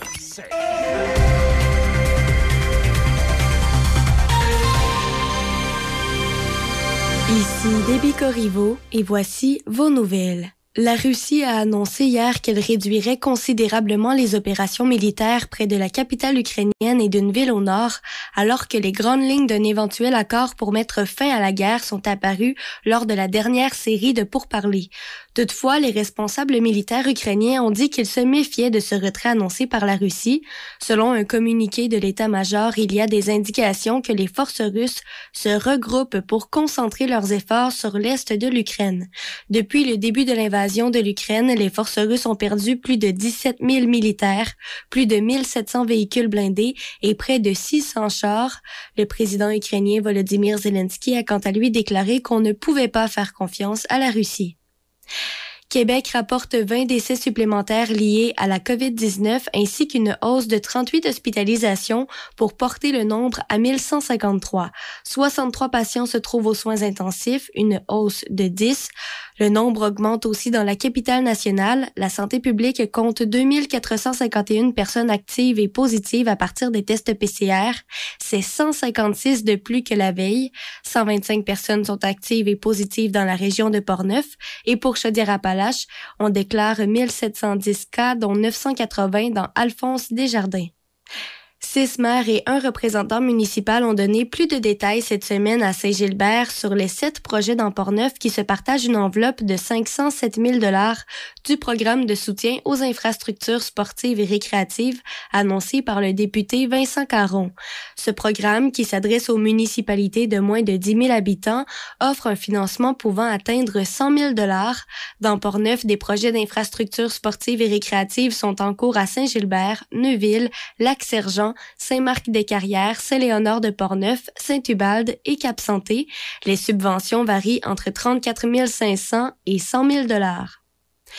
[SPEAKER 8] Ici Déby Corriveau et voici vos nouvelles. La Russie a annoncé hier qu'elle réduirait considérablement les opérations militaires près de la capitale ukrainienne et d'une ville au nord, alors que les grandes lignes d'un éventuel accord pour mettre fin à la guerre sont apparues lors de la dernière série de pourparlers. Toutefois, les responsables militaires ukrainiens ont dit qu'ils se méfiaient de ce retrait annoncé par la Russie. Selon un communiqué de l'état-major, il y a des indications que les forces russes se regroupent pour concentrer leurs efforts sur l'est de l'Ukraine. Depuis le début de l'invasion de l'Ukraine, les forces russes ont perdu plus de dix-sept mille militaires, plus de mille sept cents véhicules blindés et près de six cents chars. Le président ukrainien Volodymyr Zelensky a quant à lui déclaré qu'on ne pouvait pas faire confiance à la Russie. Québec rapporte vingt décès supplémentaires liés à la covid dix-neuf ainsi qu'une hausse de trente-huit hospitalisations pour porter le nombre à mille cent cinquante-trois. soixante-trois patients se trouvent aux soins intensifs, une hausse de dix. Le nombre augmente aussi dans la capitale nationale. La santé publique compte deux mille quatre cent cinquante et une personnes actives et positives à partir des tests P C R. C'est cent cinquante-six de plus que la veille. cent vingt-cinq personnes sont actives et positives dans la région de Portneuf. Et pour Chaudière-Appalaches, on déclare mille sept cent dix cas, dont neuf cent quatre-vingts dans Alphonse-Desjardins. Six maires et un représentant municipal ont donné plus de détails cette semaine à Saint-Gilbert sur les sept projets dans Portneuf qui se partagent une enveloppe de cinq cent sept mille dollars du programme de soutien aux infrastructures sportives et récréatives annoncé par le député Vincent Caron. Ce programme, qui s'adresse aux municipalités de moins de dix mille habitants, offre un financement pouvant atteindre cent mille dollars. Dans Portneuf, des projets d'infrastructures sportives et récréatives sont en cours à Saint-Gilbert, Neuville, Lac-Sergent, Saint-Marc-des-Carrières, Saint-Léonard de Portneuf, Saint-Ubalde et Cap-Santé. Les subventions varient entre trente-quatre mille cinq cents et cent mille dollars.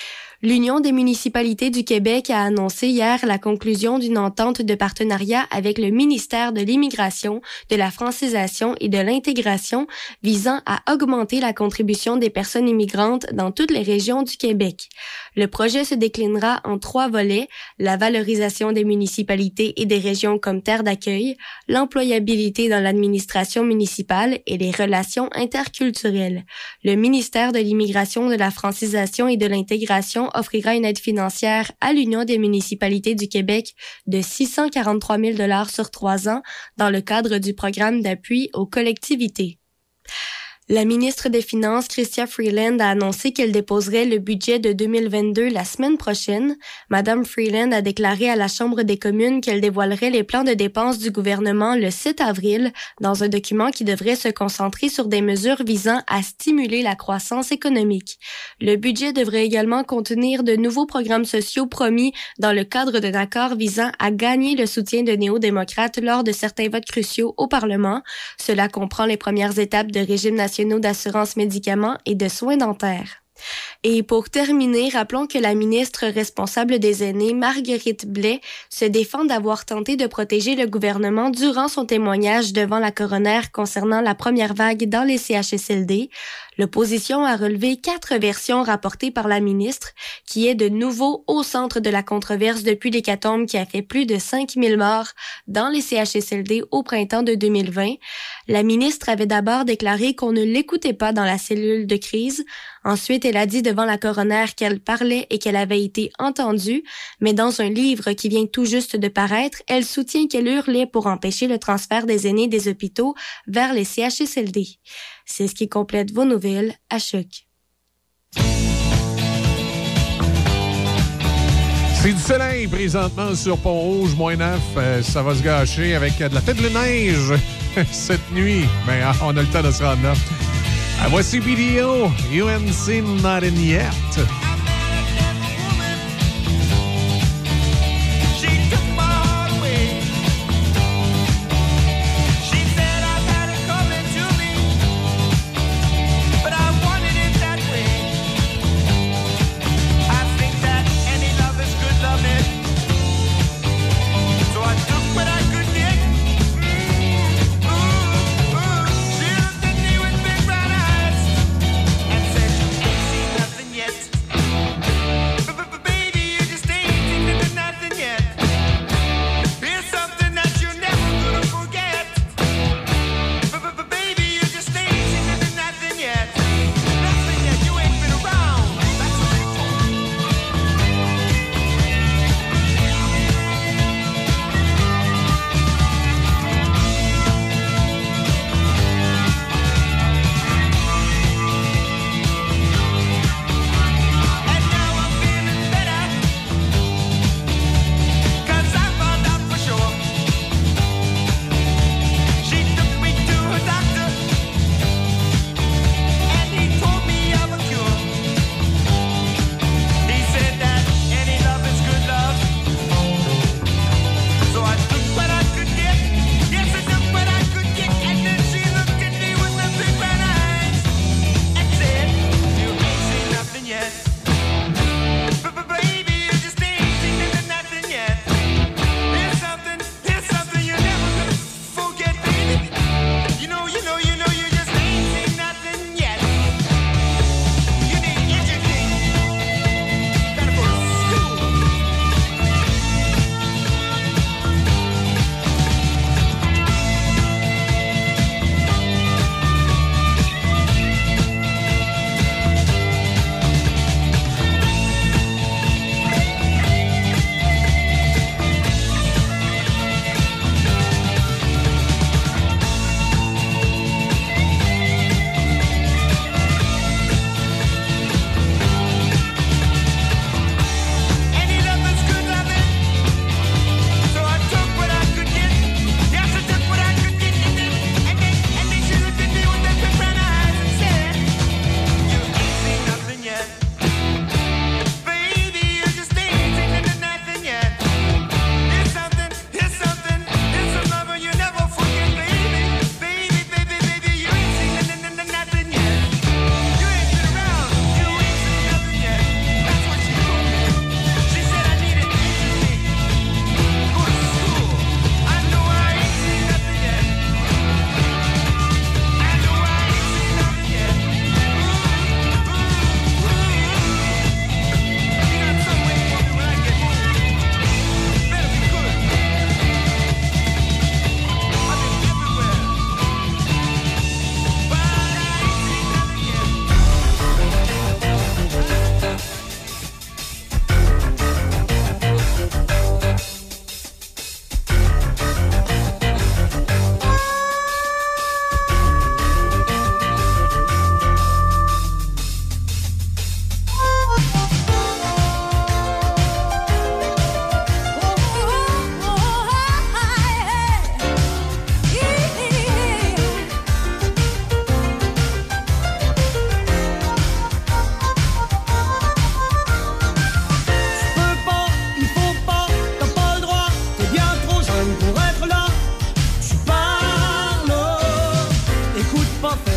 [SPEAKER 8] L'Union des municipalités du Québec a annoncé hier la conclusion d'une entente de partenariat avec le ministère de l'Immigration, de la Francisation et de l'Intégration visant à augmenter la contribution des personnes immigrantes dans toutes les régions du Québec. Le projet se déclinera en trois volets, la valorisation des municipalités et des régions comme terre d'accueil, l'employabilité dans l'administration municipale et les relations interculturelles. Le ministère de l'Immigration, de la Francisation et de l'Intégration offrira une aide financière à l'Union des municipalités du Québec de six cent quarante-trois mille dollars sur trois ans dans le cadre du programme d'appui aux collectivités. La ministre des Finances, Chrystia Freeland, a annoncé qu'elle déposerait le budget de deux mille vingt-deux la semaine prochaine. Madame Freeland a déclaré à la Chambre des communes qu'elle dévoilerait les plans de dépenses du gouvernement le sept avril dans un document qui devrait se concentrer sur des mesures visant à stimuler la croissance économique. Le budget devrait également contenir de nouveaux programmes sociaux promis dans le cadre d'un accord visant à gagner le soutien de néo-démocrates lors de certains votes cruciaux au Parlement. Cela comprend les premières étapes de régime national d'assurance médicaments et de soins dentaires. Et pour terminer, rappelons que la ministre responsable des aînés, Marguerite Blais, se défend d'avoir tenté de protéger le gouvernement durant son témoignage devant la coroner concernant la première vague dans les C H S L D. L'opposition a relevé quatre versions rapportées par la ministre, qui est de nouveau au centre de la controverse depuis l'hécatombe qui a fait plus de cinq mille morts dans les C H S L D au printemps de deux mille vingt. La ministre avait d'abord déclaré qu'on ne l'écoutait pas dans la cellule de crise. Ensuite, elle a dit devant la coroner qu'elle parlait et qu'elle avait été entendue, mais dans un livre qui vient tout juste de paraître, elle soutient qu'elle hurlait pour empêcher le transfert des aînés des hôpitaux vers les C H S L D. C'est ce qui complète vos nouvelles à Choc.
[SPEAKER 2] C'est du soleil présentement sur Pont-Rouge, moins neuf. Euh, ça va se gâcher avec de la faible neige cette nuit. Mais ah, on a le temps de se rendre là. Ah, voici B D O, U N C Not In Yet.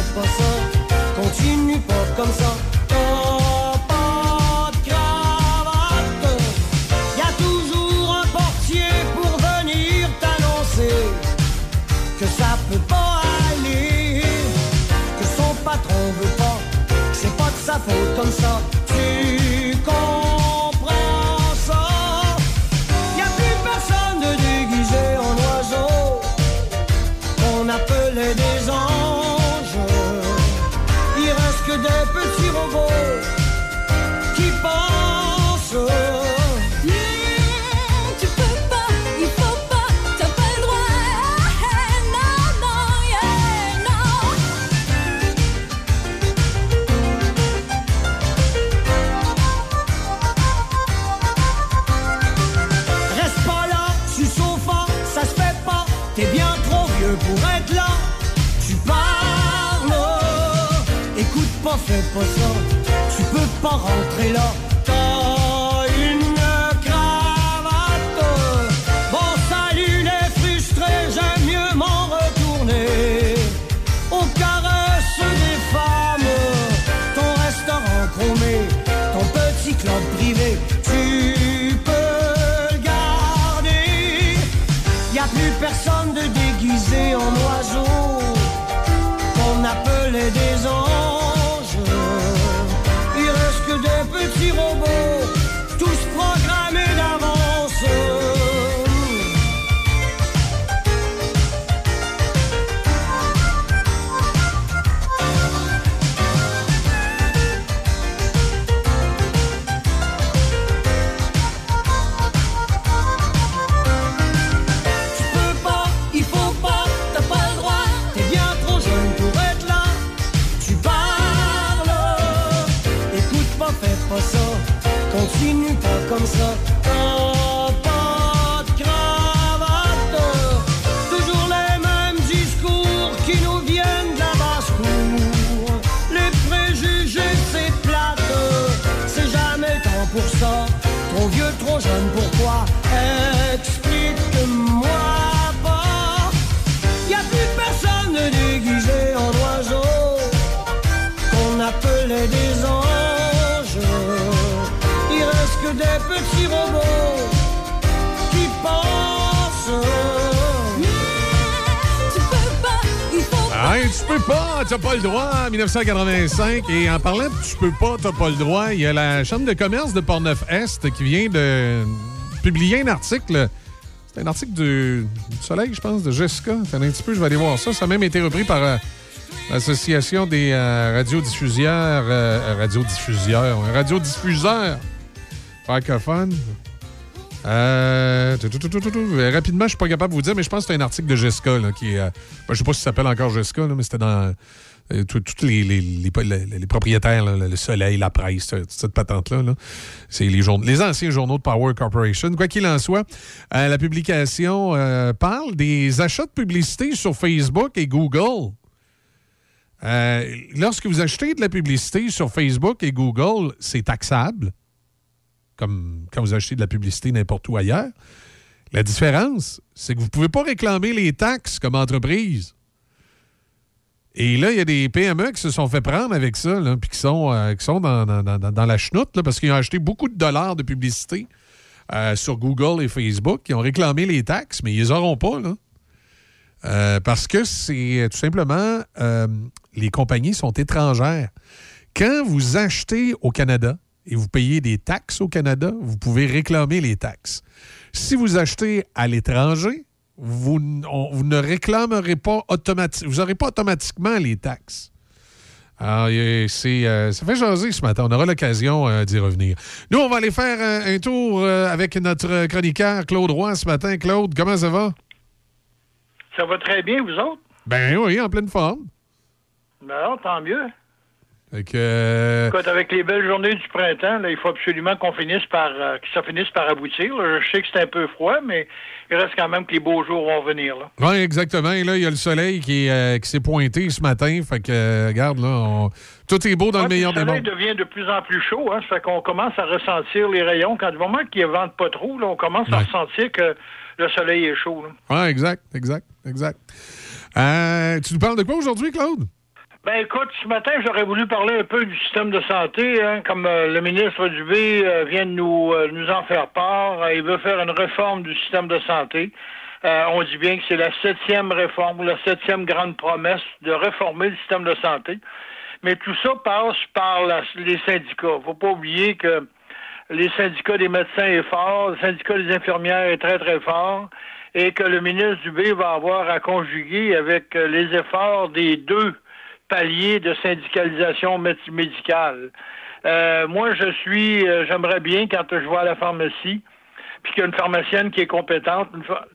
[SPEAKER 4] pas ça, continue pas comme ça. T'as pas de cravate, y a toujours un portier pour venir t'annoncer que ça peut pas aller, que son patron veut pas, que c'est pas de sa faute comme ça. Tu comprends ça? Y a plus personne de déguisé en oiseau qu'on appelait des anges. Il reste que des petits robots qui pensent.
[SPEAKER 9] Tu peux pas, il faut pas, t'as pas le droit. Non, non, yeah, non.
[SPEAKER 4] Reste pas là, sur le sofa, ça se fait pas. T'es bien trop vieux pour être là. Tu parles, écoute pas, fais pas ça. Tu peux pas rentrer là. T'as une cravate. Bon salut les frustrés, j'aime mieux m'en retourner aux caresses des femmes. Ton restaurant chromé, ton petit club privé, tu peux le garder. Y a plus personne de déguisé en oiseau qu'on appelait des anges. Il reste que des petits robots, tous programmés d'avance. Tu peux pas, il faut pas, t'as pas le droit. T'es bien trop jeune pour être là. Tu parles, écoute pas, fais pas ça. Continue pas comme ça. T'as pas de cravate. Toujours les mêmes discours qui nous viennent de la basse-cour. Les préjugés, c'est plate. C'est jamais temps pour ça. Trop vieux, trop jeune, pourquoi? Explique-moi pas. Y a plus personne déguisé en oiseau qu'on appelait des anges. Il reste que des petits robots qui pensent.
[SPEAKER 9] Tu peux pas, il faut
[SPEAKER 2] Ah, tu peux pas, t'as pas le droit, dix-neuf cent quatre-vingt-cinq. Et en parlant de tu peux pas, t'as pas le droit, il y a la Chambre de commerce de Portneuf-Est qui vient de publier un article. C'est un article du, du Soleil, je pense, de Jessica. Attends un petit peu, je vais aller voir ça. Ça a même été repris par euh, l'Association des euh, radiodiffuseurs. Euh, radiodiffuseurs, un radiodiffuseur francophone. Euh, tout, tout, tout, tout, tout. Rapidement, je suis pas capable de vous dire, mais je pense que c'est un article de Jessica là, qui est. Euh, ben, je sais pas si ça s'appelle encore Jessica, là, mais c'était dans euh, tous les, les, les, les, les propriétaires, là, le Soleil, la presse, toute cette patente-là. Là. C'est les, journaux, les anciens journaux de Power Corporation. Quoi qu'il en soit, euh, la publication euh, parle des achats de publicité sur Facebook et Google. Euh, lorsque vous achetez de la publicité sur Facebook et Google, c'est taxable, comme quand vous achetez de la publicité n'importe où ailleurs. La différence, c'est que vous ne pouvez pas réclamer les taxes comme entreprise. Et là, il y a des P M E qui se sont fait prendre avec ça, là, puis qui sont, euh, qui sont dans, dans, dans, dans la chenoute, là, parce qu'ils ont acheté beaucoup de dollars de publicité euh, sur Google et Facebook. Ils ont réclamé les taxes, mais ils les auront pas, là. Euh, parce que c'est tout simplement, euh, les compagnies sont étrangères. Quand vous achetez au Canada et vous payez des taxes au Canada, vous pouvez réclamer les taxes. Si vous achetez à l'étranger, vous, on, vous ne réclamerez pas automatiquement, vous n'aurez pas automatiquement les taxes. Alors, c'est, euh, ça fait jaser ce matin. On aura l'occasion euh, d'y revenir. Nous, on va aller faire un, un tour euh, avec notre chroniqueur Claude Roy ce matin. Claude, comment ça va?
[SPEAKER 11] Ça va très bien, vous autres?
[SPEAKER 2] Ben oui, en pleine forme.
[SPEAKER 11] Ben alors, tant mieux.
[SPEAKER 2] Fait que, euh...
[SPEAKER 11] Écoute, avec les belles journées du printemps, là, il faut absolument qu'on finisse par, euh, que ça finisse par aboutir. Là. Je sais que c'est un peu froid, mais il reste quand même que les beaux jours vont venir.
[SPEAKER 2] Oui, exactement. Et là, il y a le soleil qui, euh, qui s'est pointé ce matin. Fait que, euh, regarde, là, on... tout est beau dans
[SPEAKER 11] ouais,
[SPEAKER 2] le meilleur des mondes.
[SPEAKER 11] Le soleil devient de plus en plus chaud. Hein, ça fait qu'on commence à ressentir les rayons. Quand du moment qu'il ne vente pas trop, là, on commence ouais. à ressentir que le soleil est chaud.
[SPEAKER 2] Oui, exact, exact, exact. Euh, tu nous parles de quoi aujourd'hui, Claude?
[SPEAKER 11] Ben écoute, ce matin, j'aurais voulu parler un peu du système de santé, hein, comme euh, le ministre Dubé euh, vient de nous, euh, nous en faire part. Euh, il veut faire une réforme du système de santé. Euh, on dit bien que c'est la septième réforme, ou la septième grande promesse de réformer le système de santé. Mais tout ça passe par la, les syndicats. Faut pas oublier que les syndicats des médecins est fort, le syndicat des infirmières est très, très fort, et que le ministre Dubé va avoir à conjuguer avec les efforts des deux paliers de syndicalisation médicale. Euh, moi, je suis, euh, j'aimerais bien, quand je vais à la pharmacie, puis qu'il y a une pharmacienne qui est compétente, une ph...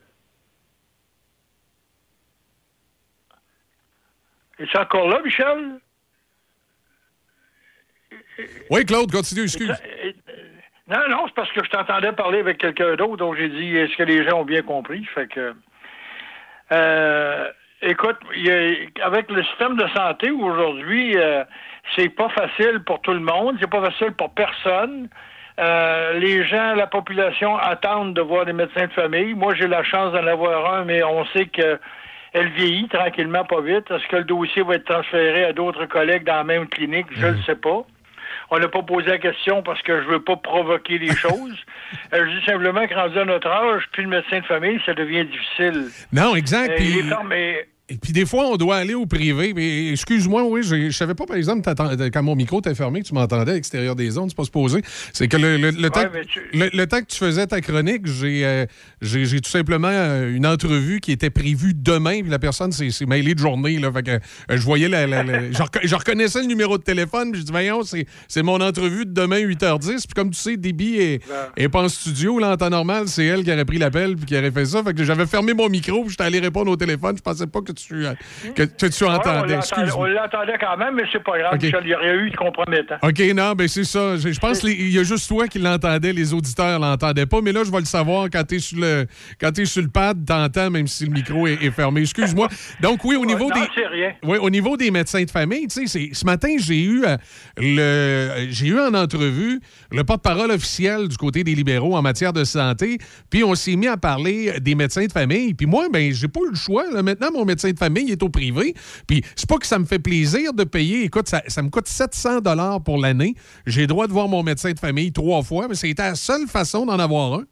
[SPEAKER 11] Es-tu encore là, Michel?
[SPEAKER 2] Oui, Claude, continue, excuse.
[SPEAKER 11] Non, non, c'est parce que je t'entendais parler avec quelqu'un d'autre, donc j'ai dit, est-ce que les gens ont bien compris? Fait que... Euh, écoute, y a, avec le système de santé aujourd'hui, euh, c'est pas facile pour tout le monde, c'est pas facile pour personne. Euh, les gens, la population attendent de voir des médecins de famille. Moi, j'ai la chance d'en avoir un, mais on sait que elle vieillit tranquillement, pas vite. Est-ce que le dossier va être transféré à d'autres collègues dans la même clinique? Je ne mmh. le sais pas. On n'a pas posé la question parce que je veux pas provoquer les choses. Euh, je dis simplement que rendu à notre âge, puis le médecin de famille, ça devient difficile.
[SPEAKER 2] Non, exact.
[SPEAKER 11] Euh,
[SPEAKER 2] puis...
[SPEAKER 11] les femmes, mais...
[SPEAKER 2] Et puis des fois, on doit aller au privé. Mais excuse-moi, oui, je savais pas, par exemple, quand mon micro était fermé, que tu m'entendais à l'extérieur des ondes, c'est pas supposé. C'est que le, le, le, ouais, temps, tu... le, le temps que tu faisais ta chronique, j'ai, euh, j'ai, j'ai tout simplement une entrevue qui était prévue demain, puis la personne s'est, s'est mêlée de journée. Là, fait que, euh, je voyais la, la, la je, rec- je reconnaissais le numéro de téléphone, puis je dis, voyons, c'est, c'est mon entrevue de demain, huit heures dix. Puis comme tu sais, Déby est, est pas en studio, là, en temps normal, c'est elle qui aurait pris l'appel, puis qui aurait fait ça. Fait que j'avais fermé mon micro, puis j'étais allé répondre au téléphone. Je pensais pas que tu, que, que tu entendais.
[SPEAKER 11] Ouais, on, l'entendait, on l'entendait quand même, mais c'est pas grave. Okay. Il y aurait eu de compromettant.
[SPEAKER 2] OK, non, ben c'est ça. Je, je pense qu'il y a juste toi qui l'entendais, les auditeurs l'entendaient pas. Mais là, je vais le savoir quand t'es sur le quand t'es sur le pad, t'entends, même si le micro est, est fermé. Excuse-moi. Donc, oui, au niveau
[SPEAKER 11] non,
[SPEAKER 2] des.
[SPEAKER 11] C'est rien.
[SPEAKER 2] Oui, au niveau des médecins de famille, tu sais, ce matin, j'ai eu euh, le j'ai eu en entrevue le porte-parole officiel du côté des libéraux en matière de santé. Puis on s'est mis à parler des médecins de famille. Puis moi, ben, j'ai pas eu le choix. Là. Maintenant, mon médecin de famille est au privé. Puis c'est pas que ça me fait plaisir de payer. Écoute, ça, ça me coûte sept cents dollars pour l'année. J'ai le droit de voir mon médecin de famille trois fois, mais c'était la seule façon d'en avoir un.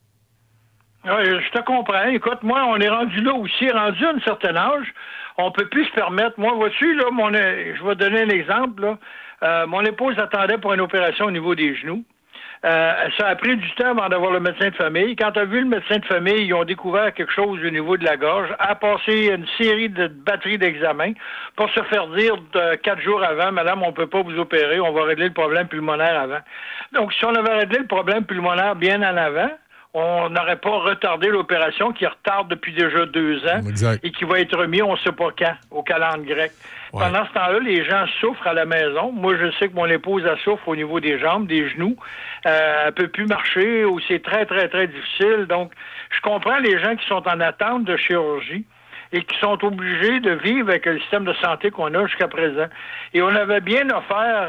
[SPEAKER 11] Oui, je te comprends. Écoute, moi, on est rendu là aussi, rendu à un certain âge. On peut plus se permettre. Moi, vois-tu, là, mon, je vais donner un exemple. Là. Euh, mon épouse attendait pour une opération au niveau des genoux. Euh, ça a pris du temps avant d'avoir le médecin de famille. Quand tu as vu le médecin de famille, ils ont découvert quelque chose au niveau de la gorge, a passé une série de batteries d'examens pour se faire dire de, quatre jours avant, madame, on peut pas vous opérer, on va régler le problème pulmonaire avant. Donc, si on avait réglé le problème pulmonaire bien en avant, on n'aurait pas retardé l'opération qui retarde depuis déjà deux ans exact. Et qui va être remis, on ne sait pas quand, au calendrier grec. Ouais. Pendant ce temps-là, les gens souffrent à la maison. Moi, je sais que mon épouse, elle souffre au niveau des jambes, des genoux. Euh, elle peut plus marcher, ou c'est très, très, très difficile. Donc, je comprends les gens qui sont en attente de chirurgie et qui sont obligés de vivre avec le système de santé qu'on a jusqu'à présent. Et on avait bien offert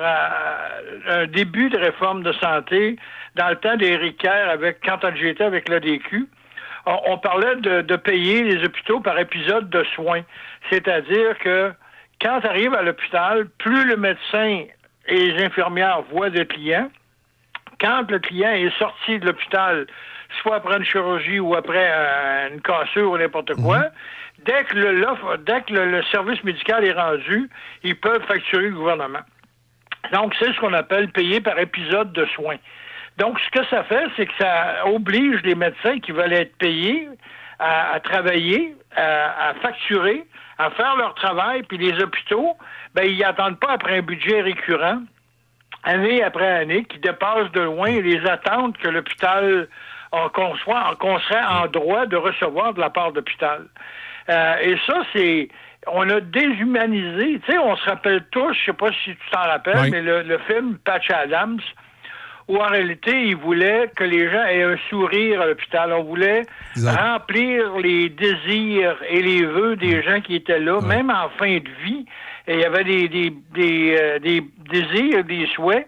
[SPEAKER 11] à un début de réforme de santé dans le temps d'Éric Kerr, avec, quand j'étais avec l'A D Q. On, on parlait de, de payer les hôpitaux par épisode de soins. C'est-à-dire que quand tu arrives à l'hôpital, plus le médecin et les infirmières voient de clients, quand le client est sorti de l'hôpital, soit après une chirurgie ou après euh, une cassure ou n'importe quoi, mmh. dès que, le, l'offre, dès que le, le service médical est rendu, ils peuvent facturer le gouvernement. Donc, c'est ce qu'on appelle payer par épisode de soins. Donc, ce que ça fait, c'est que ça oblige les médecins qui veulent être payés à, à travailler, à, à facturer, à faire leur travail, puis les hôpitaux, ben ils n'attendent pas après un budget récurrent, année après année, qui dépasse de loin les attentes que l'hôpital euh, qu'on soit, qu'on serait en droit de recevoir de la part de l'hôpital. Euh, et ça, c'est... On a déshumanisé. Tu sais, on se rappelle tous, je sais pas si tu t'en rappelles, oui. mais le, le film Patch Adams, où en réalité, il voulait que les gens aient un sourire à l'hôpital. On voulait exact. Remplir les désirs et les vœux des gens qui étaient là, ouais. même en fin de vie. Et il y avait des, des, des, euh, des désirs, des souhaits.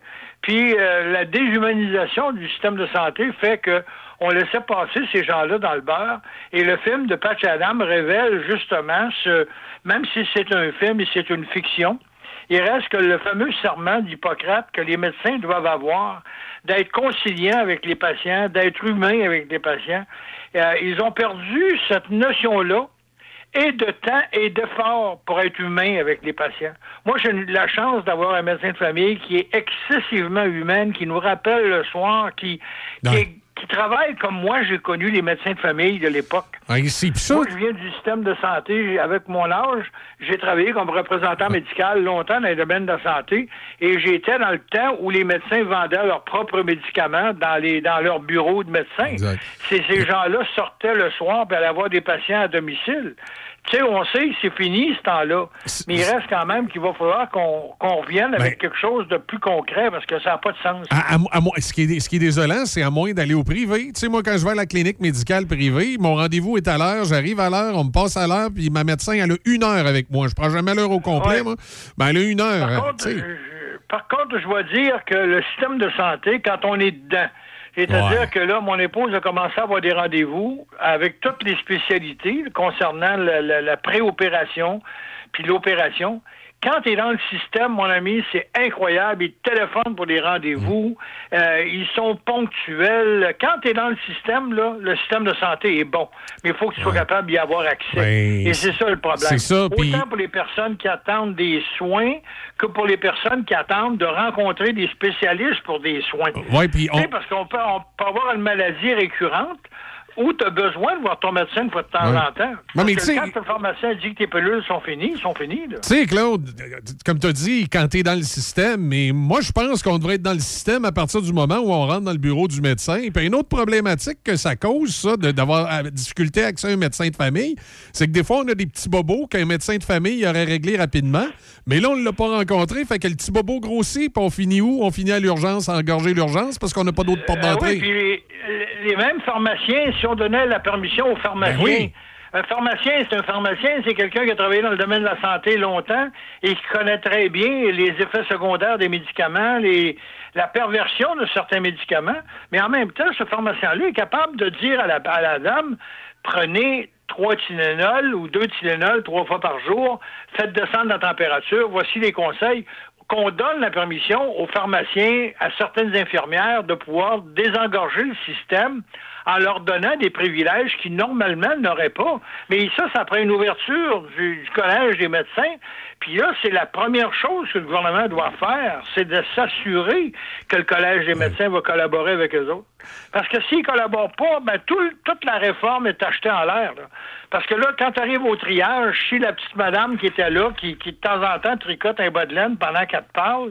[SPEAKER 11] Puis euh, la déshumanisation du système de santé fait que on laissait passer ces gens-là dans le beurre. Et le film de Patch Adams révèle justement ce, même si c'est un film et c'est une fiction, il reste que le fameux serment d'Hippocrate que les médecins doivent avoir, d'être conciliants avec les patients, d'être humains avec les patients. Euh, ils ont perdu cette notion-là et de temps et d'effort pour être humain avec les patients. Moi, j'ai eu la chance d'avoir un médecin de famille qui est excessivement humain, qui nous rappelle le soir, qui, qui, est, qui travaille comme moi, j'ai connu les médecins de famille de l'époque.
[SPEAKER 2] Ah, c'est ça.
[SPEAKER 11] Moi, je viens du système de santé. Avec mon âge, j'ai travaillé comme représentant médical longtemps dans le domaine de la santé et j'étais dans le temps où les médecins vendaient leurs propres médicaments dans les dans leurs bureaux de médecins. C'est, ces gens-là sortaient le soir pour aller avoir des patients à domicile. Tu sais, on sait que c'est fini ce temps-là, mais il reste quand même qu'il va falloir qu'on, qu'on revienne avec ben, quelque chose de plus concret parce que ça n'a pas de sens.
[SPEAKER 2] À, à, à, ce, qui est, ce qui est désolant, c'est à moins d'aller au privé. Tu sais, moi, quand je vais à la clinique médicale privée, mon rendez-vous est à l'heure, j'arrive à l'heure, on me passe à l'heure, puis ma médecin, elle a une heure avec moi. Je prends jamais l'heure au complet, ouais. moi. Ben, elle a une heure.
[SPEAKER 11] Par contre, je, par contre, je dois dire que le système de santé, quand on est dedans, c'est-à-dire ouais. que là, mon épouse a commencé à avoir des rendez-vous avec toutes les spécialités concernant la, la, la préopération puis l'opération. Quand tu es dans le système, mon ami, c'est incroyable. Ils te téléphonent pour des rendez-vous. Euh, ils sont ponctuels. Quand tu es dans le système, là, le système de santé est bon. Mais il faut que tu sois ouais. capable d'y avoir accès.
[SPEAKER 2] Ben,
[SPEAKER 11] Et c'est ça le problème.
[SPEAKER 2] C'est ça,
[SPEAKER 11] Autant
[SPEAKER 2] pis...
[SPEAKER 11] pour les personnes qui attendent des soins que pour les personnes qui attendent de rencontrer des spécialistes pour des soins.
[SPEAKER 2] Ouais, puis on...
[SPEAKER 11] Parce qu'on peut, on peut avoir une maladie récurrente où tu as besoin de voir ton médecin une fois de temps
[SPEAKER 2] ouais.
[SPEAKER 11] en temps.
[SPEAKER 2] Non, mais
[SPEAKER 11] Parce que quand le pharmacien dit que tes pilules sont finies, ils sont finies. Tu
[SPEAKER 2] sais, Claude, comme tu as dit, quand tu es dans le système, mais moi, je pense qu'on devrait être dans le système à partir du moment où on rentre dans le bureau du médecin. Puis une autre problématique que ça cause, ça, de, d'avoir à, difficulté à accès à un médecin de famille, c'est que des fois, on a des petits bobos qu'un médecin de famille aurait réglé rapidement, mais là, on ne l'a pas rencontré, fait que le petit bobo grossit, puis on finit où? On finit à l'urgence, à engorger l'urgence, parce qu'on n'a pas d'autre porte d'entrée.
[SPEAKER 11] Euh, oui, puis les, les mêmes pharmaciens, si on donnait la permission aux pharmaciens...
[SPEAKER 2] Ben oui.
[SPEAKER 11] Un pharmacien, c'est un pharmacien, c'est quelqu'un qui a travaillé dans le domaine de la santé longtemps et qui connaît très bien les effets secondaires des médicaments, les, la perversion de certains médicaments. Mais en même temps, ce pharmacien-là est capable de dire à la, à la dame, prenez trois Tylenol ou deux Tylenol trois fois par jour, faites descendre la température, voici les conseils. Qu'on donne la permission aux pharmaciens, à certaines infirmières, de pouvoir désengorger le système en leur donnant des privilèges qu'ils, normalement, n'auraient pas. Mais ça, ça prend une ouverture du, du collège des médecins. Puis là, c'est la première chose que le gouvernement doit faire, c'est de s'assurer que le collège des médecins va collaborer avec eux autres. Parce que s'ils ne collaborent pas, ben tout, toute la réforme est achetée en l'air. Là. Parce que là, quand tu arrives au triage, si la petite madame qui était là, qui, qui de temps en temps tricote un bas de laine pendant qu'elle te parle,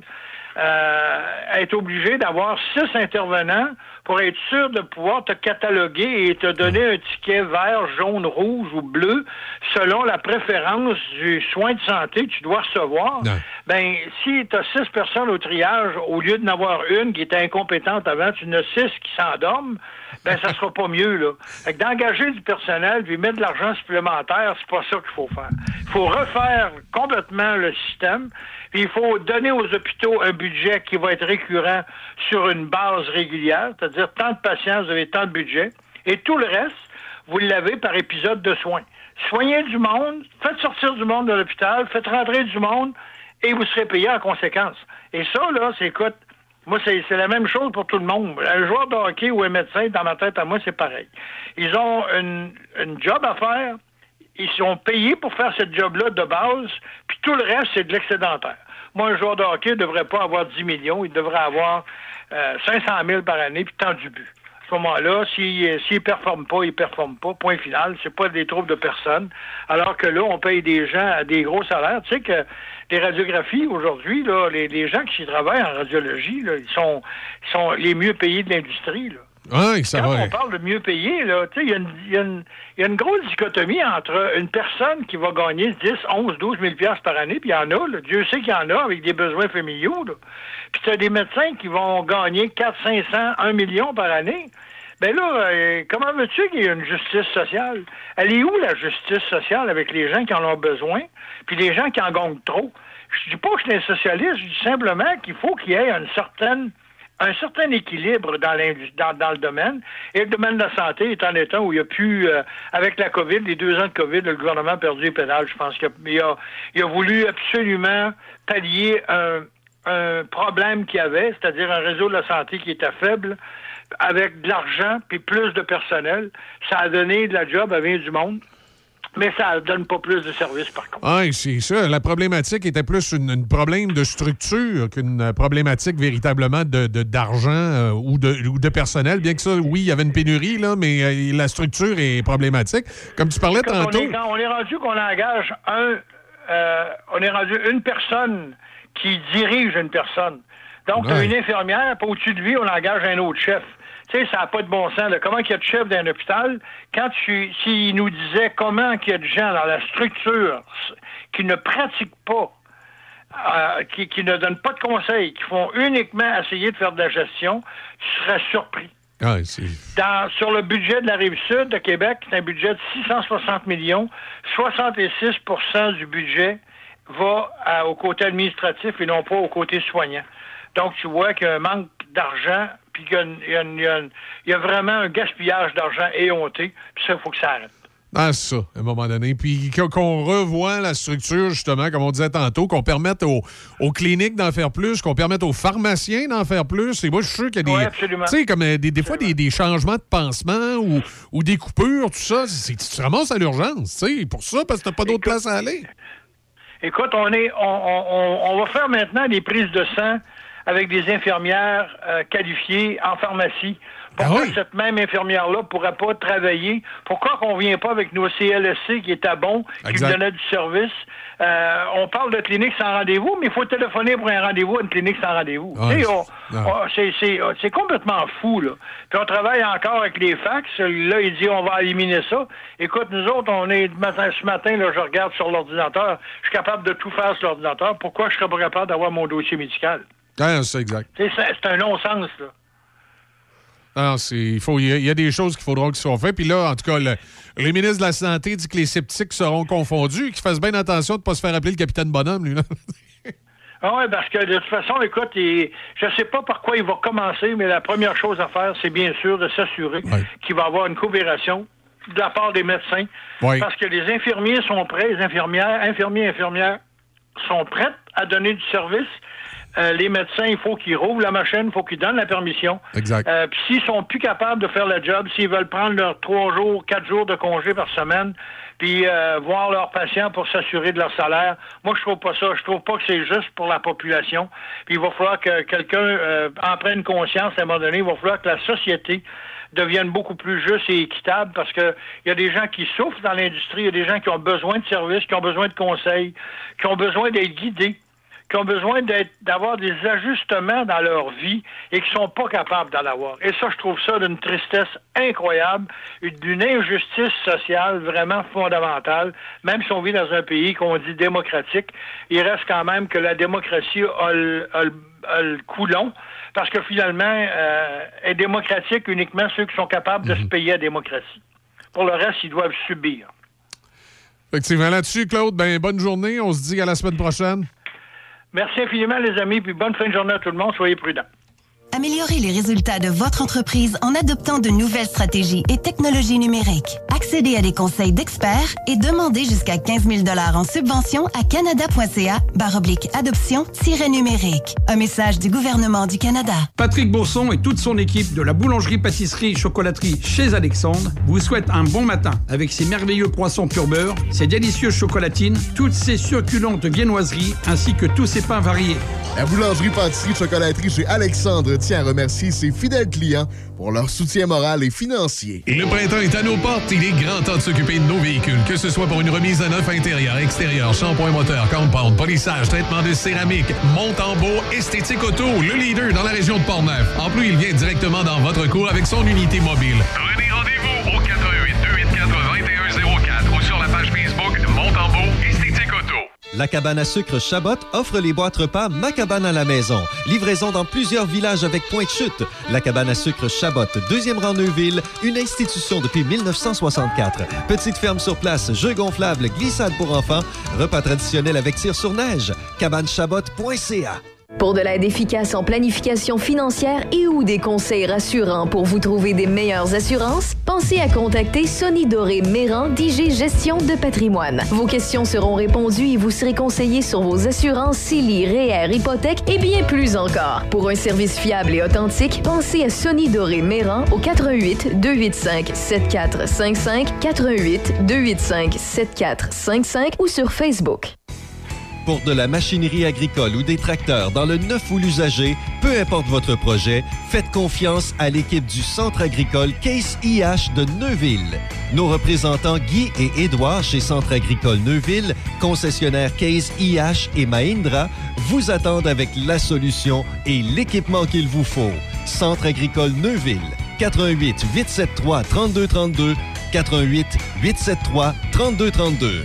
[SPEAKER 11] euh, est obligée d'avoir six intervenants pour être sûr de pouvoir te cataloguer et te donner un ticket vert, jaune, rouge ou bleu selon la préférence du soin de santé que tu dois recevoir. Non. Ben, si tu as six personnes au triage, au lieu d'en avoir une qui était incompétente avant, tu en as six qui s'endorment, ben ça sera pas mieux, là. Fait que d'engager du personnel puis mettre de l'argent supplémentaire, c'est pas ça qu'il faut faire. Il faut refaire complètement le système, puis il faut donner aux hôpitaux un budget qui va être récurrent sur une base régulière, c'est-à-dire tant de patients, vous avez tant de budget, et tout le reste, vous l'avez par épisode de soins. Soignez du monde, faites sortir du monde de l'hôpital, faites rentrer du monde, et vous serez payé en conséquence. Et ça, là, c'est, écoute, moi, c'est, c'est la même chose pour tout le monde. Un joueur de hockey ou un médecin, dans ma tête à moi, c'est pareil. Ils ont une, une job à faire, ils sont payés pour faire cette job-là de base, puis tout le reste, c'est de l'excédentaire. Moi, un joueur de hockey ne devrait pas avoir dix millions, il devrait avoir euh, cinq cent mille par année, puis tant du but. À ce moment-là, s'il s'il performe pas, il performe pas, point final, c'est pas des troubles de personnes. Alors que là, on paye des gens à des gros salaires. Tu sais que les radiographies, aujourd'hui, là, les, les gens qui y travaillent en radiologie, là, ils sont, ils sont les mieux payés de l'industrie, là.
[SPEAKER 2] Oui, ça
[SPEAKER 11] Quand
[SPEAKER 2] va.
[SPEAKER 11] on parle de mieux payé, là, tu sais, il y a une, il y a une, il y a une grosse dichotomie entre une personne qui va gagner dix, onze, douze mille piastres par année, puis il y en a, là, Dieu sait qu'il y en a avec des besoins familiaux, là. Puis tu as des médecins qui vont gagner quatre, cinq cents, un million par année. Ben là, euh, comment veux-tu qu'il y ait une justice sociale? Elle est où, la justice sociale, avec les gens qui en ont besoin, puis les gens qui en gagnent trop? Je dis pas que je suis un socialiste, je dis simplement qu'il faut qu'il y ait une certaine un certain équilibre dans, dans, dans le domaine. Et le domaine de la santé est en état où il y a pu, euh, avec la COVID, les deux ans de COVID, le gouvernement a perdu les pédales. Je pense qu'il a, il a voulu absolument pallier un, un problème qu'il y avait, c'est-à-dire un réseau de la santé qui était faible, avec de l'argent puis plus de personnel. Ça a donné de la job à bien du monde. Mais ça ne donne pas plus de services, par contre.
[SPEAKER 2] Oui, c'est ça. La problématique était plus un problème de structure qu'une problématique véritablement de, de, d'argent euh, ou, de, ou de personnel. Bien que ça, oui, il y avait une pénurie, là, mais euh, la structure est problématique. Comme tu parlais
[SPEAKER 11] quand
[SPEAKER 2] tantôt...
[SPEAKER 11] On est, quand on est rendu qu'on engage un... Euh, on est rendu une personne qui dirige une personne. Donc, ouais. Une infirmière, pas au-dessus de lui, on engage un autre chef. Tu sais, ça n'a pas de bon sens. Là. Comment qu'il y a de chef d'un hôpital, quand tu, s'il nous disait comment qu'il y a de gens dans la structure qui ne pratiquent pas, euh, qui, qui ne donnent pas de conseils, qui font uniquement essayer de faire de la gestion, tu serais surpris.
[SPEAKER 2] Ah, c'est...
[SPEAKER 11] Dans, sur le budget de la Rive-Sud de Québec, c'est un budget de six cent soixante millions. soixante-six pour cent du budget va à, au côté administratif et non pas au côté soignant. Donc, tu vois qu'il y a un manque d'argent, puis qu'il y a, il y a, il y a, il y a vraiment un gaspillage d'argent éhonté, puis ça, il faut que ça arrête.
[SPEAKER 2] Ah, c'est ça, à un moment donné. Puis qu'on revoie la structure, justement, comme on disait tantôt, qu'on permette aux, aux cliniques d'en faire plus, qu'on permette aux pharmaciens d'en faire plus. Et moi, je suis sûr qu'il y a des...
[SPEAKER 11] Oui, absolument.
[SPEAKER 2] Tu sais, comme des, des fois, des, des changements de pansement ou, ou des coupures, tout ça, c'est, tu te ramasses à l'urgence, tu sais, pour ça, parce que t'as pas d'autre Écoute, place à aller.
[SPEAKER 11] Écoute, on, est, on, on, on va faire maintenant des prises de sang avec des infirmières euh, qualifiées en pharmacie. Pourquoi ah oui? Cette même infirmière-là ne pourrait pas travailler? Pourquoi qu'on ne vient pas avec nos C L S C qui étaient bons, qui exact. Nous donnaient du service? Euh, on parle de clinique sans rendez-vous, mais il faut téléphoner pour un rendez-vous à une clinique sans rendez-vous. Ah, on, on, c'est, c'est, c'est complètement fou, là. Puis on travaille encore avec les fax. Là, il dit on va éliminer ça. Écoute, nous autres, on est matin, ce matin, là, je regarde sur l'ordinateur. Je suis capable de tout faire sur l'ordinateur. Pourquoi je serais pas capable d'avoir mon dossier médical?
[SPEAKER 2] Ah, c'est exact.
[SPEAKER 11] C'est, c'est un non-sens, là.
[SPEAKER 2] Non, c'est, il, faut, il, y a, il y a des choses qu'il faudra qu'ils soient faites. Puis là, en tout cas, le, le ministre de la Santé dit que les sceptiques seront confondus, qu'ils fassent bien attention de ne pas se faire appeler le capitaine Bonhomme, lui. Là.
[SPEAKER 11] Ah oui, parce que de toute façon, écoute, il, je ne sais pas par quoi il va commencer, mais la première chose à faire, c'est bien sûr de s'assurer ouais. qu'il va y avoir une coopération de la part des médecins. Ouais. Parce que les infirmiers sont prêts, les infirmières, infirmiers et infirmières sont prêtes à donner du service. Euh, les médecins, il faut qu'ils rouvrent la machine, il faut qu'ils donnent la permission.
[SPEAKER 2] Exact.
[SPEAKER 11] Euh, puis s'ils sont plus capables de faire le job, s'ils veulent prendre leurs trois jours, quatre jours de congé par semaine, puis euh, voir leurs patients pour s'assurer de leur salaire, moi, je trouve pas ça. Je trouve pas que c'est juste pour la population. Puis il va falloir que quelqu'un euh, en prenne conscience à un moment donné. Il va falloir que la société devienne beaucoup plus juste et équitable parce que il y a des gens qui souffrent dans l'industrie, il y a des gens qui ont besoin de services, qui ont besoin de conseils, qui ont besoin d'être guidés, qui ont besoin d'être, d'avoir des ajustements dans leur vie et qui sont pas capables d'en avoir. Et ça, je trouve ça d'une tristesse incroyable, d'une injustice sociale vraiment fondamentale. Même si on vit dans un pays qu'on dit démocratique, il reste quand même que la démocratie a le, a le, a le coup long, parce que finalement, euh, est démocratique uniquement ceux qui sont capables de mm-hmm. se payer à la démocratie. Pour le reste, ils doivent subir.
[SPEAKER 2] Effectivement, là-dessus, Claude, ben bonne journée. On se dit à la semaine prochaine.
[SPEAKER 11] Merci infiniment, les amis, puis bonne fin de journée à tout le monde. Soyez prudents.
[SPEAKER 14] Améliorez les résultats de votre entreprise en adoptant de nouvelles stratégies et technologies numériques. Accédez à des conseils d'experts et demandez jusqu'à quinze mille dollars en subvention à canada.ca barre oblique adoption tiret numérique. Un message du gouvernement du Canada.
[SPEAKER 19] Patrick Bourson et toute son équipe de la boulangerie-pâtisserie-chocolaterie chez Alexandre vous souhaitent un bon matin avec ses merveilleux croissants pur beurre, ses délicieuses chocolatines, toutes ses succulentes viennoiseries ainsi que tous ses pains variés.
[SPEAKER 20] La boulangerie-pâtisserie-chocolaterie chez Alexandre tient à remercier ses fidèles clients pour leur soutien moral et financier.
[SPEAKER 6] Et le printemps est à nos portes. Il est grand temps de s'occuper de nos véhicules, que ce soit pour une remise à neuf intérieur, extérieur, shampoing moteur, compound, polissage, traitement de céramique, monte en beau, esthétique auto, le leader dans la région de Portneuf. En plus, il vient directement dans votre cour avec son unité mobile. Prenez rendez-vous au quatre un huit, deux huit quatre, deux un zéro quatre ou sur la page Facebook Monte en beau, esthétique auto.
[SPEAKER 17] La cabane à sucre Chabot offre les boîtes repas Ma Cabane à la maison. Livraison dans plusieurs villages avec point de chute. La cabane à sucre Chabot, deuxième rang Neuville, une institution depuis dix-neuf cent soixante-quatre. Petite ferme sur place, jeux gonflables, glissade pour enfants, repas traditionnels avec tir sur neige. cabane chabot point c a.
[SPEAKER 7] Pour de l'aide efficace en planification financière et ou des conseils rassurants pour vous trouver des meilleures assurances, pensez à contacter Sonny Doré Méran d'I G Gestion de patrimoine. Vos questions seront répondues et vous serez conseillé sur vos assurances C E L I, R E E R, hypothèque et bien plus encore. Pour un service fiable et authentique, pensez à Sonny Doré Méran au quatre un huit, deux huit cinq, sept quatre cinq cinq, quatre un huit, deux huit cinq, sept quatre cinq cinq ou sur Facebook.
[SPEAKER 17] Pour de la machinerie agricole ou des tracteurs dans le neuf ou l'usager, peu importe votre projet, faites confiance à l'équipe du Centre agricole Case I H de Neuville. Nos représentants Guy et Édouard chez Centre agricole Neuville, concessionnaire Case I H et Mahindra, vous attendent avec la solution et l'équipement qu'il vous faut. Centre agricole Neuville, quatre un huit, huit sept trois, trois deux trois deux, quatre un huit, huit sept trois, trois deux trois deux.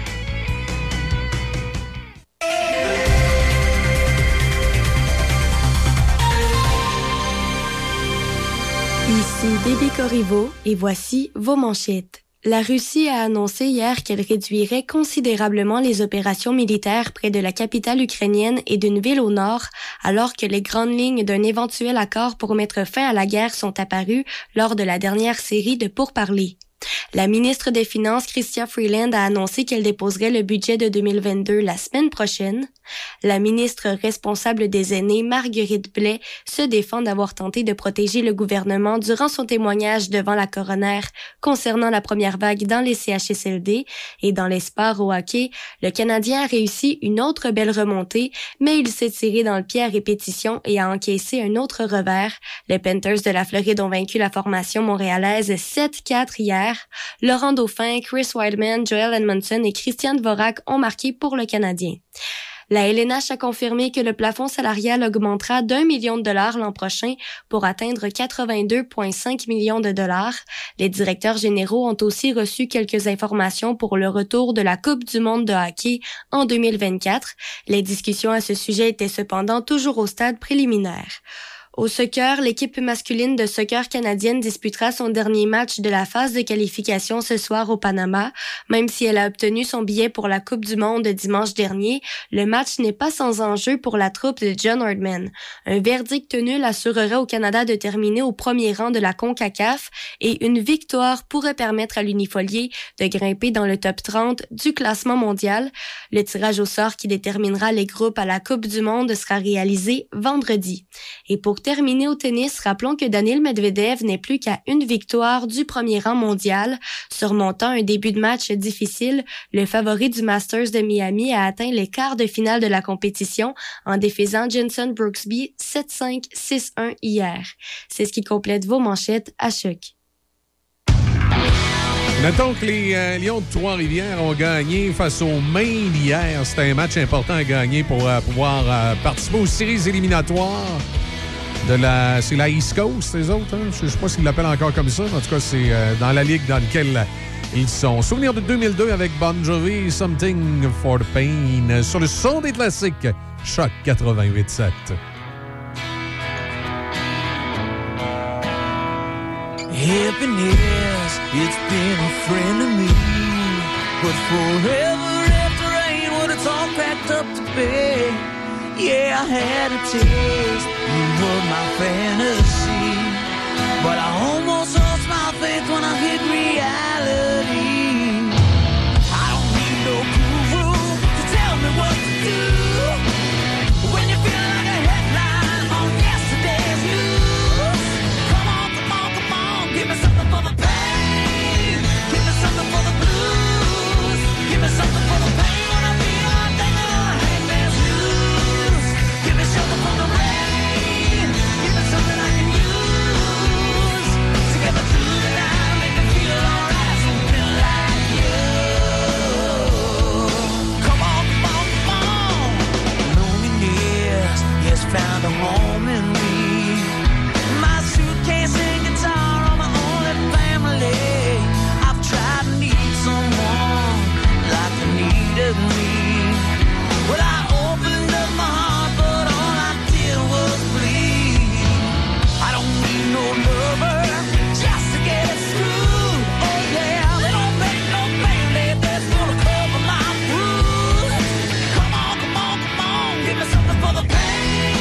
[SPEAKER 8] Ici Déby Corriveau et voici vos manchettes. La Russie a annoncé hier qu'elle réduirait considérablement les opérations militaires près de la capitale ukrainienne et d'une ville au nord, alors que les grandes lignes d'un éventuel accord pour mettre fin à la guerre sont apparues lors de la dernière série de pourparlers. La ministre des Finances, Chrystia Freeland, a annoncé qu'elle déposerait le budget de deux mille vingt-deux la semaine prochaine. La ministre responsable des aînés, Marguerite Blais, se défend d'avoir tenté de protéger le gouvernement durant son témoignage devant la coroner concernant la première vague dans les C H S L D. Et dans les sports au hockey, le Canadien a réussi une autre belle remontée, mais il s'est tiré dans le pied à répétition et a encaissé un autre revers. Les Panthers de la Floride ont vaincu la formation montréalaise sept quatre hier. Laurent Dauphin, Chris Wideman, Joel Edmondson et Christian Dvorak ont marqué pour le Canadien. La L N H a confirmé que le plafond salarial augmentera d'un million de dollars l'an prochain pour atteindre quatre-vingt-deux virgule cinq millions de dollars. Les directeurs généraux ont aussi reçu quelques informations pour le retour de la Coupe du monde de hockey en deux mille vingt-quatre. Les discussions à ce sujet étaient cependant toujours au stade préliminaire. Au soccer, l'équipe masculine de soccer canadienne disputera son dernier match de la phase de qualification ce soir au Panama. Même si elle a obtenu son billet pour la Coupe du monde dimanche dernier, le match n'est pas sans enjeu pour la troupe de John Herdman. Un verdict nul assurerait au Canada de terminer au premier rang de la CONCACAF et une victoire pourrait permettre à l'Unifolier de grimper dans le top trente du classement mondial. Le tirage au sort qui déterminera les groupes à la Coupe du monde sera réalisé vendredi. Et pour terminer au tennis, rappelons que Daniil Medvedev n'est plus qu'à une victoire du premier rang mondial. Surmontant un début de match difficile, le favori du Masters de Miami a atteint les quarts de finale de la compétition en défaisant Jenson Brooksby sept cinq, six un hier. C'est ce qui complète vos manchettes à Choc.
[SPEAKER 2] Notons que les euh, Lions de Trois-Rivières ont gagné face aux Maine hier. C'était un match important à gagner pour euh, pouvoir euh, participer aux séries éliminatoires. De la, c'est la East Coast, les autres. Hein? Je ne sais pas s'ils l'appellent encore comme ça. En tout cas, c'est euh, dans la ligue dans laquelle ils sont. Souvenir de deux mille deux avec Bon Jovi, Something for the Pain. Sur le son des classiques, Choc quatre-vingt-huit sept.
[SPEAKER 4] Happiness, it's been a friend of me. But forever after rain, when it's all packed up to bed. Yeah, I had a taste, you were my fantasy. But I almost lost my faith when I hit reality. I don't need no guru to tell me what to do. When you feel like a headline on yesterday's news. Come on, come on, come on, give me something for the pain. Give me something for the blues. Give me something for the pain when I feel like thinking of hangman's news. Give me something from the rain. Give me something I can use to get me through the night, make me feel alright, something like you. Come on, come on, come on. Loneliness has found a home in me. My suitcase and guitar are my only family. I've tried to need someone like you needed me. Well, I opened up my heart, but all I did was bleed. I don't need no lover just to get it through. Oh yeah, they don't make no band-aid that's gonna cover my bruise. Come on, come on, come on, give me something for the pain.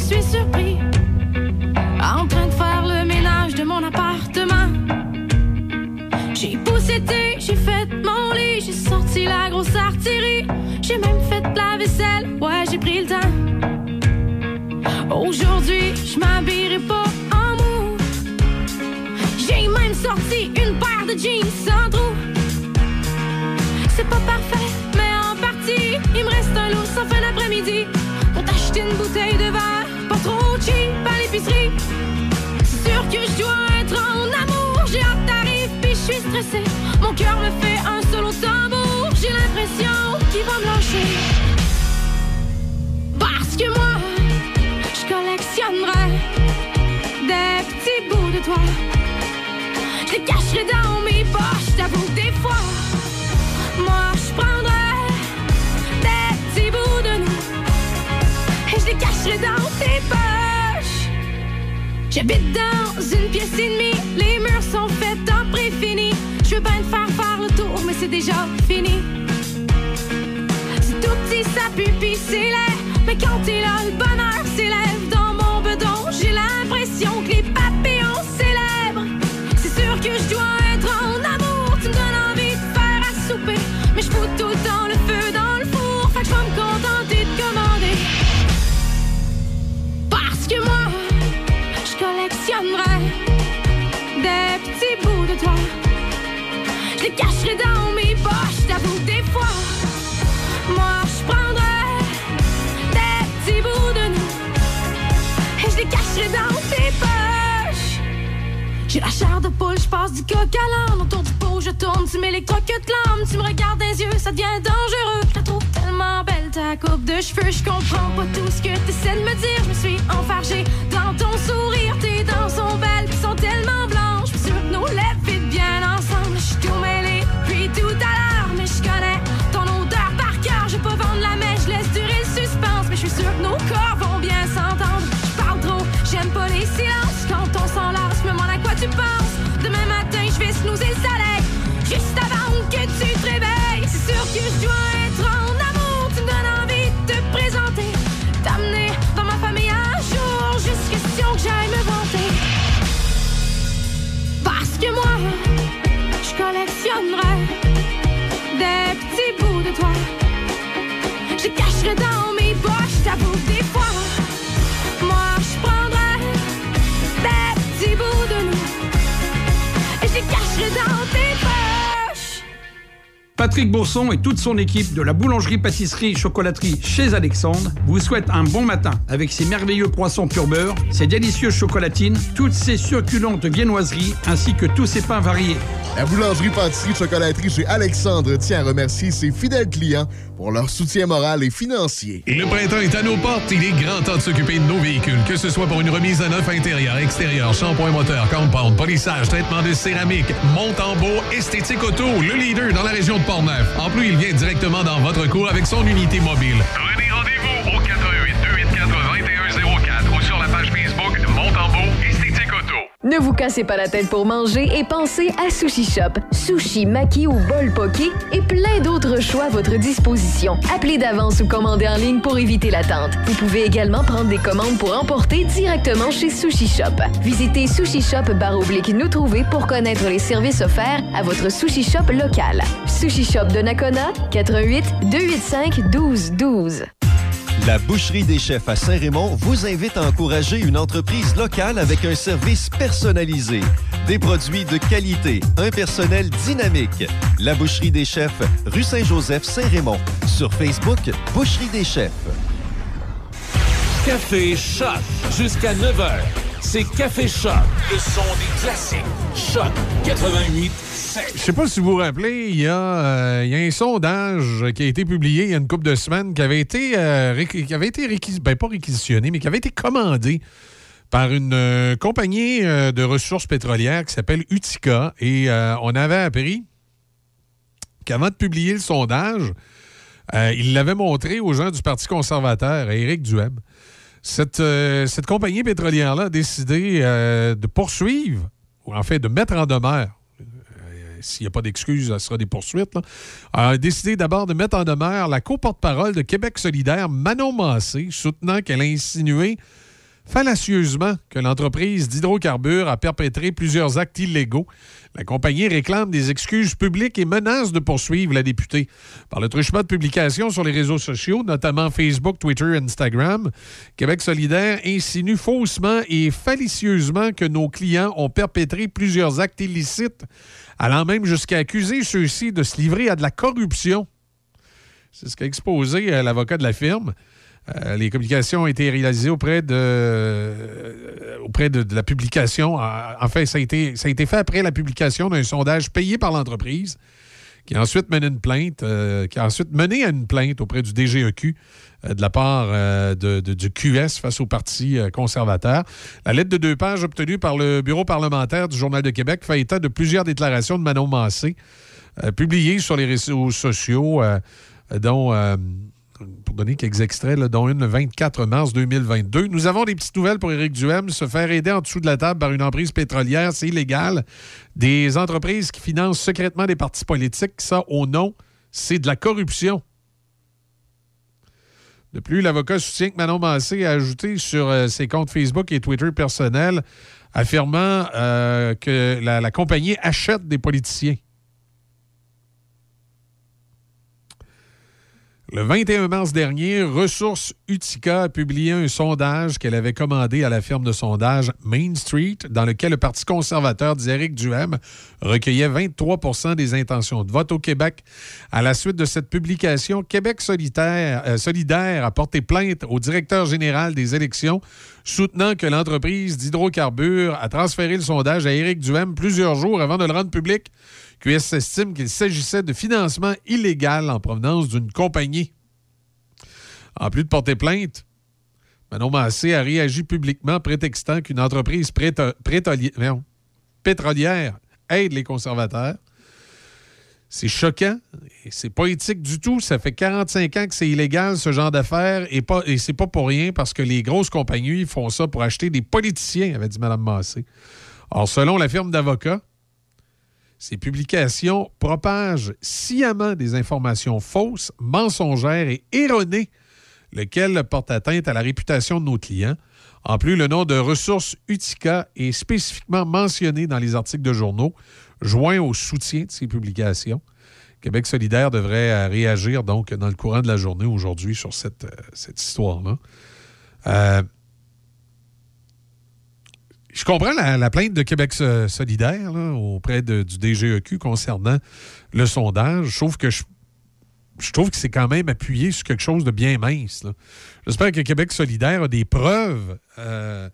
[SPEAKER 9] suis surpris, en train de faire le ménage de mon appartement. J'ai poussé thé, j'ai fait mon lit, j'ai sorti la grosse artillerie. J'ai même fait la vaisselle, ouais, j'ai pris le temps. Aujourd'hui, je m'habillerai pas en mou. J'ai même sorti une paire de jeans sans trou. C'est pas parfait, mais en partie, il me reste un lot sans fin d'après-midi pour t'acheter une bouteille de verre, pas trop cheap à l'épicerie. C'est sûr que je dois être en amour, j'ai hâte t'arrives, puis je suis stressée. Mon cœur me fait un solo tambour, j'ai l'impression qu'il va me lâcher. Parce que moi, je collectionnerai des petits bouts de toi. Je les cacherai dans mes poches, t'avoue des fois. Moi, je prendrai des petits bouts de nous et je les cacherai dans tes poches. J'habite dans une pièce et demie, les murs sont faits en préfini. Je veux bien te faire faire le tour, mais c'est déjà fini. C'est tout petit, ça pue, pis c'est laid, mais quand t'es là, le bonheur s'élève dans mon bedon. J'ai l'impression que les papillons célèbrent. C'est sûr que je dois être en amour, tu me donnes envie de faire à souper, mais je fous tout le temps le feu dans le four, fait que je vais me contenter de commander. Parce que moi, je collectionnerai des petits bouts de toi. Je les cacherai dans mes poches, t'avoue des fois. Moi, je prendrai des petits bouts de nous et je les cacherai dans tes poches. J'ai la chair de poule, je passe du coq à l'âne. Autour du pot, je tourne, tu m'électrocutes l'âme. Tu me regardes dans les yeux, ça devient dangereux. Je la trouve tellement belle, ta coupe de cheveux. Je comprends pas tout ce que t'essaies de me dire. Je me suis enfargée dans ton sourire. Tes dents sont belles, pis sont tellement blanches. Je suis sûre que nos lèvres fit bien ensemble. Je suis tout mêlée, puis tout à l'heure. Mais je connais ton odeur par cœur. Je vais pas vendre la mèche, je laisse durer le suspense. Mais je suis sûre que nos corps vont bien s'entendre. Je parle trop, j'aime pas les silences. Quand on s'enlace, me demande à quoi tu penses. Demain matin, je vais snoozer le soleil juste avant que tu te réveilles. C'est sûr que je dois être en amour. Tu me donnes envie de te présenter, t'amener dans ma famille un jour. Juste question que j'aille me vanter. Parce que moi, je collectionnerai des petits bouts de toi. Je les cacherai dans mes poches, t'avoue des fois. Moi, je prendrai des petits bouts de nous et je les cacherai dans tes poches.
[SPEAKER 19] Patrick Bourson et toute son équipe de la boulangerie-pâtisserie-chocolaterie chez Alexandre vous souhaitent un bon matin avec ses merveilleux poissons pur beurre, ses délicieuses chocolatines, toutes ses succulentes viennoiseries ainsi que tous ses pains variés.
[SPEAKER 20] La boulangerie-pâtisserie-chocolaterie chez Alexandre tient à remercier ses fidèles clients pour leur soutien moral et financier.
[SPEAKER 6] Le printemps est à nos portes. Il est grand temps de s'occuper de nos véhicules, que ce soit pour une remise à neuf intérieur, extérieur, shampoing moteur, compound, polissage, traitement de céramique, monte en beau, Esthétique Auto, le leader dans la région de Portneuf. En plus, il vient directement dans votre cour avec son unité mobile.
[SPEAKER 10] Prenez rendez-vous au quatre un huit, deux huit quatre, deux un zéro quatre ou sur la page Facebook Monte en beau, Esthétique Auto.
[SPEAKER 7] Ne vous cassez pas la tête pour manger et pensez à Sushi Shop. Sushi, maki ou bol poké et plein d'autres choix à votre disposition. Appelez d'avance ou commandez en ligne pour éviter l'attente. Vous pouvez également prendre des commandes pour emporter directement chez Sushi Shop. Visitez Sushi Shop barre oblique nous trouver pour connaître les services offerts à votre Sushi Shop local. Sushi Shop de Nakona, quatre un huit, deux huit cinq, un deux un deux.
[SPEAKER 17] La Boucherie des Chefs à Saint-Raymond vous invite à encourager une entreprise locale avec un service personnalisé, des produits de qualité, un personnel dynamique. La Boucherie des Chefs, rue Saint-Joseph, Saint-Raymond. Sur Facebook, Boucherie des Chefs.
[SPEAKER 3] Café Choc, jusqu'à neuf heures. C'est Café Choc, le son des classiques. Choc quatre-vingt-huit sept.
[SPEAKER 2] Je sais pas si vous vous rappelez, il y, euh, y a un sondage qui a été publié il y a une couple de semaines qui avait été, euh, réqu- qui avait été réquis- ben, pas réquisitionné, mais qui avait été commandé par une euh, compagnie euh, de ressources pétrolières qui s'appelle Utica. Et euh, on avait appris qu'avant de publier le sondage, euh, il l'avait montré aux gens du Parti conservateur, à Éric Duhem. Cette, euh, cette compagnie pétrolière-là a décidé euh, de poursuivre, ou en fait de mettre en demeure, euh, s'il n'y a pas d'excuses, ce sera des poursuites, là, a décidé d'abord de mettre en demeure la co-porte-parole de Québec solidaire, Manon Massé, soutenant qu'elle a insinué fallacieusement que l'entreprise d'hydrocarbures a perpétré plusieurs actes illégaux. La compagnie réclame des excuses publiques et menace de poursuivre la députée. Par le truchement de publications sur les réseaux sociaux, notamment Facebook, Twitter, Instagram, Québec solidaire insinue faussement et fallicieusement que nos clients ont perpétré plusieurs actes illicites, allant même jusqu'à accuser ceux-ci de se livrer à de la corruption. C'est ce qu'a exposé euh, l'avocat de la firme. Euh, les communications ont été réalisées auprès de, euh, auprès de, de la publication. En fait, ça a été, ça a été fait après la publication d'un sondage payé par l'entreprise qui a ensuite mené une plainte, euh, qui a ensuite mené à une plainte auprès du D G E Q euh, de la part euh, de, de, du Q S face au Parti euh, conservateur. La lettre de deux pages obtenue par le bureau parlementaire du Journal de Québec fait état de plusieurs déclarations de Manon Massé euh, publiées sur les réseaux sociaux, euh, dont... Euh, pour donner quelques extraits, là, dont une le vingt-quatre mars deux mille vingt-deux. Nous avons des petites nouvelles pour Éric Duhem. Se faire aider en dessous de la table par une emprise pétrolière, c'est illégal. Des entreprises qui financent secrètement des partis politiques, ça, au nom, c'est de la corruption. De plus, l'avocat soutient que Manon Massé a ajouté sur euh, ses comptes Facebook et Twitter personnels, affirmant euh, que la, la compagnie achète des politiciens. Le vingt et un mars dernier, Ressources Utica a publié un sondage qu'elle avait commandé à la firme de sondage Main Street, dans lequel le Parti conservateur d'Éric Duhem recueillait vingt-trois pour cent des intentions de vote au Québec. À la suite de cette publication, Québec solidaire, euh, solidaire a porté plainte au directeur général des élections, soutenant que l'entreprise d'hydrocarbures a transféré le sondage à Éric Duhem plusieurs jours avant de le rendre public. Q S estime qu'il s'agissait de financement illégal en provenance d'une compagnie. En plus de porter plainte, Manon Massé a réagi publiquement prétextant qu'une entreprise préto- prétoli- non, pétrolière aide les conservateurs. C'est choquant et c'est pas éthique du tout. Ça fait quarante-cinq ans que c'est illégal, ce genre d'affaires, et, pas, et c'est pas pour rien parce que les grosses compagnies font ça pour acheter des politiciens, avait dit Mme Massé. Or, selon la firme d'avocats, ces publications propagent sciemment des informations fausses, mensongères et erronées, lesquelles portent atteinte à la réputation de nos clients. En plus, le nom de Ressources Utica est spécifiquement mentionné dans les articles de journaux, joint au soutien de ces publications. Québec solidaire devrait réagir donc dans le courant de la journée aujourd'hui sur cette, cette histoire-là. Euh, Je comprends la, la plainte de Québec solidaire là, auprès de, du D G E Q concernant le sondage. Je trouve que je, je trouve que c'est quand même appuyé sur quelque chose de bien mince. Là. J'espère que Québec solidaire a des preuves euh,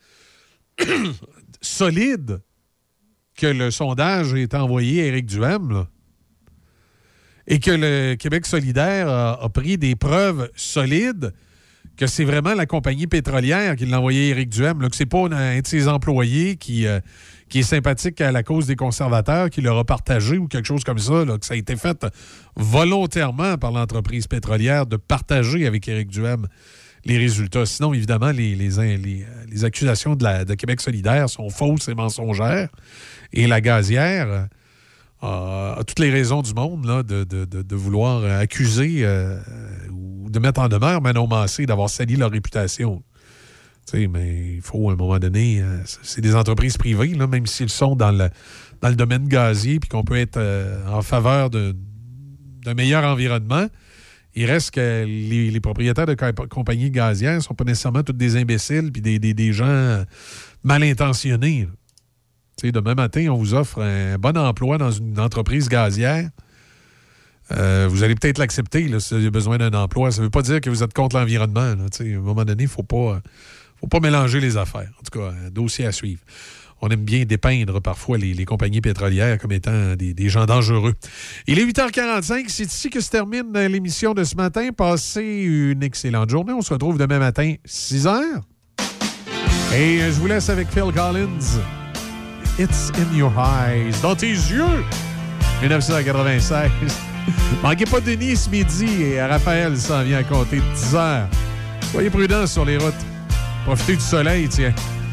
[SPEAKER 2] solides que le sondage est envoyé à Éric Duhem là, et que le Québec solidaire a, a pris des preuves solides que c'est vraiment la compagnie pétrolière qui l'a envoyé à Éric Duhem, là, que c'est pas un de ses employés qui, euh, qui est sympathique à la cause des conservateurs, qui leur a partagé ou quelque chose comme ça, là, que ça a été fait volontairement par l'entreprise pétrolière de partager avec Éric Duhem les résultats. Sinon, évidemment, les, les, les, les accusations de, la, de Québec solidaire sont fausses et mensongères. Et la gazière a, a toutes les raisons du monde là, de, de, de, de vouloir accuser euh, ou de mettre en demeure Manon Massé d'avoir sali leur réputation. T'sais, mais il faut, à un moment donné, euh, c'est des entreprises privées, là, même s'ils sont dans le, dans le domaine gazier puis qu'on peut être euh, en faveur de, d'un meilleur environnement. Il reste que les, les propriétaires de compagnies gazières ne sont pas nécessairement tous des imbéciles puis des, des, des gens mal intentionnés. T'sais, demain matin, on vous offre un bon emploi dans une entreprise gazière. Euh, vous allez peut-être l'accepter là, si vous avez besoin d'un emploi. Ça ne veut pas dire que vous êtes contre l'environnement. Là, à un moment donné, il ne faut pas, faut pas mélanger les affaires. En tout cas, un dossier à suivre. On aime bien dépeindre parfois les, les compagnies pétrolières comme étant des, des gens dangereux. Il est huit heures quarante-cinq. C'est ici que se termine l'émission de ce matin. Passez une excellente journée. On se retrouve demain matin, six heures. Et je vous laisse avec Phil Collins. It's in your eyes. Dans tes yeux. dix-neuf cent quatre-vingt-seize. Manquez pas de Denis ce midi et Raphaël s'en vient à compter de dix heures. Soyez prudents sur les routes. Profitez du soleil, tiens.